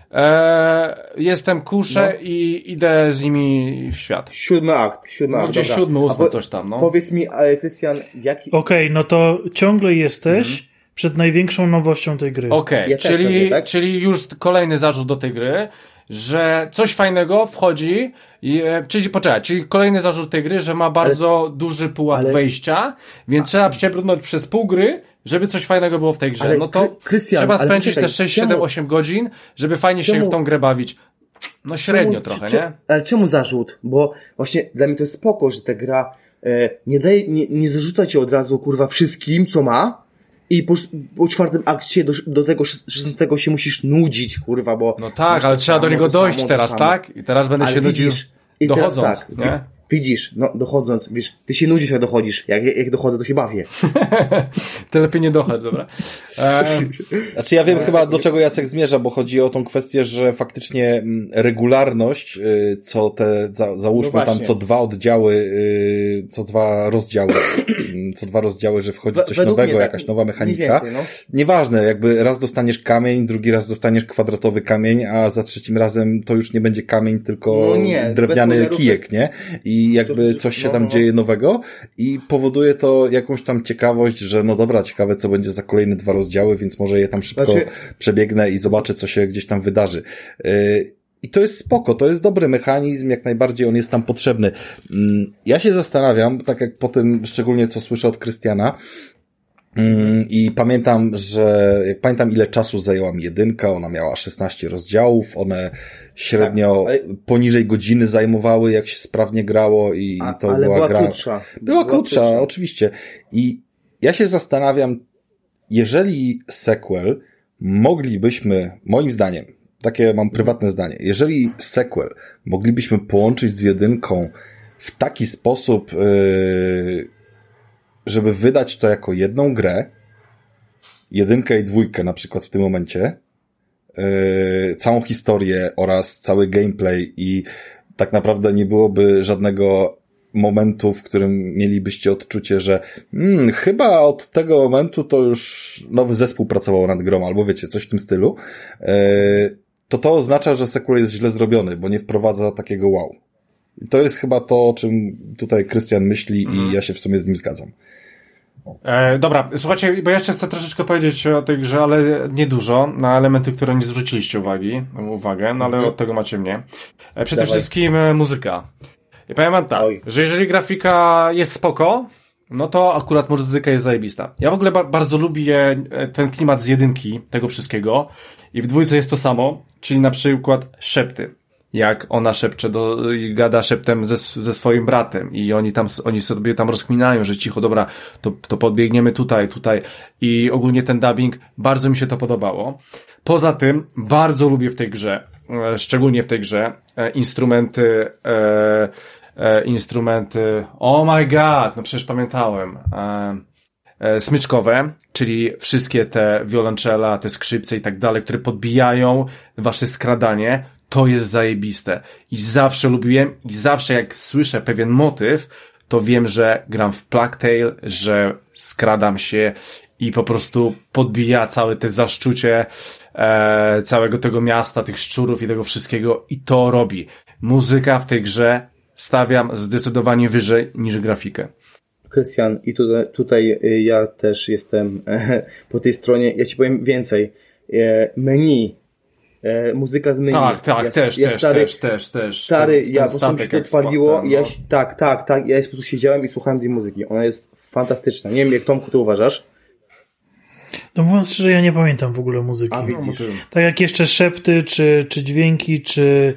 [SPEAKER 5] jestem kuszę i idę z nimi w świat.
[SPEAKER 3] 7 akt.
[SPEAKER 5] No gdzieś 7, 8, coś tam, no.
[SPEAKER 3] Powiedz mi, Krystian, jaki...
[SPEAKER 2] Okej, no to ciągle jesteś przed największą nowością tej gry.
[SPEAKER 5] Okej, czyli już kolejny zarzut do tej gry, że coś fajnego wchodzi, czyli kolejny zarzut tej gry, że ma bardzo duży pułap wejścia, więc trzeba przebrnąć przez pół gry, żeby coś fajnego było w tej grze. No to trzeba spędzić te 6, 7, 8 godzin, żeby fajnie się w tą grę bawić. No średnio trochę, nie?
[SPEAKER 3] Ale czemu zarzut? Bo właśnie dla mnie to jest spoko, że ta gra nie zarzuca ci od razu, kurwa, wszystkim, co ma, i po 4 akcie do tego 16 się musisz nudzić, kurwa, bo...
[SPEAKER 5] No tak, ale trzeba do niego dojść teraz, tak? I teraz będę się nudził dochodząc, tak, nie?
[SPEAKER 3] Widzisz, no dochodząc, wiesz, ty się nudzisz, jak dochodzisz. Jak dochodzę, to się bawię.
[SPEAKER 5] To lepiej nie dochodź, dobra.
[SPEAKER 1] Znaczy ja wiem chyba, do czego Jacek zmierza, bo chodzi o tą kwestię, że faktycznie regularność, załóżmy no tam co 2 oddziały, co 2 rozdziały, że wchodzi coś nowego, tak, jakaś nowa mechanika. Więcej, no. Nieważne, jakby raz dostaniesz kamień, drugi raz dostaniesz kwadratowy kamień, a za trzecim razem to już nie będzie kamień, tylko drewniany kijek, nie? I jakby coś się tam dzieje nowego i powoduje to jakąś tam ciekawość, że no dobra, ciekawe co będzie za kolejne 2 rozdziały, więc może je tam szybko przebiegnę i zobaczę, co się gdzieś tam wydarzy. I to jest spoko, to jest dobry mechanizm, jak najbardziej on jest tam potrzebny. Ja się zastanawiam, tak jak po tym szczególnie co słyszę od Krystiana, i pamiętam, ile czasu zajęła mi jedynka, ona miała 16 rozdziałów, one średnio poniżej godziny zajmowały, jak się sprawnie grało i to była gra... Była krótsza, oczywiście. I ja się zastanawiam, jeżeli sequel moglibyśmy, moim zdaniem, takie mam prywatne zdanie, jeżeli sequel moglibyśmy połączyć z jedynką w taki sposób, żeby wydać to jako jedną grę, 1 i 2 na przykład w tym momencie, całą historię oraz cały gameplay i tak naprawdę nie byłoby żadnego momentu, w którym mielibyście odczucie, że chyba od tego momentu to już nowy zespół pracował nad grą, albo wiecie, coś w tym stylu, to oznacza, że sequel jest źle zrobiony, bo nie wprowadza takiego wow. I to jest chyba to, o czym tutaj Krystian myśli i ja się w sumie z nim zgadzam.
[SPEAKER 5] Dobra, słuchajcie, bo ja jeszcze chcę troszeczkę powiedzieć o tej grze, ale nie dużo, na elementy, które nie zwróciliście uwagę, no ale od tego macie mnie. Przede wszystkim muzyka. I powiem wam tak, że jeżeli grafika jest spoko, no to akurat muzyka jest zajebista. Ja w ogóle bardzo lubię ten klimat z jedynki tego wszystkiego i w dwójce jest to samo, czyli na przykład szepty. Jak ona szepcze, gada szeptem ze swoim bratem i oni sobie tam rozkminają, że cicho, dobra, to podbiegniemy tutaj i ogólnie ten dubbing, bardzo mi się to podobało. Poza tym, bardzo lubię w tej grze, szczególnie w tej grze, instrumenty, oh my god, no przecież pamiętałem, smyczkowe, czyli wszystkie te wiolonczela, te skrzypce i tak dalej, które podbijają wasze skradanie, to jest zajebiste. I zawsze lubiłem, i zawsze jak słyszę pewien motyw, to wiem, że gram w Plague Tale, że skradam się i po prostu podbija całe te zaszczucie całego tego miasta, tych szczurów i tego wszystkiego i to robi. Muzyka w tej grze stawiam zdecydowanie wyżej niż grafikę.
[SPEAKER 3] Krystian, i tutaj ja też jestem po tej stronie. Ja ci powiem więcej. Menu, muzyka z menu.
[SPEAKER 5] Tak, też.
[SPEAKER 3] Stary, ja po prostu mi się to odpaliło. No. Tak. Ja po prostu siedziałem i słuchałem tej muzyki. Ona jest fantastyczna. Nie wiem, jak Tomku ty uważasz?
[SPEAKER 2] No mówiąc szczerze, ja nie pamiętam w ogóle muzyki. Tak jak jeszcze szepty, czy dźwięki, czy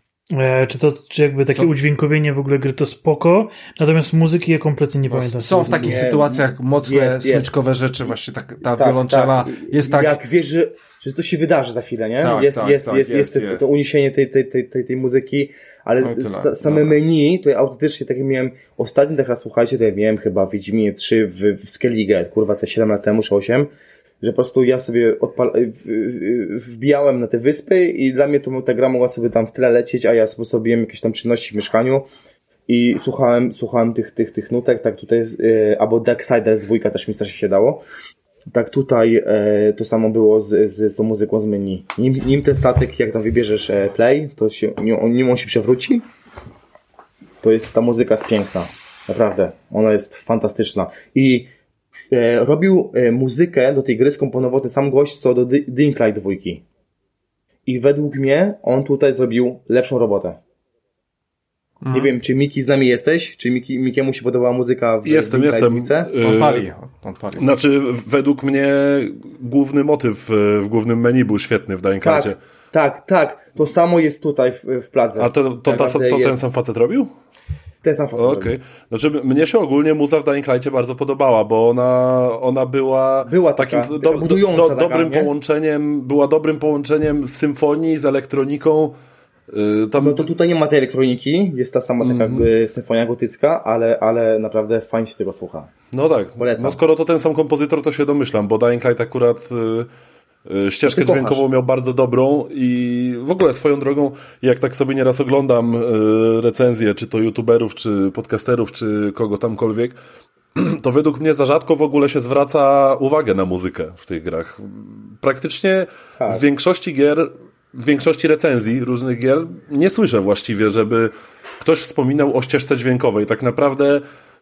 [SPEAKER 2] jakby takie udźwiękowienie w ogóle gry to spoko, natomiast muzyki ja kompletnie nie pamiętam.
[SPEAKER 5] Są w takich sytuacjach mocne, smyczkowe rzeczy, właśnie ta wiolonczela jest tak...
[SPEAKER 3] Jak wiesz, że to się wydarzy za chwilę, nie? Jest to uniesienie tej muzyki, ale same menu, to ja autentycznie tak miałem, ostatnio tak raz słuchajcie, to ja miałem chyba w Wiedźminie 3 w Skellige, kurwa te 7 lat temu, czy 8, że po prostu ja sobie wbijałem na te wyspy i dla mnie to ta gra mogła sobie tam w tle lecieć, a ja po prostu robiłem jakieś tam czynności w mieszkaniu i słuchałem tych nutek, tak tutaj, albo Darksiders 2 też mi strasznie się dało. Tak tutaj to samo było z tą muzyką z menu. Nim ten statek, jak tam wybierzesz play, to nim on się przewróci, to jest, ta muzyka jest piękna. Naprawdę. Ona jest fantastyczna. I robił muzykę do tej gry, skomponował ten sam gość, co do Dying Light 2. I według mnie on tutaj zrobił lepszą robotę. Nie wiem, czy Miki z nami jesteś? Czy Mikiemu się podobała muzyka w
[SPEAKER 4] Jestem.
[SPEAKER 5] On pali.
[SPEAKER 4] Znaczy, według mnie główny motyw w głównym menu był świetny w Dying Lightie.
[SPEAKER 3] Tak. To samo jest tutaj w Pladze.
[SPEAKER 4] A to ten sam facet robił?
[SPEAKER 3] Ten sam facet robił.
[SPEAKER 4] Znaczy, mnie się ogólnie muza w Dying Lightie bardzo podobała, bo ona była takim
[SPEAKER 3] budująca
[SPEAKER 4] dobrym połączeniem, była dobrym połączeniem symfonii z elektroniką.
[SPEAKER 3] No to tutaj nie ma tej elektroniki, jest ta sama taka symfonia gotycka, ale naprawdę fajnie się tego słucha.
[SPEAKER 4] No tak, polecam. No skoro to ten sam kompozytor, to się domyślam, bo Dying Light akurat ścieżkę dźwiękową miał bardzo dobrą i w ogóle swoją drogą, jak tak sobie nieraz oglądam recenzje, czy to youtuberów, czy podcasterów, czy kogo tamkolwiek, to według mnie za rzadko w ogóle się zwraca uwagę na muzykę w tych grach. Praktycznie w większości gier, w większości recenzji różnych gier nie słyszę właściwie, żeby ktoś wspominał o ścieżce dźwiękowej. Tak naprawdę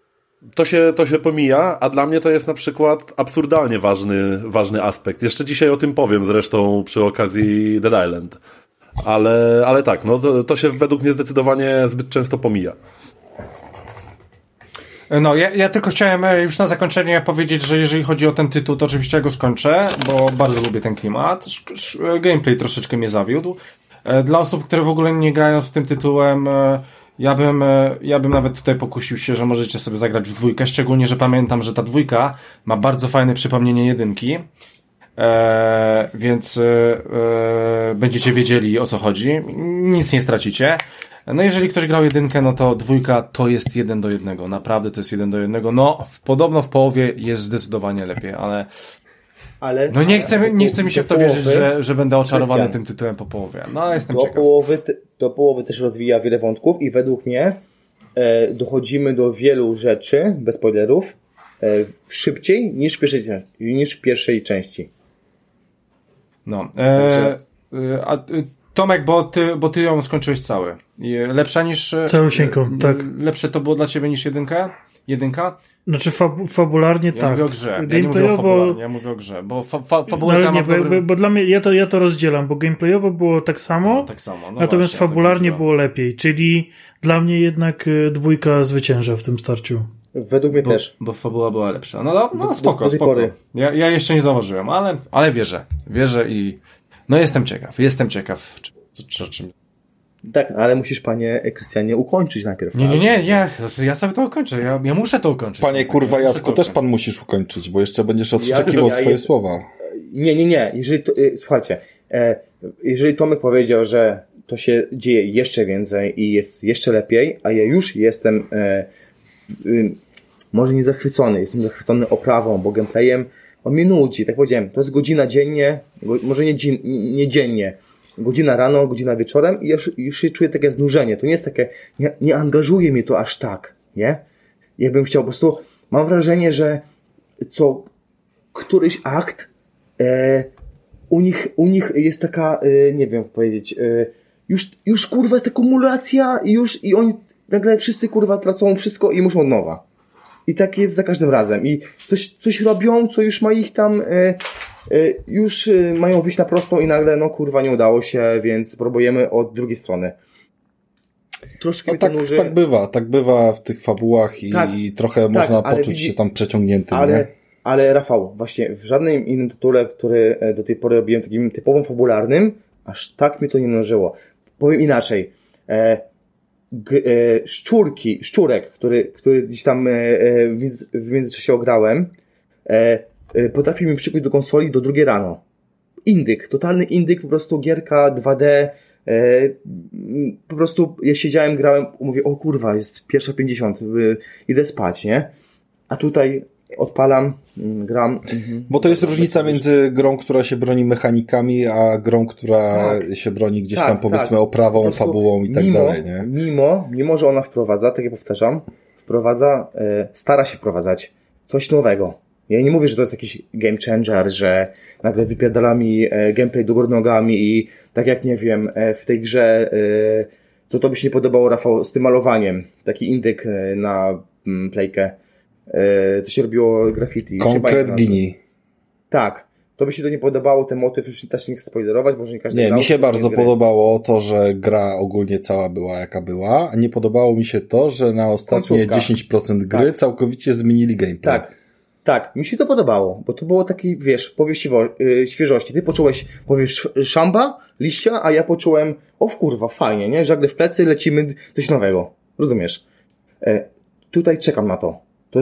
[SPEAKER 4] to się pomija, a dla mnie to jest na przykład absurdalnie ważny aspekt. Jeszcze dzisiaj o tym powiem zresztą przy okazji Dead Island. Ale tak, no to się według mnie zdecydowanie zbyt często pomija.
[SPEAKER 5] No, ja tylko chciałem już na zakończenie powiedzieć, że jeżeli chodzi o ten tytuł, to oczywiście ja go skończę, bo bardzo lubię ten klimat. Gameplay troszeczkę mnie zawiódł. Dla osób, które w ogóle nie grają z tym tytułem, ja bym nawet tutaj pokusił się, że możecie sobie zagrać w dwójkę, szczególnie, że pamiętam, że ta dwójka ma bardzo fajne przypomnienie jedynki, więc będziecie wiedzieli, o co chodzi. Nic nie stracicie. No jeżeli ktoś grał jedynkę, no to dwójka to jest 1:1. Naprawdę to jest 1:1. No, podobno w połowie jest zdecydowanie lepiej, ale no nie chce mi się w to wierzyć, że będę oczarowany tym tytułem po połowie. No, ale jestem ciekaw.
[SPEAKER 3] Do połowy też rozwija wiele wątków i według mnie dochodzimy do wielu rzeczy, bez spoilerów, szybciej niż w pierwszej części.
[SPEAKER 5] No. Tomek, bo ty ją skończyłeś cały. Lepsza niż...
[SPEAKER 2] Całusieńką, tak.
[SPEAKER 5] Lepsze to było dla ciebie niż jedynka? Jedynka?
[SPEAKER 2] Znaczy fabularnie
[SPEAKER 5] ja
[SPEAKER 2] tak.
[SPEAKER 5] Mówię o grze. Ja nie mówię o fabularnie, ja mówię o grze, bo fabularnie
[SPEAKER 2] bo dla mnie, ja to rozdzielam, bo gameplayowo było tak samo, natomiast właśnie, fabularnie było lepiej, czyli dla mnie jednak 2 zwycięża w tym starciu.
[SPEAKER 3] Według mnie też.
[SPEAKER 5] Bo fabuła była lepsza. No spoko. Ja jeszcze nie zauważyłem, ale wierzę i no jestem ciekaw. Czym.
[SPEAKER 3] Tak, ale musisz, panie Krystianie, ukończyć najpierw.
[SPEAKER 5] Nie, ja sobie to ukończę. Ja muszę to ukończyć.
[SPEAKER 1] Panie kurwa Jacku, też pan musisz ukończyć, bo jeszcze będziesz odszczekiwał swoje słowa.
[SPEAKER 3] Nie. Słuchajcie, jeżeli Tomek powiedział, że to się dzieje jeszcze więcej i jest jeszcze lepiej, a ja już jestem może nie zachwycony, jestem zachwycony oprawą, bo gameplayem on mnie nudzi, tak powiedziałem, to jest godzina dziennie, może nie dziennie, godzina rano, godzina wieczorem i już się czuję takie znużenie. To nie jest takie, nie angażuje mnie to aż tak, nie? Jakbym chciał, po prostu mam wrażenie, że co któryś akt u nich jest taka, nie wiem jak powiedzieć, już kurwa jest ta kumulacja i oni nagle wszyscy kurwa tracą wszystko i muszą od nowa. I tak jest za każdym razem. I coś robią, co już ma ich tam już mają wyjść na prostą i nagle, no kurwa, nie udało się, więc próbujemy od drugiej strony. Troszkę
[SPEAKER 1] no tak bywa w tych fabułach i trochę można poczuć się tam przeciągniętym.
[SPEAKER 3] Ale Rafał, właśnie w żadnym innym tytule, który do tej pory robiłem takim typowym fabularnym, aż tak mi to nie mnożyło. Powiem inaczej. Szczurek, który gdzieś tam w międzyczasie ograłem, potrafi mi przykuć do konsoli do 2 rano. Totalny indyk, po prostu gierka 2D, po prostu ja siedziałem, grałem, mówię, o kurwa, jest 1:50, idę spać, nie? A tutaj odpalam, gram.
[SPEAKER 1] Bo to jest różnica między grą, która się broni mechanikami, a grą, która się broni gdzieś tam powiedzmy oprawą, fabułą i tak dalej, nie?
[SPEAKER 3] Mimo, że ona wprowadza, tak jak powtarzam, stara się wprowadzać coś nowego. Ja nie mówię, że to jest jakiś game changer, że nagle wypierdala mi gameplay do góry nogami i tak jak, nie wiem, w tej grze, co to by się nie podobało, Rafał, z tym malowaniem. Taki indyk na playkę, co się robiło graffiti.
[SPEAKER 1] Concrete Genie.
[SPEAKER 3] Tak. To by się to nie podobało, ten motyw już też nie chcę spoilerować, może nie każdy
[SPEAKER 1] grał. Nie, mi się bardzo podobało to, że gra ogólnie cała była jaka była, a nie podobało mi się to, że na ostatnie 10% gry całkowicie zmienili gameplay.
[SPEAKER 3] Tak, mi się to podobało, bo to było taki, wiesz, powieść świeżości. Ty poczułeś powieść szamba, liścia, a ja poczułem, o kurwa, fajnie, nie? Żagle w plecy, lecimy coś nowego. Rozumiesz? Tutaj czekam na to. To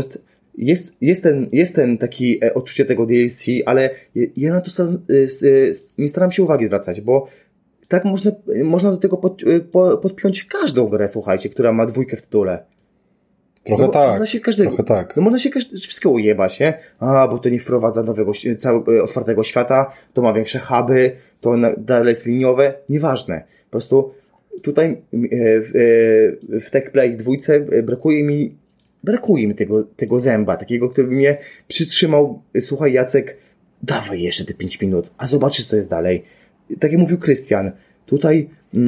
[SPEAKER 3] jest ten taki odczucie tego DLC, ale ja na to nie staram się uwagi zwracać, bo tak można do tego podpiąć każdą grę, słuchajcie, która ma 2 w tytule.
[SPEAKER 1] Trochę tak.
[SPEAKER 3] No można się wszystko ujebać, nie? Bo to nie wprowadza nowego, otwartego świata, to ma większe huby, to dalej jest liniowe, nieważne. Po prostu tutaj w TechPlay 2 brakuje mi tego zęba, takiego, który by mnie przytrzymał. Słuchaj, Jacek, dawaj jeszcze te 5 minut, a zobaczysz, co jest dalej. Tak jak mówił Krystian, tutaj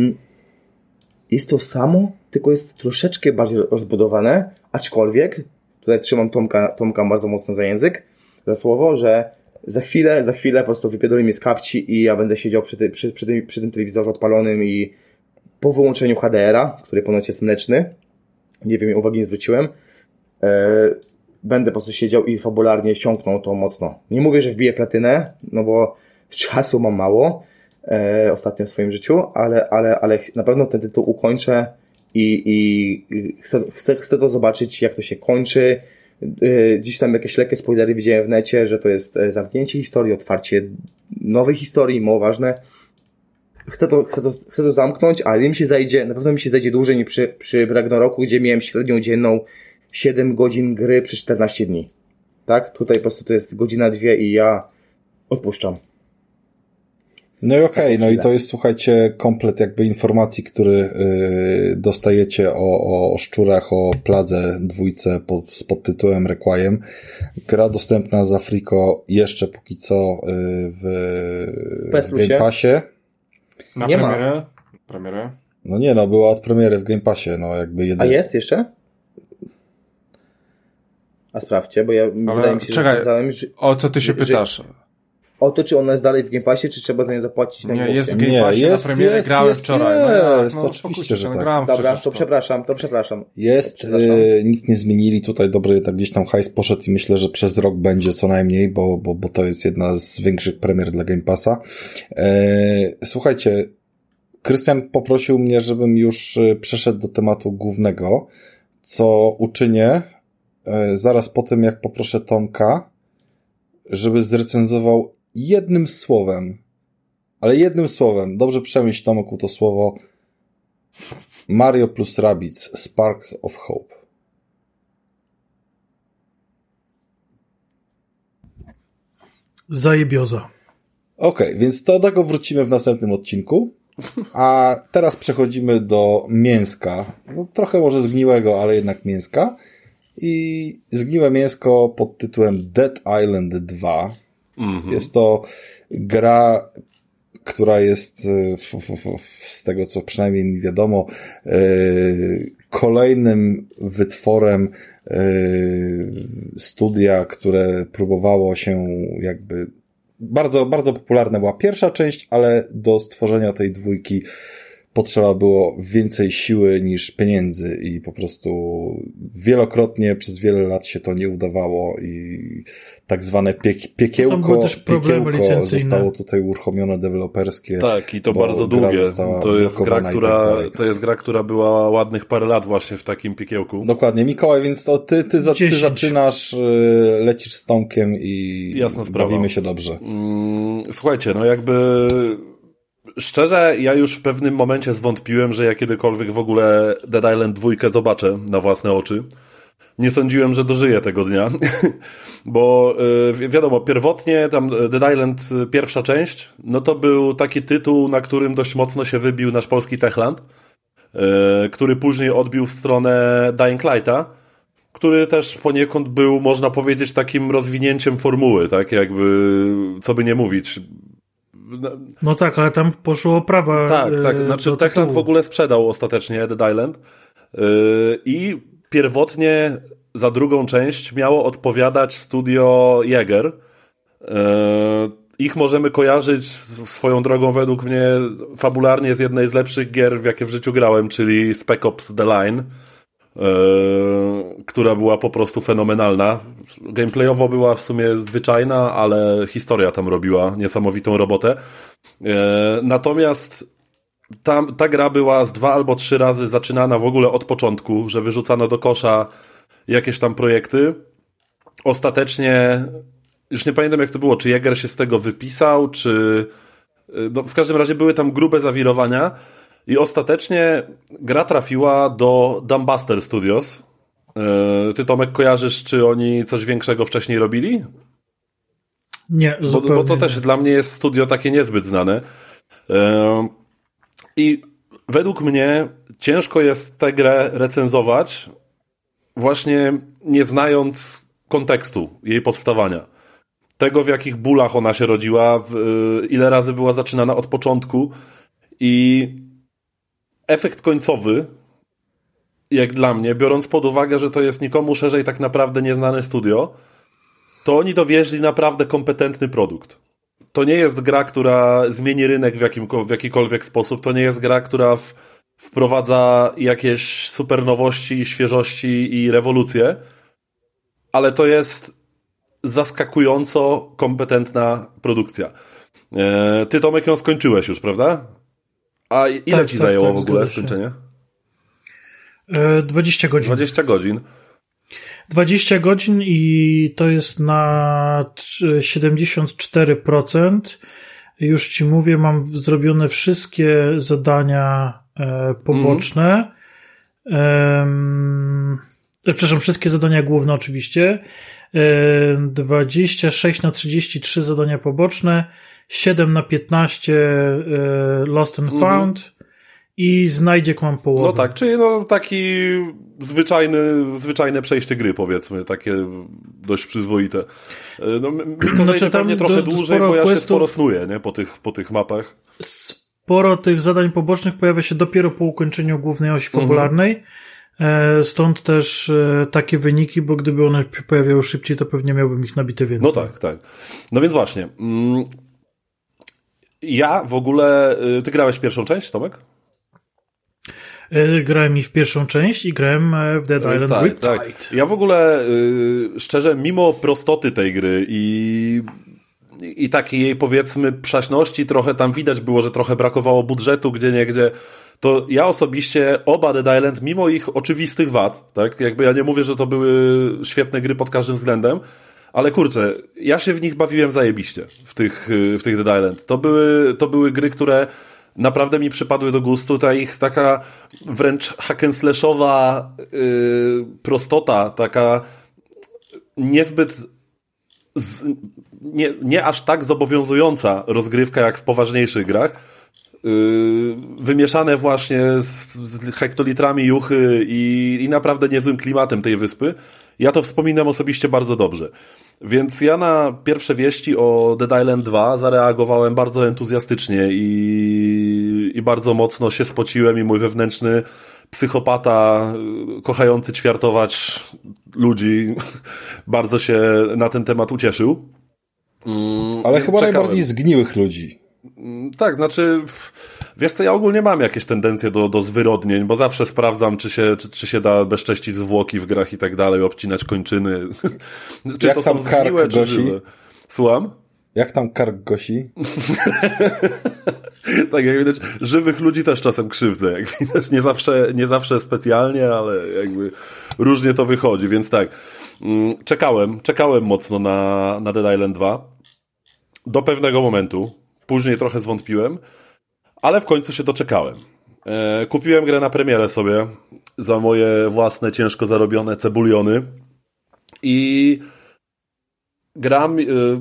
[SPEAKER 3] jest to samo, tylko jest troszeczkę bardziej rozbudowane, aczkolwiek tutaj trzymam Tomka bardzo mocno za język, za słowo, że za chwilę po prostu wypierdoli mnie z kapci i ja będę siedział przy tym telewizorze odpalonym i po wyłączeniu HDR-a, który ponoć jest mleczny, nie wiem, uwagi nie zwróciłem, będę po prostu siedział i fabularnie siąknął to mocno. Nie mówię, że wbiję platynę, no bo czasu mam mało ostatnio w swoim życiu, ale na pewno ten tytuł ukończę i chcę to zobaczyć, jak to się kończy. Dziś tam jakieś lekkie spoilery widziałem w necie, że to jest zamknięcie historii, otwarcie nowej historii, mało ważne. Chcę to zamknąć, ale na pewno mi się zajdzie dłużej niż przy Ragnaroku, gdzie miałem średnią dzienną 7 godzin gry przez 14 dni. Tak? Tutaj po prostu to jest godzina 2 i ja odpuszczam.
[SPEAKER 1] No i okej, no i to jest, słuchajcie, komplet jakby informacji, który dostajecie o szczurach, o Pladze 2 z podtytułem Requiem. Gra dostępna z Afriko jeszcze póki co w Game Passie.
[SPEAKER 5] Na premierę?
[SPEAKER 1] No nie, no była od premiery w Game Passie, no jakby
[SPEAKER 3] A jest jeszcze? A sprawdźcie, bo wydaje mi się,
[SPEAKER 5] że powiedziałem, że... O co ty się pytasz?
[SPEAKER 3] O to, czy ona jest dalej w Game Passie, czy trzeba za nią zapłacić na
[SPEAKER 5] Nie, jest w Game Passie, na premierę grałem wczoraj.
[SPEAKER 1] Oczywiście, że tak.
[SPEAKER 3] Dobra, to przepraszam.
[SPEAKER 1] Nic nie zmienili, tutaj dobry tak gdzieś tam hajs poszedł i myślę, że przez rok będzie co najmniej, bo to jest jedna z większych premier dla Game Passa. Słuchajcie, Krystian poprosił mnie, żebym już przeszedł do tematu głównego, co uczynię zaraz po tym, jak poproszę Tomka, żeby zrecenzował jednym słowem, dobrze przemyśl, Tomku, to słowo Mario plus Rabbids Sparks of Hope.
[SPEAKER 2] Zajebioza.
[SPEAKER 1] Okej, więc do tego wrócimy w następnym odcinku. A teraz przechodzimy do mięska. No, trochę może zgniłego, ale jednak mięska. I zgniłe mięsko pod tytułem Dead Island 2. Mm-hmm. Jest to gra, która jest, z tego co przynajmniej mi wiadomo, kolejnym wytworem studia, które próbowało się jakby bardzo, bardzo popularna była pierwsza część, ale do stworzenia tej dwójki potrzeba było więcej siły niż pieniędzy i po prostu wielokrotnie przez wiele lat się to nie udawało i tak zwane piekiełko zostało tutaj uruchomione deweloperskie.
[SPEAKER 4] Tak, i to bardzo długie. To jest gra, która była ładnych parę lat właśnie w takim piekiełku.
[SPEAKER 1] Dokładnie. Mikołaj, więc to ty zaczynasz, lecisz z Tomkiem i bawimy się dobrze.
[SPEAKER 4] Słuchajcie, no jakby szczerze, ja już w pewnym momencie zwątpiłem, że ja kiedykolwiek w ogóle Dead Island 2 zobaczę na własne oczy. Nie sądziłem, że dożyję tego dnia, bo wiadomo, pierwotnie tam Dead Island pierwsza część, no to był taki tytuł, na którym dość mocno się wybił nasz polski Techland, który później odbił w stronę Dying Lighta, który też poniekąd był, można powiedzieć, takim rozwinięciem formuły, tak jakby, co by nie mówić.
[SPEAKER 2] No tak, ale tam poszło prawa.
[SPEAKER 4] Tak, znaczy Techland w ogóle sprzedał ostatecznie Dead Island i pierwotnie za drugą część miało odpowiadać studio Jaeger. Ich możemy kojarzyć swoją drogą według mnie fabularnie z jednej z lepszych gier, w jakie w życiu grałem, czyli Spec Ops The Line, która była po prostu fenomenalna. Gameplayowo była w sumie zwyczajna, ale historia tam robiła niesamowitą robotę. Natomiast ta gra była z 2 albo 3 razy zaczynana w ogóle od początku, że wyrzucano do kosza jakieś tam projekty. Ostatecznie, już nie pamiętam jak to było, czy Jaeger się z tego wypisał, czy... No, w każdym razie były tam grube zawirowania i ostatecznie gra trafiła do Dumbbuster Studios. Ty, Tomek, kojarzysz, czy oni coś większego wcześniej robili?
[SPEAKER 2] Nie, zupełnie
[SPEAKER 4] bo to też dla mnie jest studio takie niezbyt znane. I według mnie ciężko jest tę grę recenzować właśnie nie znając kontekstu jej powstawania. Tego, w jakich bólach ona się rodziła, ile razy była zaczynana od początku i efekt końcowy, jak dla mnie, biorąc pod uwagę, że to jest nikomu szerzej tak naprawdę nieznane studio, to oni dowieźli naprawdę kompetentny produkt. To nie jest gra, która zmieni rynek w jakikolwiek sposób. To nie jest gra, która wprowadza jakieś super nowości, świeżości i rewolucje, ale to jest zaskakująco kompetentna produkcja. Ty, Tomek, ją skończyłeś już, prawda? A ile ci zajęło w ogóle skończenie?
[SPEAKER 2] 20 godzin.
[SPEAKER 4] 20 godzin.
[SPEAKER 2] 20 godzin i to jest na 74%. Już ci mówię, mam zrobione wszystkie zadania poboczne. Przepraszam, wszystkie zadania główne oczywiście. 26 na 33 zadania poboczne, 7 na 15 Lost and Found i znajdziek mam połowę.
[SPEAKER 4] No tak, czyli taki zwyczajne przejście gry, powiedzmy, takie dość przyzwoite. Mi to zajdzie pewnie trochę dłużej, bo ja się sporo snuję, nie? Po tych mapach.
[SPEAKER 2] Sporo tych zadań pobocznych pojawia się dopiero po ukończeniu głównej osi fabularnej. Stąd też takie wyniki, bo gdyby one się pojawiały szybciej, to pewnie miałbym ich nabite więcej.
[SPEAKER 4] No tak. No więc właśnie. Ja w ogóle... Ty grałeś w pierwszą część, Tomek?
[SPEAKER 2] Grałem i w pierwszą część i grałem w Dead Island Riptide.
[SPEAKER 4] Tak. Ja w ogóle szczerze, mimo prostoty tej gry i takiej jej, powiedzmy, przaśności, trochę tam widać było, że trochę brakowało budżetu gdzieniegdzie, to ja osobiście oba Dead Island, mimo ich oczywistych wad, tak, jakby ja nie mówię, że to były świetne gry pod każdym względem, ale kurczę, ja się w nich bawiłem zajebiście w tych Dead Island. To były gry, które naprawdę mi przypadły do gustu. Ta ich taka wręcz hack and slashowa prostota, taka niezbyt nie aż tak zobowiązująca rozgrywka jak w poważniejszych grach, wymieszane właśnie z hektolitrami juchy i naprawdę niezłym klimatem tej wyspy. Ja to wspominam osobiście bardzo dobrze. Więc ja na pierwsze wieści o Dead Island 2 zareagowałem bardzo entuzjastycznie i bardzo mocno się spociłem i mój wewnętrzny psychopata kochający ćwiartować ludzi bardzo się na ten temat ucieszył.
[SPEAKER 1] Ale chyba najbardziej zgniłych ludzi.
[SPEAKER 4] Tak, znaczy wiesz co, ja ogólnie mam jakieś tendencje do zwyrodnień, bo zawsze sprawdzam, czy się da bezcześcić zwłoki w grach i tak dalej, obcinać kończyny. Czy to są zgniłe, czy żywe. Słucham?
[SPEAKER 1] Jak tam kark Gosi?
[SPEAKER 4] Tak, jak widać, żywych ludzi też czasem krzywdzę, jak widać, nie zawsze specjalnie, ale jakby różnie to wychodzi, więc tak, czekałem mocno na Dead Island 2 do pewnego momentu, później trochę zwątpiłem, ale w końcu się doczekałem. Kupiłem grę na premierę sobie za moje własne ciężko zarobione cebuliony i gram,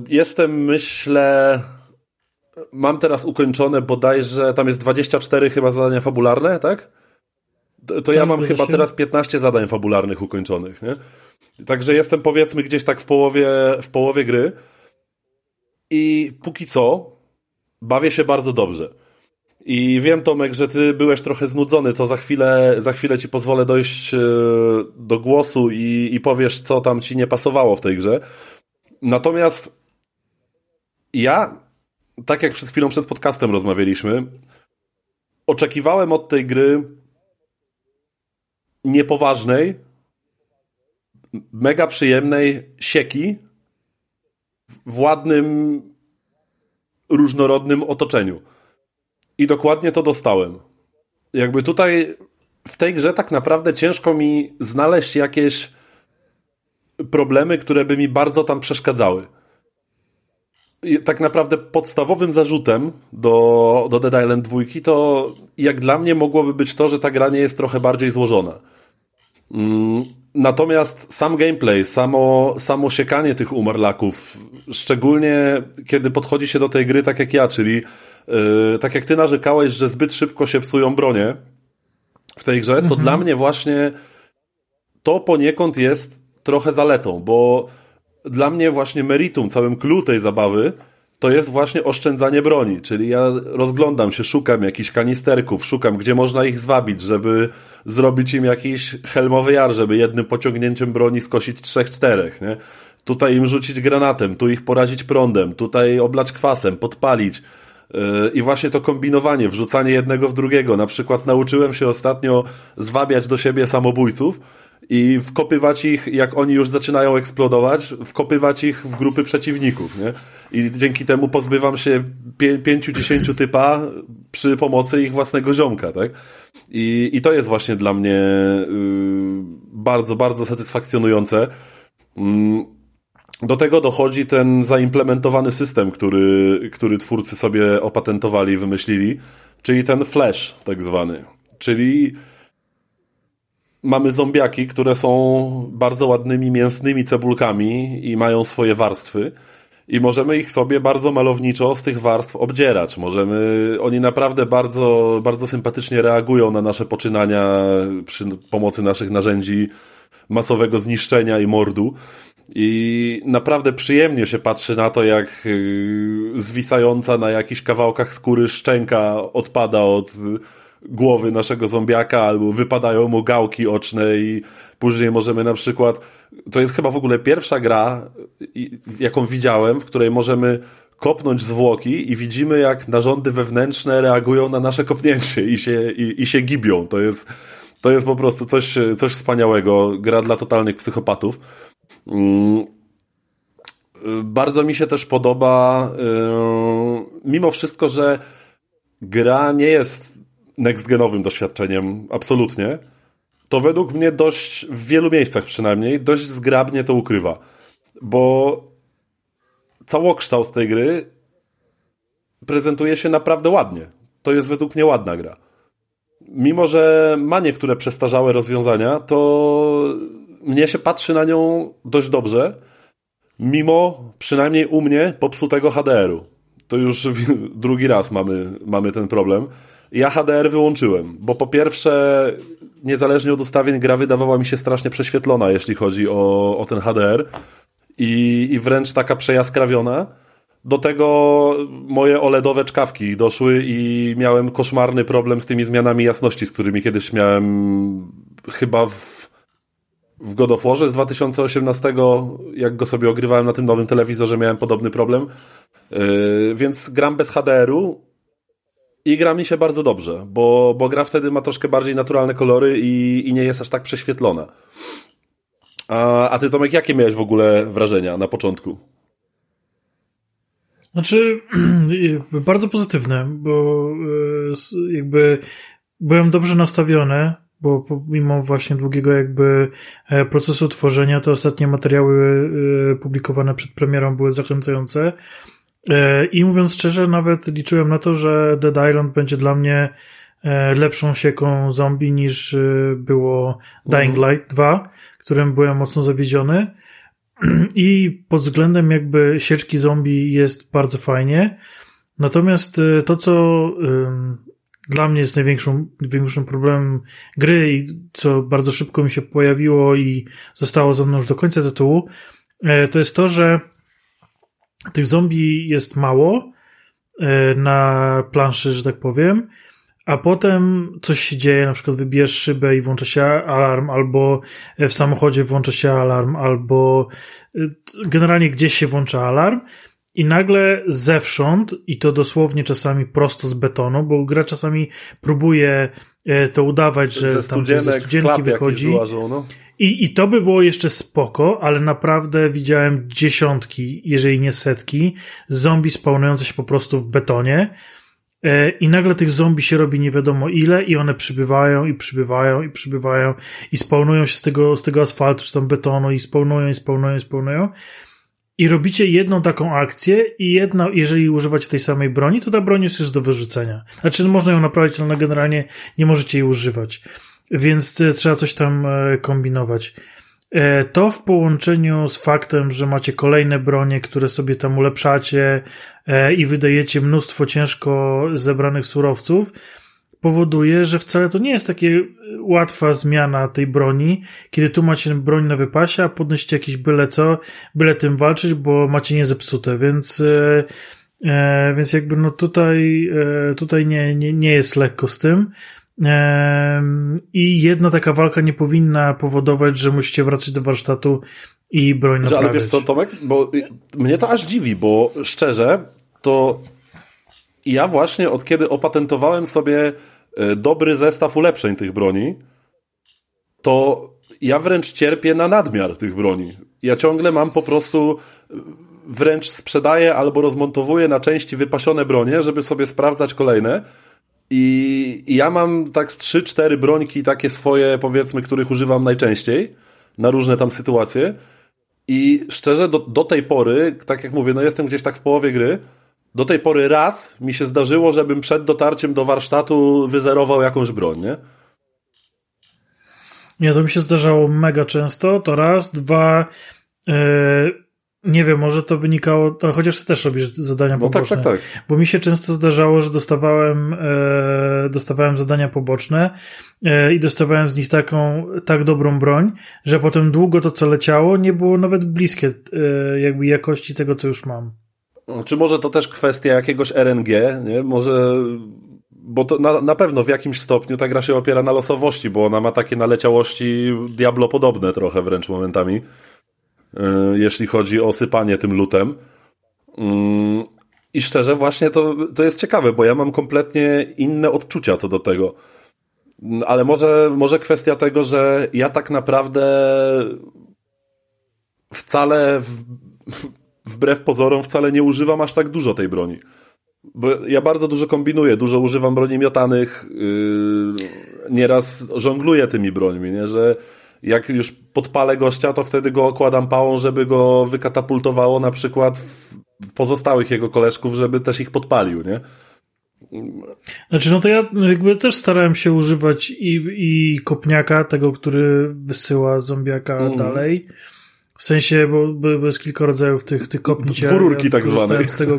[SPEAKER 4] mam teraz ukończone bodajże, tam jest 24 chyba zadania fabularne, tak? To ja mam chyba teraz 15 zadań fabularnych ukończonych, nie? Także jestem, powiedzmy, gdzieś tak w połowie gry i póki co bawię się bardzo dobrze. I wiem, Tomek, że ty byłeś trochę znudzony, to za chwilę ci pozwolę dojść do głosu i powiesz, co tam ci nie pasowało w tej grze. Natomiast ja, tak jak przed chwilą, przed podcastem rozmawialiśmy, oczekiwałem od tej gry niepoważnej, mega przyjemnej sieki w ładnym, różnorodnym otoczeniu. I dokładnie to dostałem. Jakby tutaj w tej grze tak naprawdę ciężko mi znaleźć jakieś problemy, które by mi bardzo tam przeszkadzały. I tak naprawdę podstawowym zarzutem do Dead Island 2 to jak dla mnie mogłoby być to, że ta gra nie jest trochę bardziej złożona. Natomiast sam gameplay, samo siekanie tych umarlaków, szczególnie kiedy podchodzi się do tej gry tak jak ja, czyli tak jak ty narzekałeś, że zbyt szybko się psują bronie w tej grze, to dla mnie właśnie to poniekąd jest trochę zaletą, bo dla mnie właśnie meritum, całym clue tej zabawy to jest właśnie oszczędzanie broni, czyli ja rozglądam się, szukam jakichś kanisterków, szukam, gdzie można ich zwabić, żeby zrobić im jakiś helmowy jar, żeby jednym pociągnięciem broni skosić 3-4, nie? Tutaj im rzucić granatem, tu ich porazić prądem, tutaj oblać kwasem, podpalić. I właśnie to kombinowanie, wrzucanie jednego w drugiego. Na przykład nauczyłem się ostatnio zwabiać do siebie samobójców i wkopywać ich, jak oni już zaczynają eksplodować, wkopywać ich w grupy przeciwników, nie? I dzięki temu pozbywam się 5-10 typa przy pomocy ich własnego ziomka, tak? I to jest właśnie dla mnie bardzo, bardzo satysfakcjonujące. Do tego dochodzi ten zaimplementowany system, który twórcy sobie opatentowali i wymyślili, czyli ten flash tak zwany. Czyli mamy zombiaki, które są bardzo ładnymi, mięsnymi cebulkami i mają swoje warstwy i możemy ich sobie bardzo malowniczo z tych warstw obdzierać. Oni naprawdę bardzo, bardzo sympatycznie reagują na nasze poczynania przy pomocy naszych narzędzi masowego zniszczenia i mordu. I naprawdę przyjemnie się patrzy na to, jak zwisająca na jakichś kawałkach skóry szczęka odpada od głowy naszego zombiaka, albo wypadają mu gałki oczne i później możemy na przykład... To jest chyba w ogóle pierwsza gra, jaką widziałem, w której możemy kopnąć zwłoki i widzimy, jak narządy wewnętrzne reagują na nasze kopnięcie i się gibią. To jest po prostu coś wspaniałego. Gra dla totalnych psychopatów. Bardzo mi się też podoba, mimo wszystko, że gra nie jest next-genowym doświadczeniem, absolutnie, to według mnie dość, w wielu miejscach przynajmniej, dość zgrabnie to ukrywa. Bo całokształt tej gry prezentuje się naprawdę ładnie. To jest według mnie ładna gra. Mimo że ma niektóre przestarzałe rozwiązania, to mnie się patrzy na nią dość dobrze, mimo przynajmniej u mnie popsutego HDR-u. To już drugi raz mamy ten problem. Ja HDR wyłączyłem, bo po pierwsze, niezależnie od ustawień, gra wydawała mi się strasznie prześwietlona, jeśli chodzi o ten HDR i wręcz taka przejaskrawiona. Do tego moje OLEDowe czkawki doszły i miałem koszmarny problem z tymi zmianami jasności, z którymi kiedyś miałem chyba w God of Warze z 2018, jak go sobie ogrywałem na tym nowym telewizorze, miałem podobny problem. Więc gram bez HDR-u i gra mi się bardzo dobrze, bo gra wtedy ma troszkę bardziej naturalne kolory i nie jest aż tak prześwietlona. A ty, Tomek, jakie miałeś w ogóle wrażenia na początku?
[SPEAKER 2] Znaczy, bardzo pozytywne, bo jakby byłem dobrze nastawiony, bo pomimo właśnie długiego jakby procesu tworzenia, te ostatnie materiały publikowane przed premierą były zachęcające. I mówiąc szczerze, nawet liczyłem na to, że Dead Island będzie dla mnie lepszą sieką zombie niż było Dying Light 2, którym byłem mocno zawiedziony. I pod względem jakby sieczki zombie jest bardzo fajnie. Natomiast to, co dla mnie jest największym problemem gry i co bardzo szybko mi się pojawiło i zostało ze mną już do końca tytułu, to jest to, że tych zombie jest mało na planszy, że tak powiem, a potem coś się dzieje, na przykład wybijesz szybę i włącza się alarm, albo w samochodzie włącza się alarm, albo generalnie gdzieś się włącza alarm i nagle zewsząd, i to dosłownie czasami prosto z betonu, bo gra czasami próbuje to udawać, że tam ze studzienki wychodzi.
[SPEAKER 4] No.
[SPEAKER 2] I to by było jeszcze spoko, ale naprawdę widziałem dziesiątki, jeżeli nie setki, zombie spawnujące się po prostu w betonie. I nagle tych zombie się robi nie wiadomo ile i one przybywają i spawnują się z tego asfaltu czy tam betonu i spawnują. I robicie jedną taką akcję i jeżeli używacie tej samej broni, to ta broń jest już do wyrzucenia. Znaczy, można ją naprawić, ale generalnie nie możecie jej używać. Więc trzeba coś tam kombinować. To w połączeniu z faktem, że macie kolejne bronie, które sobie tam ulepszacie i wydajecie mnóstwo ciężko zebranych surowców, powoduje, że wcale to nie jest takie łatwa zmiana tej broni, kiedy tu macie broń na wypasie, a podnosicie jakieś byle tym walczyć, bo macie niezepsute, więc jakby no tutaj nie jest lekko z tym. I jedna taka walka nie powinna powodować, że musicie wracać do warsztatu i broń naprawiać.
[SPEAKER 4] Ale wiesz co, Tomek? Bo mnie to aż dziwi, bo szczerze, to ja właśnie od kiedy opatentowałem sobie dobry zestaw ulepszeń tych broni, to ja wręcz cierpię na nadmiar tych broni. Ja ciągle mam po prostu, wręcz sprzedaję albo rozmontowuję na części wypasione bronie, żeby sobie sprawdzać kolejne. I ja mam tak z 3-4 brońki takie swoje, powiedzmy, których używam najczęściej na różne tam sytuacje. I szczerze, do tej pory, tak jak mówię, no jestem gdzieś tak w połowie gry, do tej pory raz mi się zdarzyło, żebym przed dotarciem do warsztatu wyzerował jakąś broń, nie?
[SPEAKER 2] Nie, to mi się zdarzało mega często, to raz, dwa, nie wiem, może to wynikało, chociaż ty też robisz zadania poboczne.
[SPEAKER 4] Tak.
[SPEAKER 2] Bo mi się często zdarzało, że dostawałem zadania poboczne i dostawałem z nich tak dobrą broń, że potem długo to, co leciało, nie było nawet bliskie jakby jakości tego, co już mam.
[SPEAKER 4] Czy może to też kwestia jakiegoś RNG, nie? Może bo to na pewno w jakimś stopniu ta gra się opiera na losowości, bo ona ma takie naleciałości Diablo podobne trochę wręcz momentami, jeśli chodzi o sypanie tym lootem. I szczerze właśnie to jest ciekawe, bo ja mam kompletnie inne odczucia co do tego. Ale może kwestia tego, że ja tak naprawdę wcale wbrew pozorom wcale nie używam aż tak dużo tej broni. Bo ja bardzo dużo kombinuję, dużo używam broni miotanych, nieraz żongluję tymi brońmi, nie? Że jak już podpalę gościa, to wtedy go okładam pałą, żeby go wykatapultowało na przykład w pozostałych jego koleżków, żeby też ich podpalił, nie?
[SPEAKER 2] Znaczy, no to ja jakby też starałem się używać i kopniaka, tego, który wysyła zombiaka dalej. W sensie, bo jest kilka rodzajów tych kopnic.
[SPEAKER 4] Dwururki tak zwane.
[SPEAKER 2] Z tego,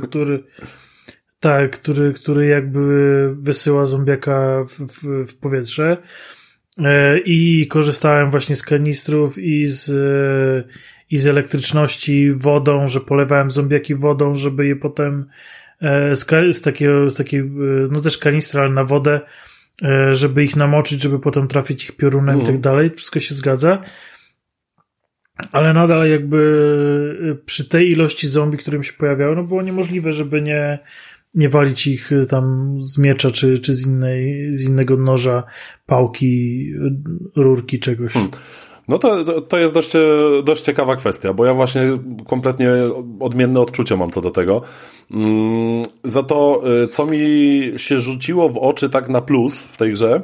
[SPEAKER 2] który jakby wysyła zombiaka w powietrze. I korzystałem właśnie z kanistrów i z elektryczności, wodą, że polewałem zombiaki wodą, żeby je potem z takiej, no też kanistra, ale na wodę, żeby ich namoczyć, żeby potem trafić ich piorunem i tak dalej. Wszystko się zgadza. Ale nadal jakby przy tej ilości zombie, które mi się pojawiały, no było niemożliwe, żeby nie walić ich tam z miecza, czy z innego noża, pałki, rurki, czegoś.
[SPEAKER 4] No to jest dość ciekawa kwestia, bo ja właśnie kompletnie odmienne odczucia mam co do tego. Za to, co mi się rzuciło w oczy tak na plus w tej grze,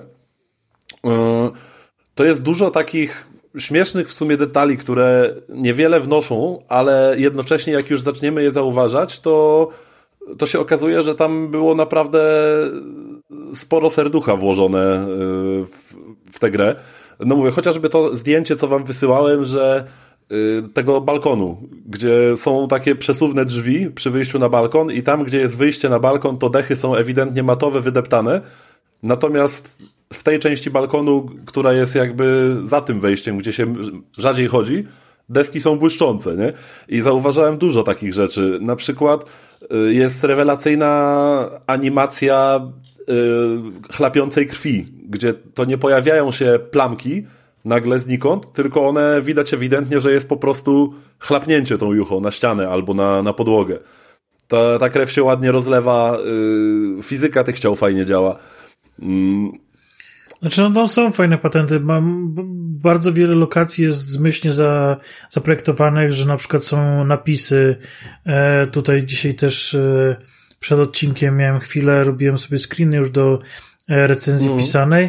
[SPEAKER 4] to jest dużo takich śmiesznych w sumie detali, które niewiele wnoszą, ale jednocześnie jak już zaczniemy je zauważać, to się okazuje, że tam było naprawdę sporo serducha włożone w tę grę. No mówię, chociażby to zdjęcie, co wam wysyłałem, że tego balkonu, gdzie są takie przesuwne drzwi przy wyjściu na balkon i tam, gdzie jest wyjście na balkon, to dechy są ewidentnie matowe, wydeptane. Natomiast w tej części balkonu, która jest jakby za tym wejściem, gdzie się rzadziej chodzi, deski są błyszczące, nie? I zauważyłem dużo takich rzeczy. Na przykład jest rewelacyjna animacja chlapiącej krwi, gdzie to nie pojawiają się plamki nagle znikąd, tylko one widać ewidentnie, że jest po prostu chlapnięcie tą juchą na ścianę albo na podłogę. Ta krew się ładnie rozlewa, fizyka tych ciał fajnie działa.
[SPEAKER 2] Znaczy, no tam są fajne patenty. Bardzo wiele lokacji jest zmyślnie zaprojektowanych, że na przykład są napisy. Tutaj dzisiaj też przed odcinkiem miałem chwilę, robiłem sobie screeny już do recenzji pisanej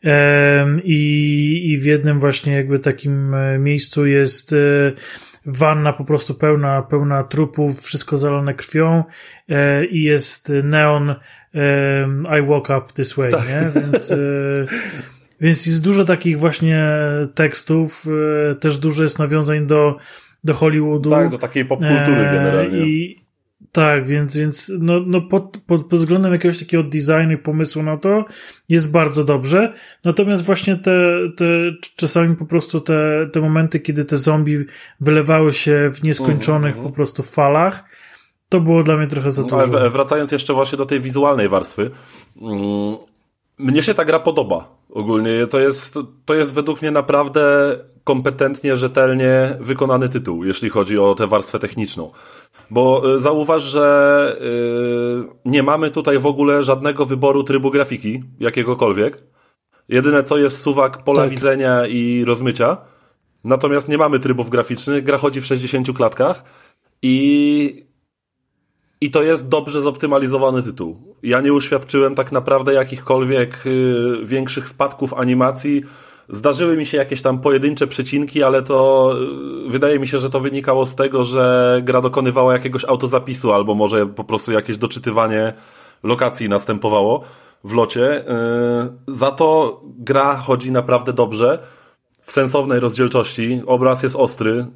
[SPEAKER 2] i w jednym właśnie jakby takim miejscu jest wanna po prostu pełna trupów, wszystko zalane krwią i jest neon I woke up this way, tak. Nie? Więc jest dużo takich właśnie tekstów, też dużo jest nawiązań do Hollywoodu.
[SPEAKER 4] Tak, do takiej popkultury generalnie.
[SPEAKER 2] Tak, więc no pod względem jakiegoś takiego designu i pomysłu na to jest bardzo dobrze. Natomiast właśnie te czasami po prostu te momenty, kiedy te zombie wylewały się w nieskończonych po prostu falach, to było dla mnie trochę za dużo.
[SPEAKER 4] Ale wracając jeszcze właśnie do tej wizualnej warstwy, mnie się ta gra podoba ogólnie. To jest według mnie naprawdę kompetentnie, rzetelnie wykonany tytuł, jeśli chodzi o tę warstwę techniczną. Bo zauważ, że nie mamy tutaj w ogóle żadnego wyboru trybu grafiki, jakiegokolwiek. Jedyne co jest suwak pola widzenia i rozmycia. Natomiast nie mamy trybów graficznych. Gra chodzi w 60 klatkach i to jest dobrze zoptymalizowany tytuł. Ja nie uświadczyłem tak naprawdę jakichkolwiek większych spadków animacji. Zdarzyły mi się jakieś tam pojedyncze przecinki, ale to wydaje mi się, że to wynikało z tego, że gra dokonywała jakiegoś autozapisu albo może po prostu jakieś doczytywanie lokacji następowało w locie. Za to gra chodzi naprawdę dobrze, w sensownej rozdzielczości. Obraz jest ostry.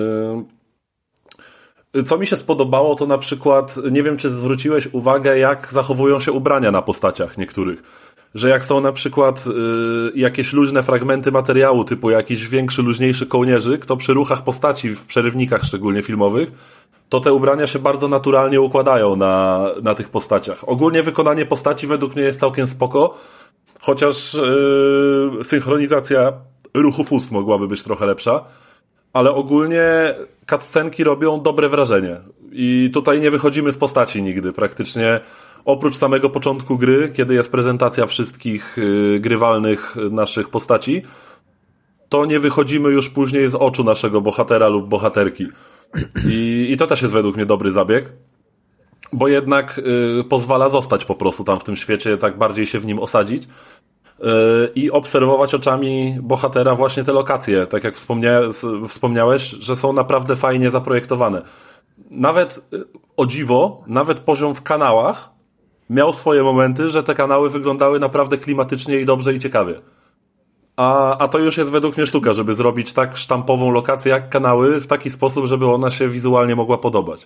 [SPEAKER 4] Co mi się spodobało, to na przykład, nie wiem, czy zwróciłeś uwagę, jak zachowują się ubrania na postaciach niektórych. Że jak są na przykład jakieś luźne fragmenty materiału, typu jakiś większy, luźniejszy kołnierzyk, to przy ruchach postaci w przerywnikach, szczególnie filmowych, to te ubrania się bardzo naturalnie układają na tych postaciach. Ogólnie wykonanie postaci według mnie jest całkiem spoko, chociaż synchronizacja ruchów ust mogłaby być trochę lepsza, ale ogólnie cutscenki robią dobre wrażenie i tutaj nie wychodzimy z postaci nigdy, praktycznie oprócz samego początku gry, kiedy jest prezentacja wszystkich grywalnych naszych postaci, to nie wychodzimy już później z oczu naszego bohatera lub bohaterki. I to też jest według mnie dobry zabieg, bo jednak pozwala zostać po prostu tam w tym świecie, tak bardziej się w nim osadzić i obserwować oczami bohatera właśnie te lokacje, tak jak wspomniałeś, że są naprawdę fajnie zaprojektowane. Nawet o dziwo, nawet poziom w kanałach miał swoje momenty, że te kanały wyglądały naprawdę klimatycznie i dobrze i ciekawie. A to już jest według mnie sztuka, żeby zrobić tak sztampową lokację jak kanały w taki sposób, żeby ona się wizualnie mogła podobać.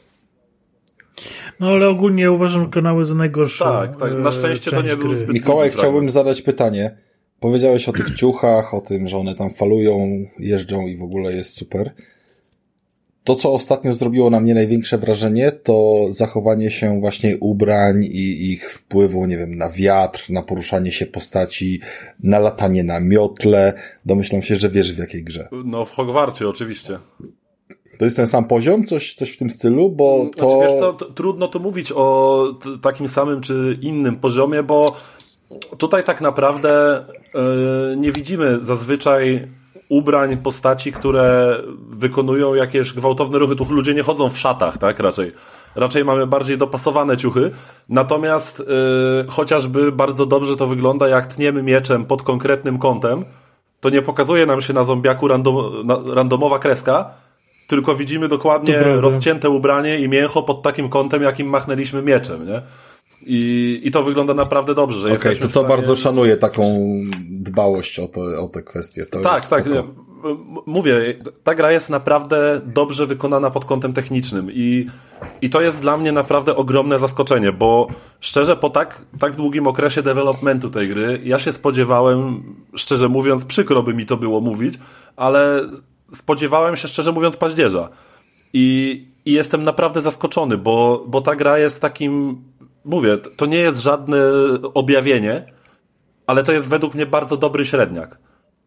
[SPEAKER 2] No ale ogólnie uważam kanały za najgorsze.
[SPEAKER 4] Tak. Na szczęście to nie był zbyt...
[SPEAKER 1] Mikołaj, chciałbym zadać pytanie. Powiedziałeś o tych ciuchach, o tym, że one tam falują, jeżdżą i w ogóle jest super. To, co ostatnio zrobiło na mnie największe wrażenie, to zachowanie się właśnie ubrań i ich wpływu, nie wiem, na wiatr, na poruszanie się postaci, na latanie na miotle. Domyślam się, że wiesz w jakiej grze.
[SPEAKER 4] No w Hogwarcie oczywiście.
[SPEAKER 1] To jest ten sam poziom? Coś w tym stylu? Bo to...
[SPEAKER 4] Znaczy, wiesz co, trudno tu mówić o takim samym czy innym poziomie, bo tutaj tak naprawdę nie widzimy zazwyczaj ubrań postaci, które wykonują jakieś gwałtowne ruchy. Tu ludzie nie chodzą w szatach, tak? Raczej mamy bardziej dopasowane ciuchy. Natomiast chociażby bardzo dobrze to wygląda, jak tniemy mieczem pod konkretnym kątem, to nie pokazuje nam się na zombiaku randomowa kreska, tylko widzimy dokładnie rozcięte ubranie i mięcho pod takim kątem, jakim machnęliśmy mieczem, nie? I to wygląda naprawdę dobrze, że jesteśmy
[SPEAKER 1] to
[SPEAKER 4] w stanie...
[SPEAKER 1] bardzo szanuję taką dbałość o te kwestie. To
[SPEAKER 4] tak. Mówię, ta gra jest naprawdę dobrze wykonana pod kątem technicznym i to jest dla mnie naprawdę ogromne zaskoczenie, bo szczerze po tak długim okresie developmentu tej gry ja się spodziewałem, szczerze mówiąc, przykro by mi to było mówić, ale spodziewałem się, szczerze mówiąc, paździerza. I jestem naprawdę zaskoczony, bo ta gra jest takim... Mówię, to nie jest żadne objawienie, ale to jest według mnie bardzo dobry średniak,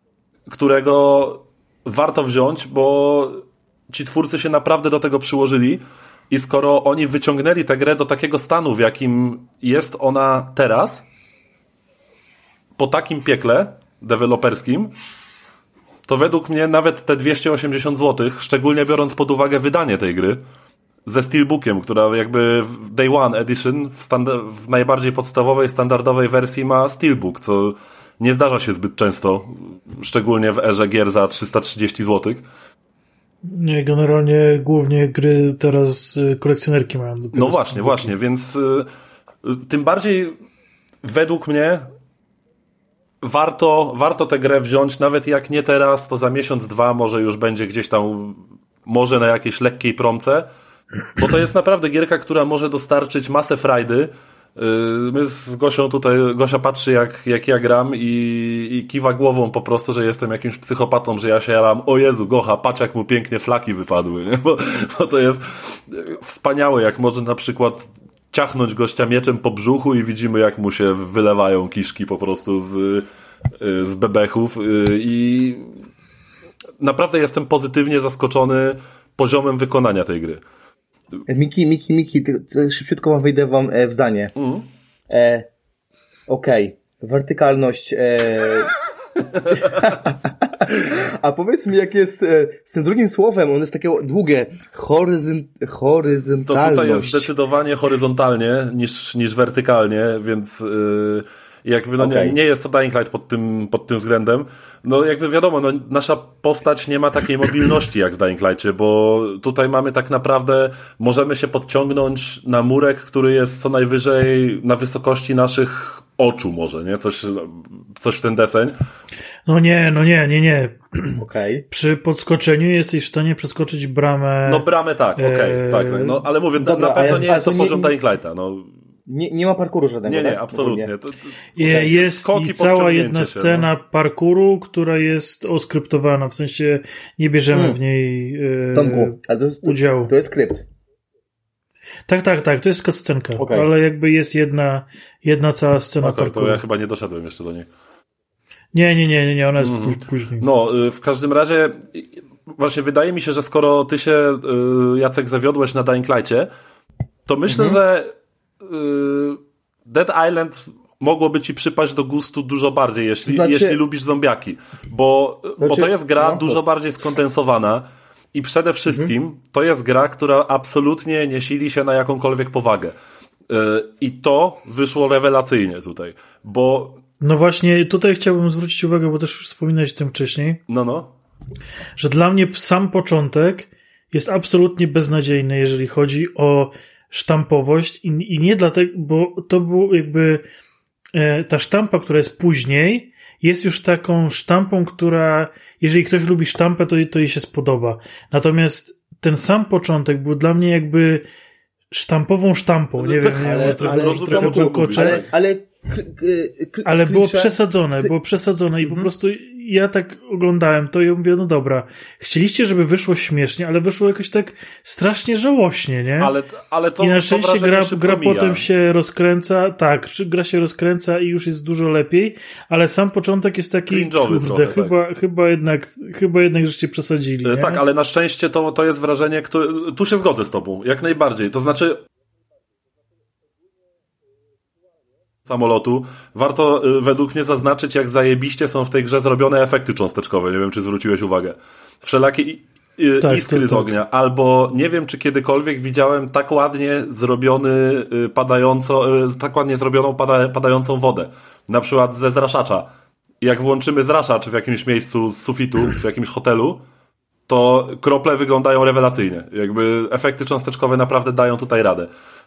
[SPEAKER 4] którego warto wziąć, bo ci twórcy się naprawdę do tego przyłożyli i skoro oni wyciągnęli tę grę do takiego stanu, w jakim jest ona teraz, po takim piekle deweloperskim, to według mnie nawet te 280 zł, szczególnie biorąc pod uwagę wydanie tej gry, ze Steelbookiem, która jakby w Day One Edition w najbardziej podstawowej, standardowej wersji ma Steelbook, co nie zdarza się zbyt często, szczególnie w erze gier za 330 zł.
[SPEAKER 2] Nie, generalnie głównie gry teraz kolekcjonerki mają.
[SPEAKER 4] No właśnie, więc tym bardziej według mnie warto tę grę wziąć, nawet jak nie teraz, to za miesiąc, dwa może już będzie gdzieś tam, może na jakiejś lekkiej promce, bo to jest naprawdę gierka, która może dostarczyć masę frajdy. My z Gosią tutaj, Gosia patrzy jak ja gram i kiwa głową po prostu, że jestem jakimś psychopatą, że ja się jaram, o Jezu, Gocha, patrz jak mu pięknie flaki wypadły, nie? Bo to jest wspaniałe, jak może na przykład ciachnąć gościa mieczem po brzuchu i widzimy jak mu się wylewają kiszki po prostu z bebechów i naprawdę jestem pozytywnie zaskoczony poziomem wykonania tej gry.
[SPEAKER 3] Miki, szybciutko wam wejdę wam w zdanie. Okej. Wertykalność. A powiedz mi, jak jest z tym drugim słowem, on jest takie długie. Horyzontalność.
[SPEAKER 4] To tutaj jest zdecydowanie horyzontalnie niż wertykalnie, więc jakby nie jest to Dying Light pod tym względem. No jakby wiadomo, nasza postać nie ma takiej mobilności jak w Dying Lightie, bo tutaj mamy tak naprawdę, możemy się podciągnąć na murek, który jest co najwyżej na wysokości naszych oczu może, nie? Coś w ten deseń.
[SPEAKER 2] No nie.
[SPEAKER 3] Okay.
[SPEAKER 2] Przy podskoczeniu jesteś w stanie przeskoczyć bramę.
[SPEAKER 4] No bramę tak, tak. No ale mówię, dobra, na pewno nie jest to poziom Dying Lighta, no.
[SPEAKER 3] Nie ma parkouru żadnego.
[SPEAKER 4] Nie,
[SPEAKER 3] tak?
[SPEAKER 4] absolutnie.
[SPEAKER 2] Jest i cała jedna scena parkouru, która jest oskryptowana, w sensie nie bierzemy w niej
[SPEAKER 3] Tomku, ale
[SPEAKER 2] udziału.
[SPEAKER 3] To jest skrypt.
[SPEAKER 2] Tak, to jest cutscenka, ale jakby jest jedna cała scena parkouru.
[SPEAKER 4] To ja chyba nie doszedłem jeszcze do niej.
[SPEAKER 2] Nie, ona jest później.
[SPEAKER 4] No, w każdym razie właśnie wydaje mi się, że skoro ty się, Jacek, zawiodłeś na Dying Light'cie, to myślę, że Dead Island mogłoby ci przypaść do gustu dużo bardziej, jeśli lubisz zombiaki. Bo to jest gra dużo bardziej skondensowana i przede wszystkim to jest gra, która absolutnie nie sili się na jakąkolwiek powagę. I to wyszło rewelacyjnie tutaj, bo...
[SPEAKER 2] No właśnie, tutaj chciałbym zwrócić uwagę, bo też już wspominałeś o tym wcześniej. Że dla mnie sam początek jest absolutnie beznadziejny, jeżeli chodzi o sztampowość i nie dlatego, bo to było jakby ta sztampa, która jest później, jest już taką sztampą, która, jeżeli ktoś lubi sztampę, to jej się spodoba. Natomiast ten sam początek był dla mnie jakby sztampową sztampą. Nie wiem, trochę bełkocze. Ale było przesadzone i po prostu ja tak oglądałem to i mówię, no dobra, chcieliście, żeby wyszło śmiesznie, ale wyszło jakoś tak strasznie żałośnie, nie?
[SPEAKER 4] Ale to
[SPEAKER 2] i na szczęście gra potem się rozkręca, gra się rozkręca i już jest dużo lepiej, ale sam początek jest taki, kurde, chyba jednak żeście przesadzili, nie?
[SPEAKER 4] Tak, ale na szczęście to jest wrażenie, tu się zgodzę z tobą, jak najbardziej, to znaczy samolotu. Warto według mnie zaznaczyć, jak zajebiście są w tej grze zrobione efekty cząsteczkowe. Nie wiem, czy zwróciłeś uwagę. Wszelakie iskry z ognia. Albo nie wiem, czy kiedykolwiek widziałem tak ładnie zrobioną padającą wodę. Na przykład ze zraszacza. Jak włączymy zraszacz w jakimś miejscu z sufitu, w jakimś hotelu, to krople wyglądają rewelacyjnie. Jakby efekty cząsteczkowe naprawdę dają tutaj radę.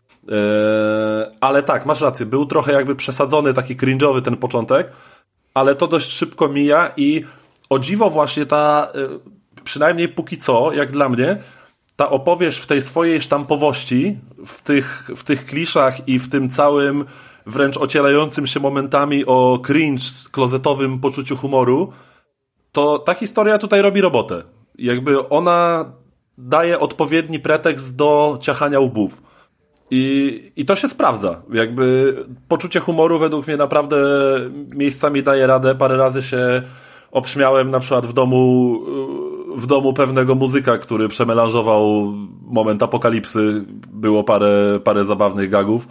[SPEAKER 4] Ale tak, masz rację, był trochę jakby przesadzony, taki cringe'owy ten początek, ale to dość szybko mija i o dziwo właśnie ta, przynajmniej póki co, jak dla mnie, ta opowieść w tej swojej sztampowości, w tych kliszach i w tym całym wręcz ocierającym się momentami o cringe, klozetowym poczuciu humoru, to ta historia tutaj robi robotę. Jakby ona daje odpowiedni pretekst do ciachania łbów. I to się sprawdza. Jakby poczucie humoru według mnie naprawdę miejscami daje radę. Parę razy się obśmiałem na przykład w domu pewnego muzyka, który przemelanżował moment apokalipsy. Było parę zabawnych gagów.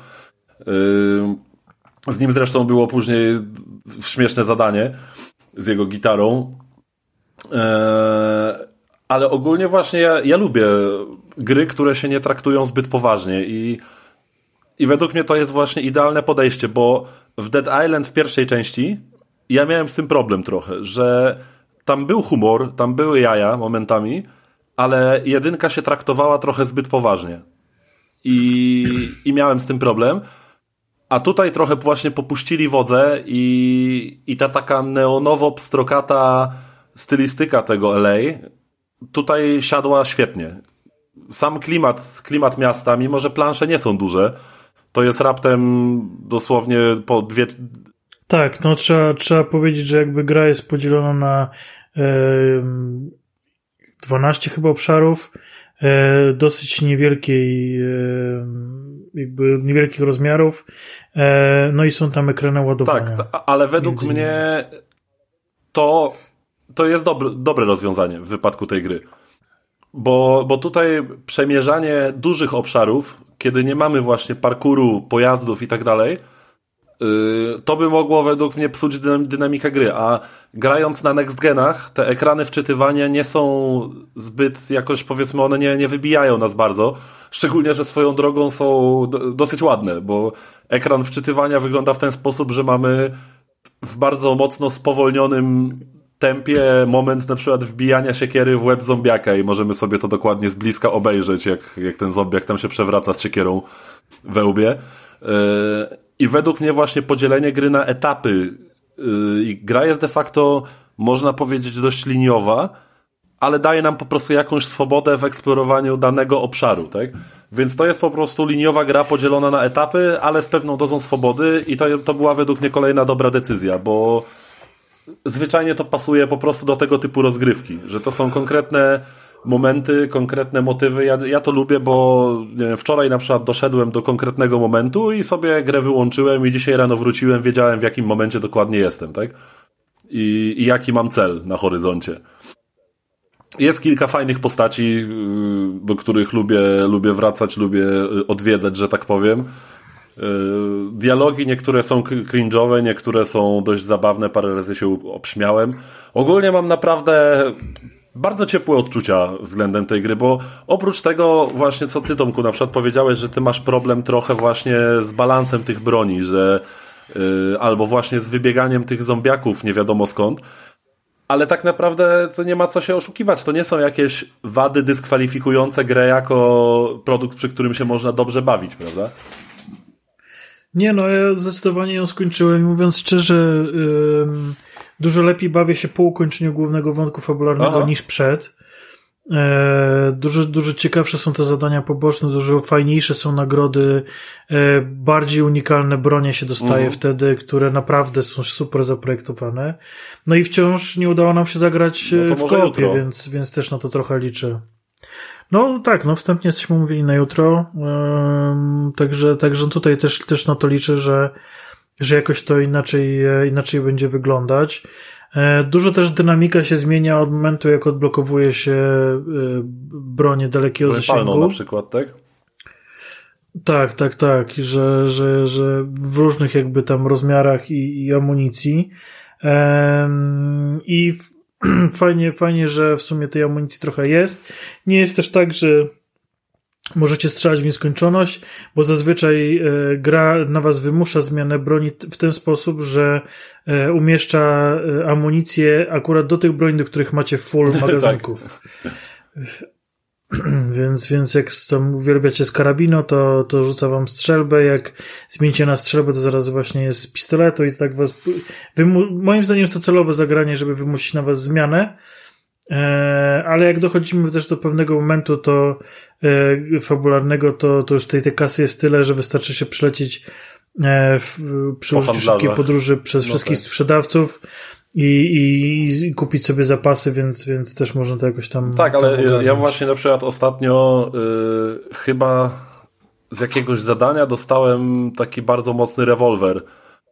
[SPEAKER 4] Z nim zresztą było później śmieszne zadanie z jego gitarą. Ale ogólnie właśnie ja lubię gry, które się nie traktują zbyt poważnie i według mnie to jest właśnie idealne podejście, bo w Dead Island w pierwszej części ja miałem z tym problem trochę, że tam był humor, tam były jaja momentami, ale jedynka się traktowała trochę zbyt poważnie i miałem z tym problem, a tutaj trochę właśnie popuścili wodze i ta taka neonowo-pstrokata stylistyka tego LA tutaj siadła świetnie. Sam klimat miasta, mimo że plansze nie są duże, to jest raptem dosłownie po 2...
[SPEAKER 2] Tak, no trzeba powiedzieć, że jakby gra jest podzielona na 12 chyba obszarów, dosyć niewielkich rozmiarów, no i są tam ekrany ładowania.
[SPEAKER 4] Tak, ale według mnie to jest dobre rozwiązanie w wypadku tej gry. Bo tutaj przemierzanie dużych obszarów, kiedy nie mamy właśnie parkouru, pojazdów i tak dalej, to by mogło według mnie psuć dynamikę gry, a grając na next genach te ekrany wczytywania nie są zbyt jakoś, powiedzmy, one nie wybijają nas bardzo, szczególnie, że swoją drogą są dosyć ładne, bo ekran wczytywania wygląda w ten sposób, że mamy w bardzo mocno spowolnionym tempie moment na przykład wbijania siekiery w łeb zombiaka i możemy sobie to dokładnie z bliska obejrzeć, jak ten zombiak tam się przewraca z siekierą we łbie. I według mnie właśnie podzielenie gry na etapy i gra jest de facto, można powiedzieć, dość liniowa, ale daje nam po prostu jakąś swobodę w eksplorowaniu danego obszaru, tak? Więc to jest po prostu liniowa gra podzielona na etapy, ale z pewną dozą swobody i to była według mnie kolejna dobra decyzja, bo zwyczajnie to pasuje po prostu do tego typu rozgrywki, że to są konkretne momenty, konkretne motywy. Ja to lubię, bo nie wiem, wczoraj na przykład doszedłem do konkretnego momentu i sobie grę wyłączyłem i dzisiaj rano wróciłem, wiedziałem w jakim momencie dokładnie jestem, tak? I jaki mam cel na horyzoncie. Jest kilka fajnych postaci, do których lubię wracać, lubię odwiedzać, że tak powiem. Dialogi niektóre są cringe'owe, niektóre są dość zabawne, parę razy się obśmiałem. Ogólnie mam naprawdę bardzo ciepłe odczucia względem tej gry, bo oprócz tego właśnie co ty, Tomku, na przykład powiedziałeś, że ty masz problem trochę właśnie z balansem tych broni, że albo właśnie z wybieganiem tych zombiaków nie wiadomo skąd, ale tak naprawdę to nie ma co się oszukiwać, to nie są jakieś wady dyskwalifikujące grę jako produkt, przy którym się można dobrze bawić, prawda?
[SPEAKER 2] Nie, no ja zdecydowanie ją skończyłem, mówiąc szczerze, dużo lepiej bawię się po ukończeniu głównego wątku fabularnego niż przed. Dużo ciekawsze są te zadania poboczne, dużo fajniejsze są nagrody, bardziej unikalne bronie się dostaje wtedy, które naprawdę są super zaprojektowane. No i wciąż nie udało nam się zagrać w koopie, więc też na to trochę liczę. No tak, no wstępnie jesteśmy umówieni na jutro, także tutaj też na to liczę, że jakoś to inaczej będzie wyglądać. Dużo też dynamika się zmienia od momentu, jak odblokowuje się bronię dalekiego zasięgu.
[SPEAKER 4] Na przykład, tak?
[SPEAKER 2] Tak, że w różnych jakby tam rozmiarach i amunicji. I fajnie, że w sumie tej amunicji trochę jest. Nie jest też tak, że możecie strzelać w nieskończoność, bo zazwyczaj gra na was wymusza zmianę broni w ten sposób, że umieszcza amunicję akurat do tych broni, do których macie full magazynków. Więc jak tam uwielbiacie z karabinu, to rzuca wam strzelbę, jak zmienicie na strzelbę, to zaraz właśnie jest z pistoletu i tak was... Moim zdaniem jest to celowe zagranie, żeby wymusić na was zmianę, ale jak dochodzimy też do pewnego momentu fabularnego, to już tej kasy jest tyle, że wystarczy się przylecieć przy użyciu szybkiej podróży przez wszystkich sprzedawców i kupić sobie zapasy, więc też można to jakoś tam...
[SPEAKER 4] Tak, ale ja właśnie na przykład ostatnio chyba z jakiegoś zadania dostałem taki bardzo mocny rewolwer.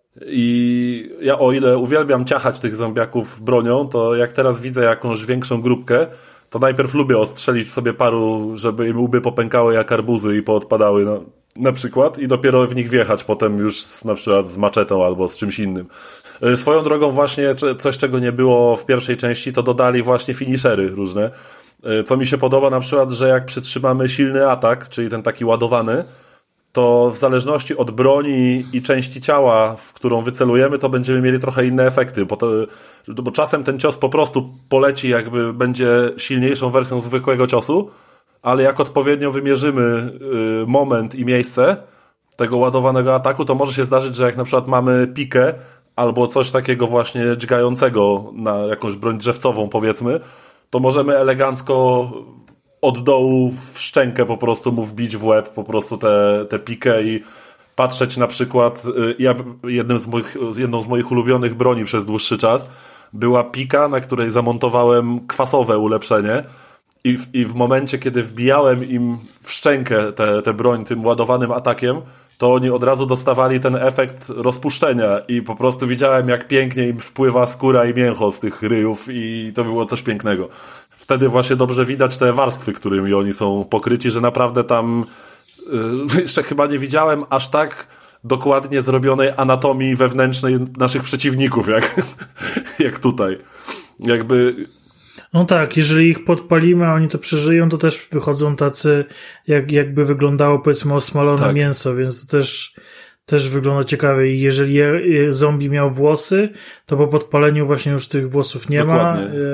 [SPEAKER 4] I ja o ile uwielbiam ciachać tych zombiaków bronią, to jak teraz widzę jakąś większą grupkę, to najpierw lubię ostrzelić sobie paru, żeby im łby popękały jak arbuzy i poodpadały na przykład i dopiero w nich wjechać potem już na przykład z maczetą albo z czymś innym. Swoją drogą właśnie coś, czego nie było w pierwszej części, to dodali właśnie finishery różne. Co mi się podoba na przykład, że jak przytrzymamy silny atak, czyli ten taki ładowany, to w zależności od broni i części ciała, w którą wycelujemy, to będziemy mieli trochę inne efekty, bo czasem ten cios po prostu poleci, jakby będzie silniejszą wersją zwykłego ciosu, ale jak odpowiednio wymierzymy moment i miejsce tego ładowanego ataku, to może się zdarzyć, że jak na przykład mamy pikę albo coś takiego właśnie dźgającego na jakąś broń drzewcową, powiedzmy, to możemy elegancko od dołu w szczękę po prostu mu wbić w łeb po prostu tę pikę i patrzeć na przykład, jedną z moich ulubionych broni przez dłuższy czas była pika, na której zamontowałem kwasowe ulepszenie i w momencie, kiedy wbijałem im w szczękę tę broń tym ładowanym atakiem, to oni od razu dostawali ten efekt rozpuszczenia i po prostu widziałem, jak pięknie im spływa skóra i mięcho z tych ryjów i to było coś pięknego. Wtedy właśnie dobrze widać te warstwy, którymi oni są pokryci, że naprawdę tam jeszcze chyba nie widziałem aż tak dokładnie zrobionej anatomii wewnętrznej naszych przeciwników, jak tutaj. Jakby...
[SPEAKER 2] No tak, jeżeli ich podpalimy, a oni to przeżyją, to też wychodzą tacy, jakby wyglądało powiedzmy osmalone mięso, więc to też wygląda ciekawie. I jeżeli zombie miał włosy, to po podpaleniu właśnie już tych włosów nie ma.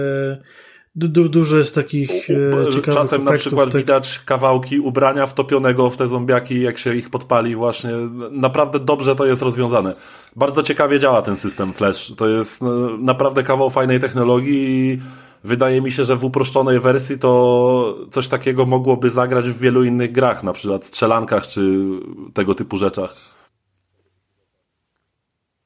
[SPEAKER 2] Dużo jest takich ciekawych
[SPEAKER 4] czasem na przykład widać kawałki ubrania wtopionego w te zombiaki, jak się ich podpali właśnie. Naprawdę dobrze to jest rozwiązane. Bardzo ciekawie działa ten system Flash. To jest naprawdę kawał fajnej technologii i wydaje mi się, że w uproszczonej wersji to coś takiego mogłoby zagrać w wielu innych grach, na przykład strzelankach czy tego typu rzeczach.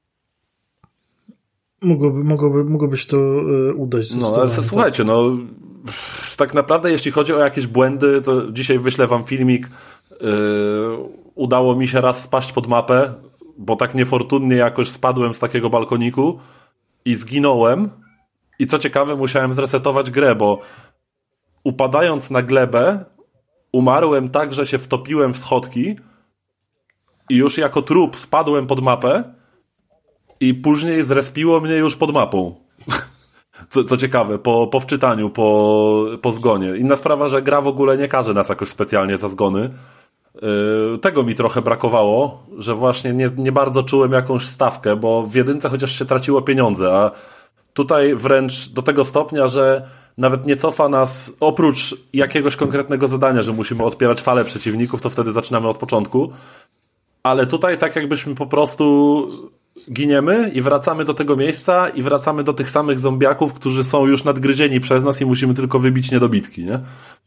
[SPEAKER 2] Mogłoby się to udać.
[SPEAKER 4] No, ale słuchajcie, tak naprawdę jeśli chodzi o jakieś błędy, to dzisiaj wyślę wam filmik. Udało mi się raz spaść pod mapę, bo tak niefortunnie jakoś spadłem z takiego balkoniku i zginąłem. I co ciekawe, musiałem zresetować grę, bo upadając na glebę umarłem tak, że się wtopiłem w schodki i już jako trup spadłem pod mapę i później zrespiło mnie już pod mapą. Co ciekawe, po wczytaniu, po zgonie. Inna sprawa, że gra w ogóle nie karze nas jakoś specjalnie za zgony. Tego mi trochę brakowało, że właśnie nie bardzo czułem jakąś stawkę, bo w jedynce chociaż się traciło pieniądze, a tutaj wręcz do tego stopnia, że nawet nie cofa nas, oprócz jakiegoś konkretnego zadania, że musimy odpierać falę przeciwników, to wtedy zaczynamy od początku. Ale tutaj tak jakbyśmy po prostu giniemy i wracamy do tego miejsca i wracamy do tych samych zombiaków, którzy są już nadgryzieni przez nas i musimy tylko wybić niedobitki, nie?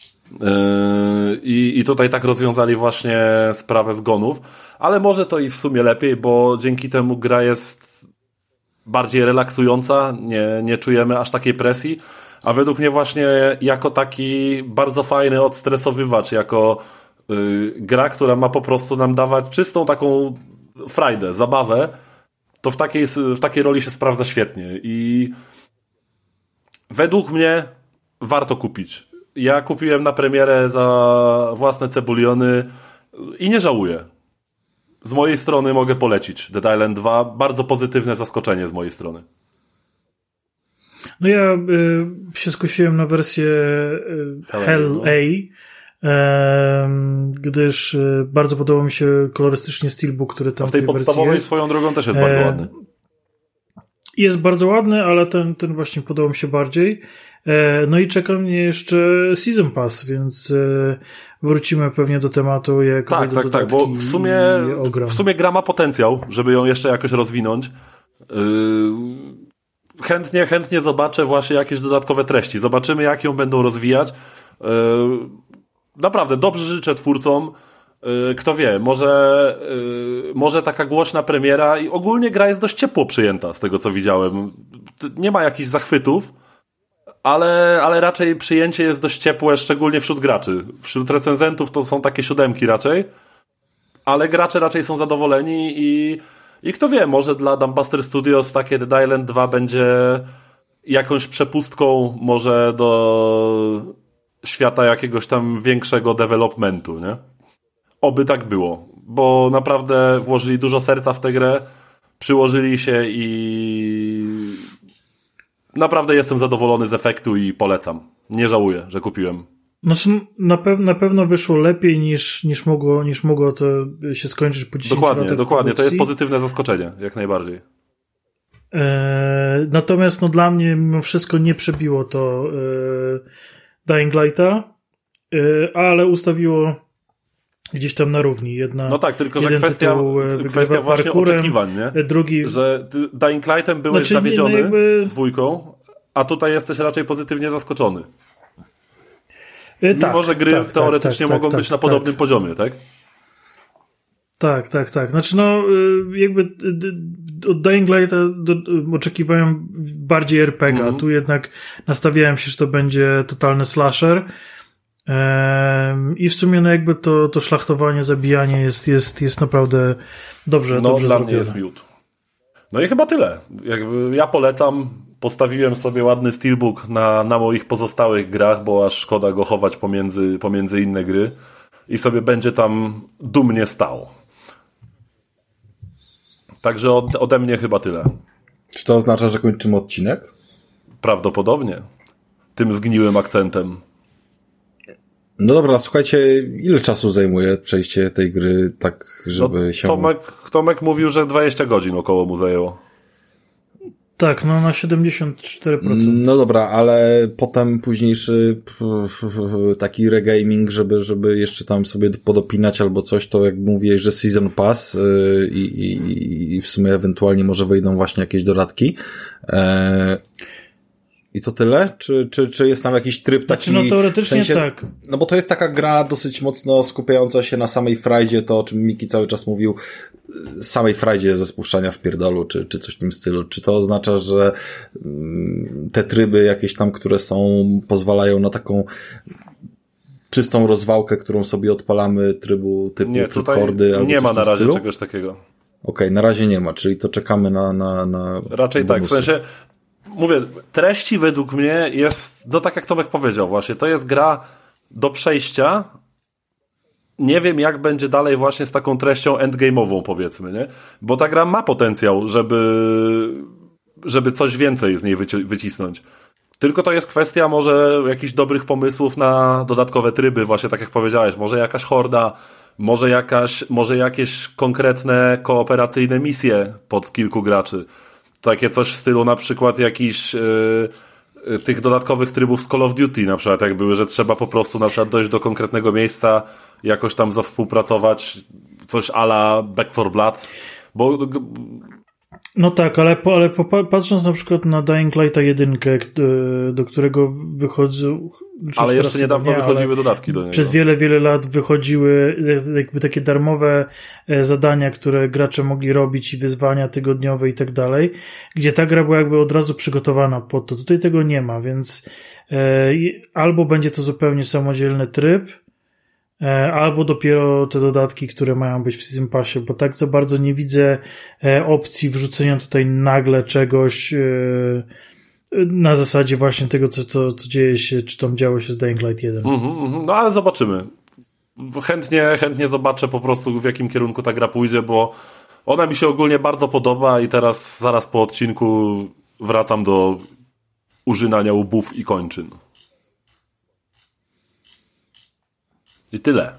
[SPEAKER 4] I tutaj tak rozwiązali właśnie sprawę zgonów, ale może to i w sumie lepiej, bo dzięki temu gra jest bardziej relaksująca, nie czujemy aż takiej presji, a według mnie właśnie jako taki bardzo fajny odstresowywacz, jako gra, która ma po prostu nam dawać czystą taką frajdę, zabawę, to w takiej roli się sprawdza świetnie i według mnie warto kupić. Ja kupiłem na premierę za własne cebuliony i nie żałuję. Z mojej strony mogę polecić Dead Island 2. Bardzo pozytywne zaskoczenie z mojej strony.
[SPEAKER 2] No ja się skusiłem na wersję Hell A, gdyż bardzo podobał mi się kolorystycznie steelbook, który tam
[SPEAKER 4] w tej podstawowej swoją drogą też jest bardzo ładny.
[SPEAKER 2] Jest bardzo ładny, ale ten właśnie podobał mi się bardziej. No i czeka mnie jeszcze Season Pass, więc wrócimy pewnie do tematu, jak
[SPEAKER 4] tak, bo w sumie gra ma potencjał, żeby ją jeszcze jakoś rozwinąć. Chętnie zobaczę właśnie jakieś dodatkowe treści. Zobaczymy, jak ją będą rozwijać. Naprawdę, dobrze życzę twórcom. Kto wie, może taka głośna premiera i ogólnie gra jest dość ciepło przyjęta z tego, co widziałem. Nie ma jakichś zachwytów, ale raczej przyjęcie jest dość ciepłe, szczególnie wśród graczy. Wśród recenzentów to są takie 7 raczej, ale gracze raczej są zadowoleni i kto wie, może dla Dambuster Studios takie Dead Island 2 będzie jakąś przepustką może do świata jakiegoś tam większego developmentu, nie? Oby tak było, bo naprawdę włożyli dużo serca w tę grę, przyłożyli się i naprawdę jestem zadowolony z efektu i polecam. Nie żałuję, że kupiłem.
[SPEAKER 2] Znaczy, na pewno wyszło lepiej niż mogło to się skończyć po 10 latach
[SPEAKER 4] Dokładnie. To jest pozytywne zaskoczenie, jak najbardziej.
[SPEAKER 2] Natomiast dla mnie mimo wszystko nie przebiło to Dying Lighta, ale ustawiło gdzieś tam na równi.
[SPEAKER 4] No tak, tylko że kwestia właśnie oczekiwań, nie?
[SPEAKER 2] Drugi...
[SPEAKER 4] Że Dying Lightem byłeś zawiedziony dwójką, a tutaj jesteś raczej pozytywnie zaskoczony. Mimo, że gry teoretycznie mogą być na podobnym poziomie, tak?
[SPEAKER 2] Tak. Znaczy jakby od Dying Lighta oczekiwałem bardziej RPG, a tu jednak nastawiałem się, że to będzie totalny slasher. I w sumie jakby to szlachtowanie, zabijanie jest naprawdę dobrze
[SPEAKER 4] dla
[SPEAKER 2] zrobione.
[SPEAKER 4] Mnie jest miód. No i chyba tyle. Ja polecam. Postawiłem sobie ładny steelbook na moich pozostałych grach, bo aż szkoda go chować pomiędzy inne gry i sobie będzie tam dumnie stał. Także ode mnie chyba tyle.
[SPEAKER 1] Czy to oznacza, że kończymy odcinek?
[SPEAKER 4] Prawdopodobnie. Tym zgniłym akcentem.
[SPEAKER 1] No dobra, słuchajcie, ile czasu zajmuje przejście tej gry tak, żeby się...
[SPEAKER 4] Tomek mówił, że 20 godzin około mu zajęło.
[SPEAKER 2] Tak, na 74%.
[SPEAKER 1] No dobra, ale potem późniejszy taki regaming, żeby jeszcze tam sobie podopinać albo coś, to jak mówiłeś, że Season Pass i w sumie ewentualnie może wejdą właśnie jakieś dodatki. I to tyle? Czy jest tam jakiś tryb taki...
[SPEAKER 2] Znaczy, no teoretycznie w sensie, tak.
[SPEAKER 1] No bo to jest taka gra dosyć mocno skupiająca się na samej frajdzie, to o czym Miki cały czas mówił, samej frajdzie ze spuszczania w pierdolu, czy coś w tym stylu. Czy to oznacza, że te tryby jakieś tam, które są, pozwalają na taką czystą rozwałkę, którą sobie odpalamy trybu typu
[SPEAKER 4] nie, tutaj
[SPEAKER 1] kordy,
[SPEAKER 4] nie ma na razie
[SPEAKER 1] stylu?
[SPEAKER 4] czegoś takiego.
[SPEAKER 1] Okej, na razie nie ma, czyli to czekamy na
[SPEAKER 4] raczej bonusy. Tak, w sensie mówię, treści według mnie jest, no tak jak Tomek powiedział właśnie, to jest gra do przejścia. Nie wiem, jak będzie dalej właśnie z taką treścią endgame'ową, powiedzmy, nie? Bo ta gra ma potencjał, żeby coś więcej z niej wycisnąć. Tylko to jest kwestia może jakichś dobrych pomysłów na dodatkowe tryby, właśnie tak jak powiedziałeś, może jakaś horda, może jakieś konkretne kooperacyjne misje pod kilku graczy. Takie coś w stylu na przykład jakichś tych dodatkowych trybów z Call of Duty, na przykład jak były, że trzeba po prostu na przykład dojść do konkretnego miejsca, jakoś tam zawspółpracować, coś a la Back 4 Blood, bo...
[SPEAKER 2] No tak, ale patrząc na przykład na Dying Lighta 1, do którego wychodzą...
[SPEAKER 4] Ale jeszcze niedawno wychodziły dodatki do niego.
[SPEAKER 2] Przez wiele lat wychodziły jakby takie darmowe zadania, które gracze mogli robić i wyzwania tygodniowe i tak dalej, gdzie ta gra była jakby od razu przygotowana pod to. Tutaj tego nie ma, więc albo będzie to zupełnie samodzielny tryb, albo dopiero te dodatki, które mają być w Season Passie, bo tak za bardzo nie widzę opcji wrzucenia tutaj nagle czegoś na zasadzie właśnie tego, co dzieje się, czy tam działo się z Dying Light 1.
[SPEAKER 4] No ale zobaczymy. Chętnie zobaczę po prostu, w jakim kierunku ta gra pójdzie, bo ona mi się ogólnie bardzo podoba i teraz zaraz po odcinku wracam do użynania łbów i kończyn. I tyle.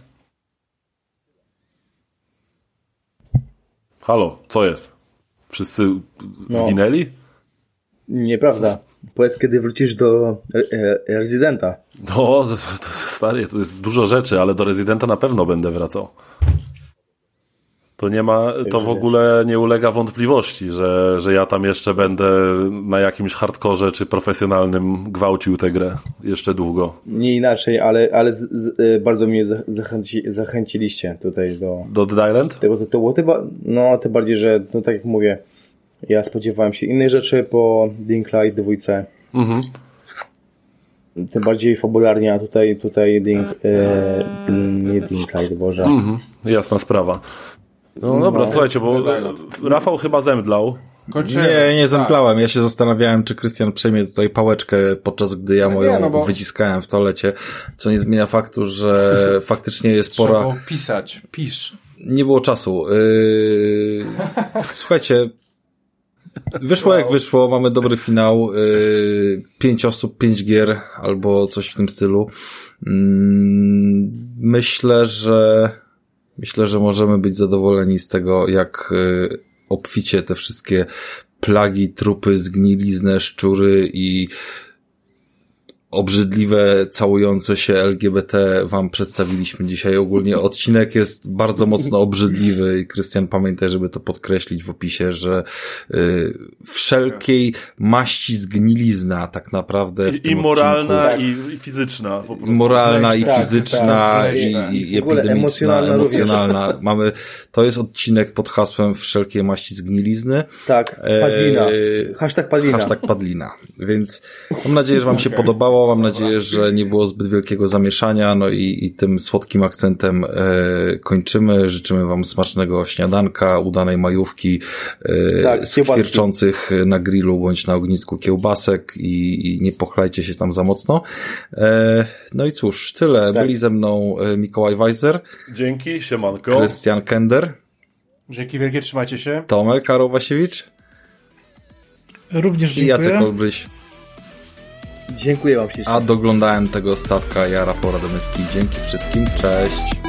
[SPEAKER 4] Halo, co jest? Wszyscy zginęli?
[SPEAKER 3] Nieprawda. Powiedz, kiedy wrócisz do Residenta.
[SPEAKER 4] No, stary, to jest dużo rzeczy, ale do Residenta na pewno będę wracał. To nie ma, to w ogóle nie ulega wątpliwości, że ja tam jeszcze będę na jakimś hardkorze czy profesjonalnym gwałcił tę grę jeszcze długo.
[SPEAKER 3] Nie inaczej, ale bardzo mnie zachęciliście tutaj
[SPEAKER 4] do Dead Island?
[SPEAKER 3] No, tym bardziej, że no tak jak mówię, ja spodziewałem się innej rzeczy po Dying Light 2. Tym bardziej fabularnie, a tutaj nie Dying Light, Boże.
[SPEAKER 4] Jasna sprawa. No dobra, słuchajcie, bo Rafał chyba zemdlał.
[SPEAKER 1] Nie zemdlałem. Ja się zastanawiałem, czy Krystian przejmie tutaj pałeczkę, podczas gdy ja moją wyciskałem w toalecie, co nie zmienia faktu, że faktycznie jest pora...
[SPEAKER 5] Trzeba pisać. Pisz.
[SPEAKER 1] Nie było czasu. Słuchajcie, wyszło jak wyszło, mamy dobry finał, 5 osób, 5 gier, albo coś w tym stylu. Myślę, że możemy być zadowoleni z tego, jak obficie te wszystkie plagi, trupy, zgniliznę, szczury i obrzydliwe, całujące się LGBT wam przedstawiliśmy dzisiaj. Ogólnie odcinek jest bardzo mocno obrzydliwy i Krystian, pamiętaj, żeby to podkreślić w opisie, że wszelkiej maści zgnilizna tak naprawdę w tym
[SPEAKER 4] i moralna odcinku, i fizyczna po prostu.
[SPEAKER 1] Moralna i fizyczna i epidemiczna, emocjonalna. To jest odcinek pod hasłem wszelkiej maści zgnilizny.
[SPEAKER 3] Tak, padlina. Hashtag
[SPEAKER 1] padlina. Więc mam nadzieję, że wam się podobało. Mam nadzieję, że nie było zbyt wielkiego zamieszania, no i tym słodkim akcentem kończymy. Życzymy wam smacznego śniadanka, udanej majówki, skwierczących na grillu bądź na ognisku kiełbasek i nie pochlajcie się tam za mocno. No i cóż, tyle. Byli ze mną Mikołaj Weiser.
[SPEAKER 4] Dzięki, siemanko.
[SPEAKER 1] Krystian Kender.
[SPEAKER 5] Dzięki wielkie, trzymajcie się.
[SPEAKER 1] Tomek Karol Wasiewicz.
[SPEAKER 2] Również dziękuję.
[SPEAKER 1] I Jacek Olbryś.
[SPEAKER 3] Dziękuję wam ślicznie.
[SPEAKER 1] A doglądałem tego statka ja, Rafał Radomyski. Dzięki wszystkim, cześć.